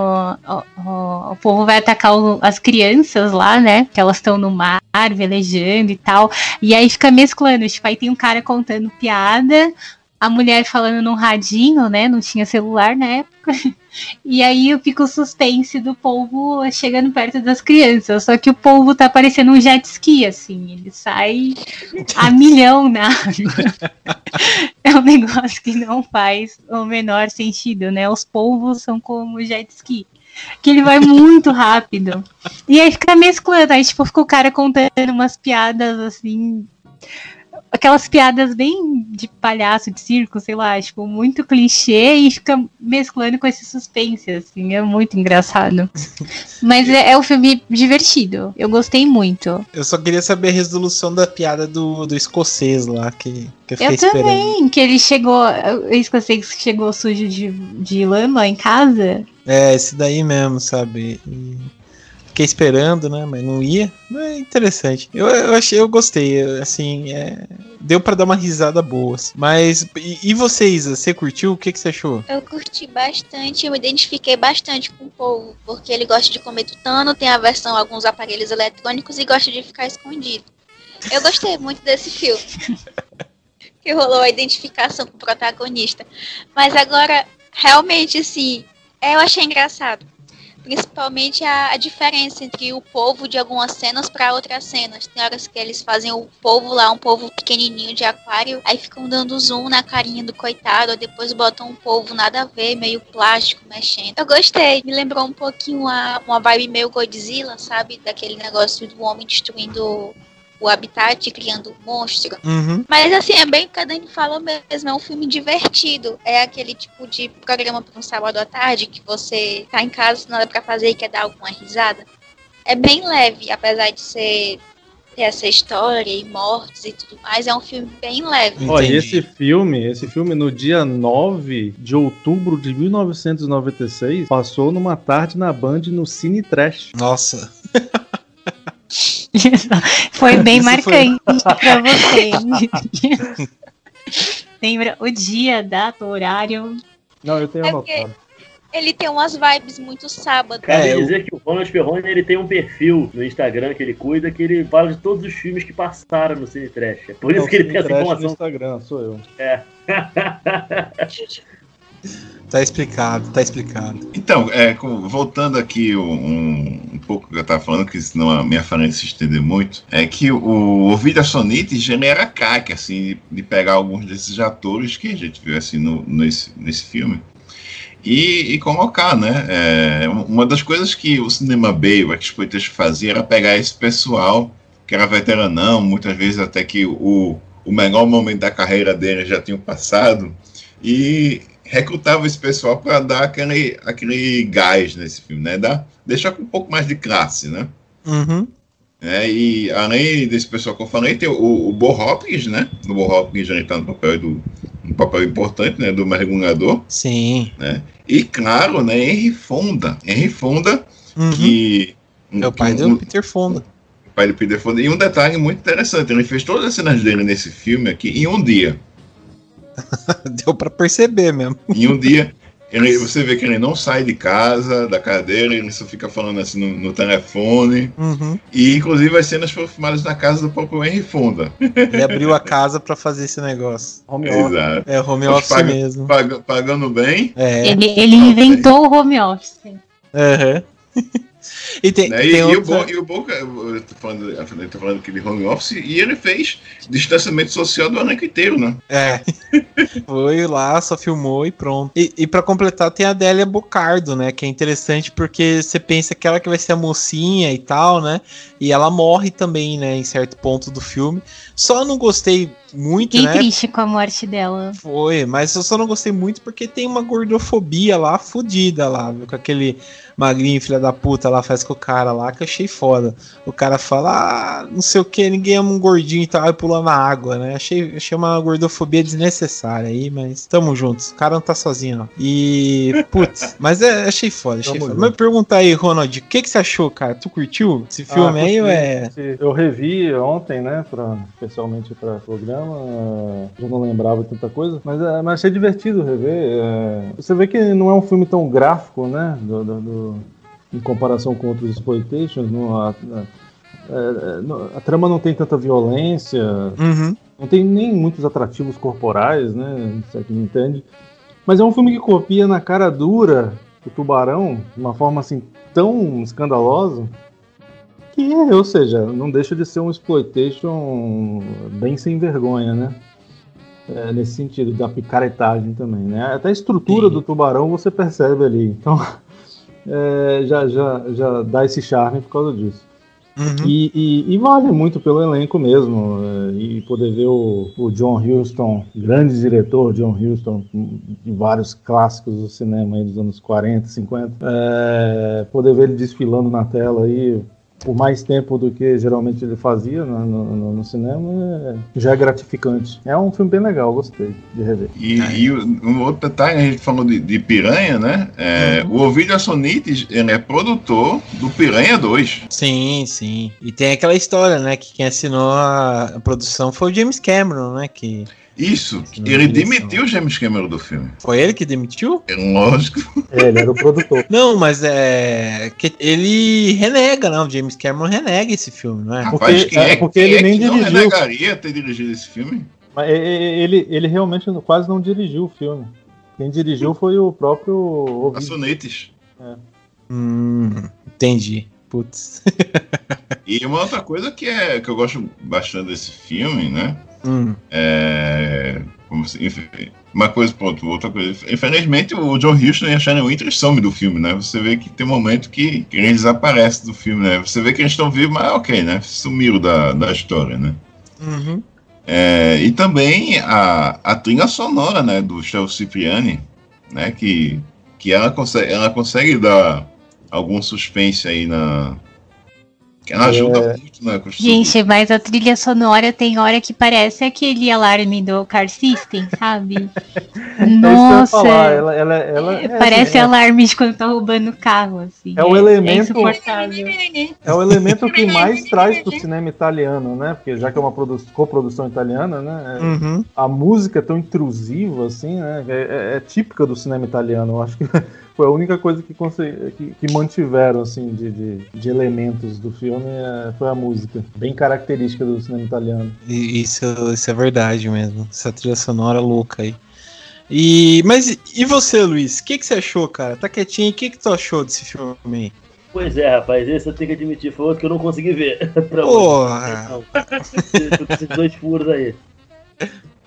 o povo vai atacar as crianças lá, né? Que elas estão no mar, velejando e tal. E aí fica mesclando, aí tem um cara contando piada, a mulher falando num radinho, né? Não tinha celular na época. E aí fica o suspense do polvo chegando perto das crianças. Só que o polvo tá parecendo um jet ski, assim. Ele sai a milhão na água. É um negócio que não faz o menor sentido, né? Os polvos são como jet ski. Que ele vai muito rápido. E aí fica mesclando. Aí fica o cara contando umas piadas, assim... Aquelas piadas bem de palhaço, de circo, sei lá, muito clichê e fica mesclando com esse suspense, assim, é muito engraçado. Mas é um filme divertido, eu gostei muito. Eu só queria saber a resolução da piada do escocês lá, que eu fiquei esperando. Eu também, que ele chegou, o escocês que chegou sujo de lama em casa. Esse daí mesmo, sabe, Fiquei esperando, né? Mas não ia. É interessante. Eu gostei. Assim, deu pra dar uma risada boa. Mas, e você, Isa? Você curtiu? O que você achou? Eu curti bastante. Eu me identifiquei bastante com o povo. Porque ele gosta de comer tutano, tem aversão a alguns aparelhos eletrônicos e gosta de ficar escondido. Eu gostei muito desse filme. Que rolou a identificação com o protagonista. Mas agora, realmente, assim, eu achei engraçado. Principalmente a diferença entre o polvo de algumas cenas para outras cenas. Tem horas que eles fazem o polvo lá, um polvo pequenininho de aquário, aí ficam dando zoom na carinha do coitado, ou depois botam um polvo nada a ver, meio plástico, mexendo. Eu gostei, me lembrou um pouquinho uma vibe meio Godzilla, sabe? Daquele negócio do homem destruindo o habitat, criando um monstro. Uhum. Mas assim, é bem o que a Dani falou mesmo, é um filme divertido. É aquele tipo de programa para um sábado à tarde que você tá em casa, nada pra fazer e quer dar alguma risada. É bem leve, apesar de ter essa história e mortes e tudo mais, é um filme bem leve. Olha, esse filme no dia 9 de outubro de 1996 passou numa tarde na Band no Cine Trash. Nossa. Foi bem marcante pra você. Lembra o dia, data, horário? Não, eu tenho anotado. Ele tem umas vibes muito sábado. Quero dizer que o Ronald Ferroni, ele tem um perfil no Instagram que ele cuida, que ele fala de todos os filmes que passaram no Cine Trash. É por isso que ele tem essa informação. No Instagram, sou eu. Tá explicado. Então, voltando aqui um pouco que eu tava falando, que senão a minha fala se estender muito, é que o Vida Sonite genera caque, assim, de pegar alguns desses atores que a gente viu assim nesse filme e colocar, né? Uma das coisas que o cinema B, o exploitation fazia, era pegar esse pessoal que era veteranão, muitas vezes até que o melhor momento da carreira dele já tinha passado, e recrutava esse pessoal para dar aquele gás nesse filme, né? Deixar com um pouco mais de classe, né? Uhum. E além desse pessoal que eu falei, tem o Bo Hopkins, né? O Bo Hopkins já está no papel importante, né? Do mergulhador. Sim. Né? E claro, né? Henry Fonda, que é o pai do Peter Fonda. O pai do Peter Fonda. E um detalhe muito interessante, ele fez todas as cenas dele nesse filme aqui em um dia. Deu pra perceber mesmo. Em um dia, você vê que ele não sai de casa, da cadeira, ele só fica falando assim no telefone. Uhum. E inclusive as cenas foram filmadas na casa do próprio Henry Fonda. Ele abriu a casa pra fazer esse negócio. Home office. Exato. É home office mesmo. Pagando bem. Ele inventou o home office. Uhum. E tem, né? tem o Boca, eu tô falando aquele home office, e ele fez distanciamento social do elenco inteiro, né? Foi lá, só filmou e pronto. E pra completar, tem a Adélia Bocardo, né? Que é interessante porque você pensa que ela que vai ser a mocinha e tal, né? E ela morre também, né? Em certo ponto do filme. Só não gostei muito, Fiquei triste com a morte dela. Foi, mas eu só não gostei muito porque tem uma gordofobia lá, fodida lá, viu? Com aquele magrinho, filha da puta lá, faz com o cara lá, que eu achei foda. O cara fala, não sei o que, ninguém ama um gordinho e tal, e pula na água, né? Achei uma gordofobia desnecessária aí, mas tamo juntos. O cara não tá sozinho, não. E, putz, mas achei foda, Mas me pergunta aí, Ronald, o que você achou, cara? Tu curtiu esse filme aí ou é... Eu revi ontem, né, especialmente pra programa, já não lembrava tanta coisa, mas achei divertido rever. Você vê que não é um filme tão gráfico, né, em comparação com outros exploitations. A trama não tem tanta violência, não tem nem muitos atrativos corporais, né, se é que me entende, mas é um filme que copia na cara dura o Tubarão de uma forma assim tão escandalosa que, ou seja, não deixa de ser um exploitation bem sem vergonha, né? Nesse sentido, da picaretagem também, né? Até a estrutura do Tubarão você percebe ali. Então, já dá esse charme por causa disso. E vale muito pelo elenco mesmo. E poder ver o John Huston, grande diretor John Huston, de vários clássicos do cinema aí dos anos 40, 50. Poder ver ele desfilando na tela aí por mais tempo do que geralmente ele fazia no cinema, já é gratificante. É um filme bem legal, gostei de rever. E um outro detalhe, a gente falou de Piranha, né? O Ovidio Assonites, ele é produtor do Piranha 2. Sim, sim. E tem aquela história, né? Que quem assinou a produção foi o James Cameron, né? Isso, ele demitiu o James Cameron do filme. Foi ele que demitiu? Lógico. Ele era o produtor. Não, mas que ele renega, não. O James Cameron renega esse filme, não é? Rapaz, porque ele nem dirigiu. Não renegaria ter dirigido esse filme? Mas ele realmente quase não dirigiu o filme. Quem dirigiu foi o próprio Assonites. Entendi. Putz. E uma outra coisa que eu gosto bastante desse filme, né? Uma coisa, pronto, outra coisa. Infelizmente, o John Huston e a Sharon Winter somem do filme, né? Você vê que tem um momento que eles desaparecem do filme, né? Você vê que eles estão vivos, mas ok, né? Sumiram da história, né? E também a trilha sonora, né? Do Stel Cipriani, né? Que ela consegue dar algum suspense aí que ela ajuda muito na construção. Gente, mas a trilha sonora tem hora que parece aquele alarme do Car System, sabe? Nossa! Parece alarme de quando tá roubando o carro, assim. É o elemento. É o elemento que mais traz pro cinema italiano, né? Porque já que é uma coprodução italiana, né? A música é tão intrusiva, assim, né? É típica do cinema italiano. Eu acho que foi a única coisa que mantiveram, assim, de elementos do filme, foi a música. Bem característica do cinema italiano. Isso é verdade mesmo. Essa trilha sonora louca aí. Mas e você, Luiz? O que você achou, cara? Tá quietinho. O que tu achou desse filme aí? Pois é, rapaz. Esse eu tenho que admitir. Foi outro que eu não consegui ver. Porra! Tô com esses 2 furos aí.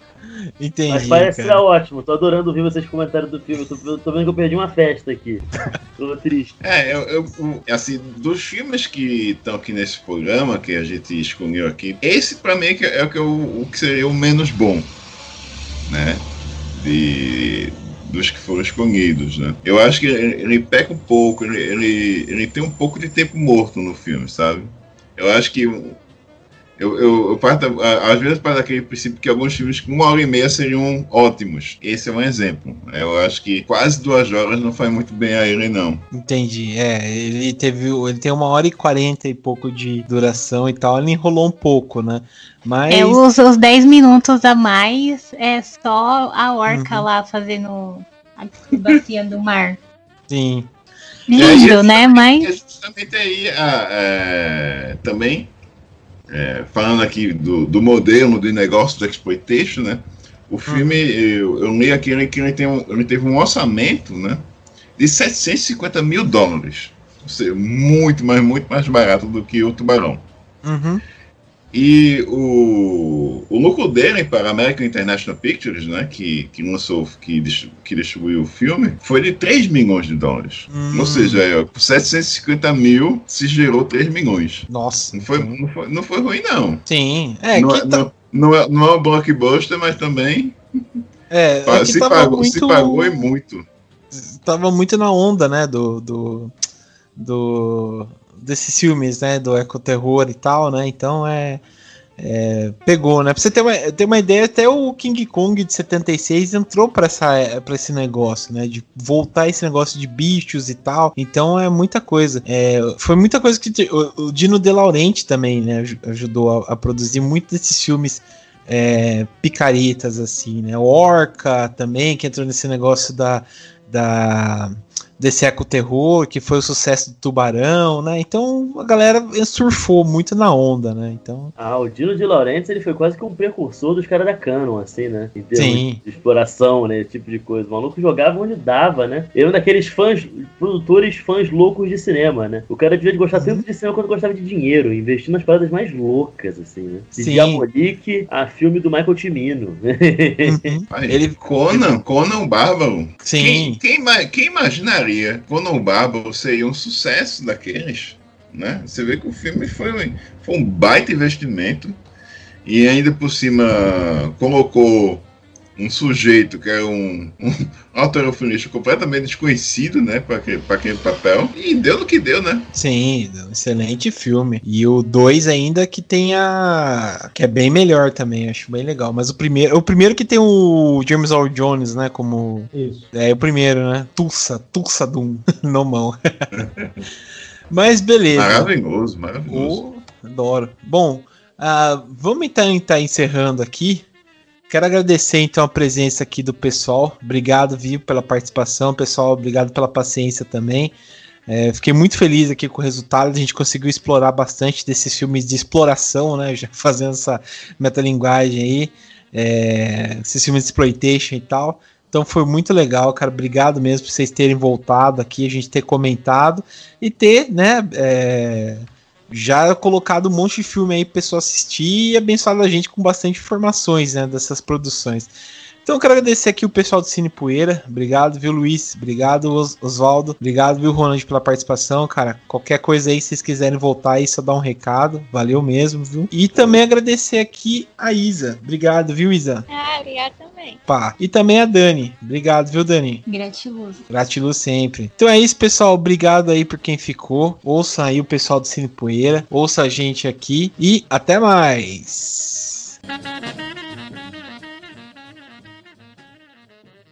Entendi. Mas parece ser ótimo. Tô adorando ouvir vocês comentários do filme. Tô vendo que eu perdi uma festa aqui. Tô triste. Assim, dos filmes que estão aqui nesse programa, que a gente escolheu aqui, esse pra mim é o que seria o menos bom, né? Dos que foram escolhidos, né? Eu acho que ele peca um pouco, ele tem um pouco de tempo morto no filme, sabe? Eu acho que eu parto, às vezes, parto daquele princípio que alguns filmes com 1h30 seriam ótimos. Esse é um exemplo. Eu acho que quase 2 horas não faz muito bem a ele, não. Entendi. Ele tem 1h40 e pouco de duração e tal. Ele enrolou um pouco, né? Mas... os 10 minutos a mais é só a orca lá fazendo a bacia do mar. Sim. Lindo, né? Mas... Justamente aí, também... falando aqui do modelo de negócio do exploitation, né? O filme, eu li aqui que ele teve um orçamento, né, de $750 mil. Ou seja, muito mais barato do que o Tubarão. E o lucro dele para a American International Pictures, né, que distribuiu o filme, foi de $3 milhões. Ou seja, por 750 mil se gerou 3 milhões. Nossa. Não foi ruim, não. Sim. Não é um blockbuster, mas também se pagou e muito. Tava muito na onda, né, desses filmes, né, do ecoterror e tal, né, então pegou, né, pra você ter uma ideia, até o King Kong de 76 entrou pra esse negócio, né, de voltar esse negócio de bichos e tal, então é muita coisa, foi muita coisa que o Dino De Laurenti também, né, ajudou a produzir muito desses filmes picaretas, assim, né, Orca também, que entrou nesse negócio desse ecoterror, que foi o sucesso do Tubarão, né? Então a galera surfou muito na onda, né? Então... o Dino De Laurenti, ele foi quase que um precursor dos caras da Canon, assim, né? Em termos Sim. de exploração, né? Esse tipo de coisa. O maluco jogava onde dava, né? Ele é um daqueles produtores fãs loucos de cinema, né? O cara devia gostar tanto de cinema quanto gostava de dinheiro, investindo nas paradas mais loucas, assim, né? De Diabolique a filme do Michael Cimino. Conan o Bárbaro. Sim. Quem imaginaria Conan o Bárbaro seria um sucesso daqueles, né? Você vê que o filme foi um baita investimento e ainda por cima colocou um sujeito que é um alterofilista completamente desconhecido, né, para aquele papel, e deu no que deu, né? Sim, um excelente filme. E o 2 ainda que tem que é bem melhor também, acho bem legal. Mas o primeiro que tem o James Earl Jones, né, como... Isso. É o primeiro, né? Tulsa Doom, no mão. Mas beleza. Maravilhoso. Adoro. Bom, vamos então estar encerrando aqui. Quero agradecer então a presença aqui do pessoal. Obrigado, Viu, pela participação. Pessoal, obrigado pela paciência também. Fiquei muito feliz aqui com o resultado. A gente conseguiu explorar bastante desses filmes de exploração, né? Já fazendo essa metalinguagem aí. Esses filmes de exploitation e tal. Então foi muito legal, cara. Obrigado mesmo por vocês terem voltado aqui, a gente ter comentado e ter, né, já colocado um monte de filme aí pra pessoa assistir e abençoado a gente com bastante informações, né, dessas produções. Então eu quero agradecer aqui o pessoal do Cine Poeira. Obrigado, viu, Luiz? Obrigado, Oswaldo. Obrigado, viu, Ronald, pela participação, cara. Qualquer coisa aí, se vocês quiserem voltar aí, só dá um recado. Valeu mesmo, viu? E também agradecer aqui a Isa. Obrigado, viu, Isa? Obrigado também. E também a Dani. Obrigado, viu, Dani? Gratiluz. Gratiluz sempre. Então é isso, pessoal. Obrigado aí por quem ficou. Ouça aí o pessoal do Cine Poeira. Ouça a gente aqui. E até mais.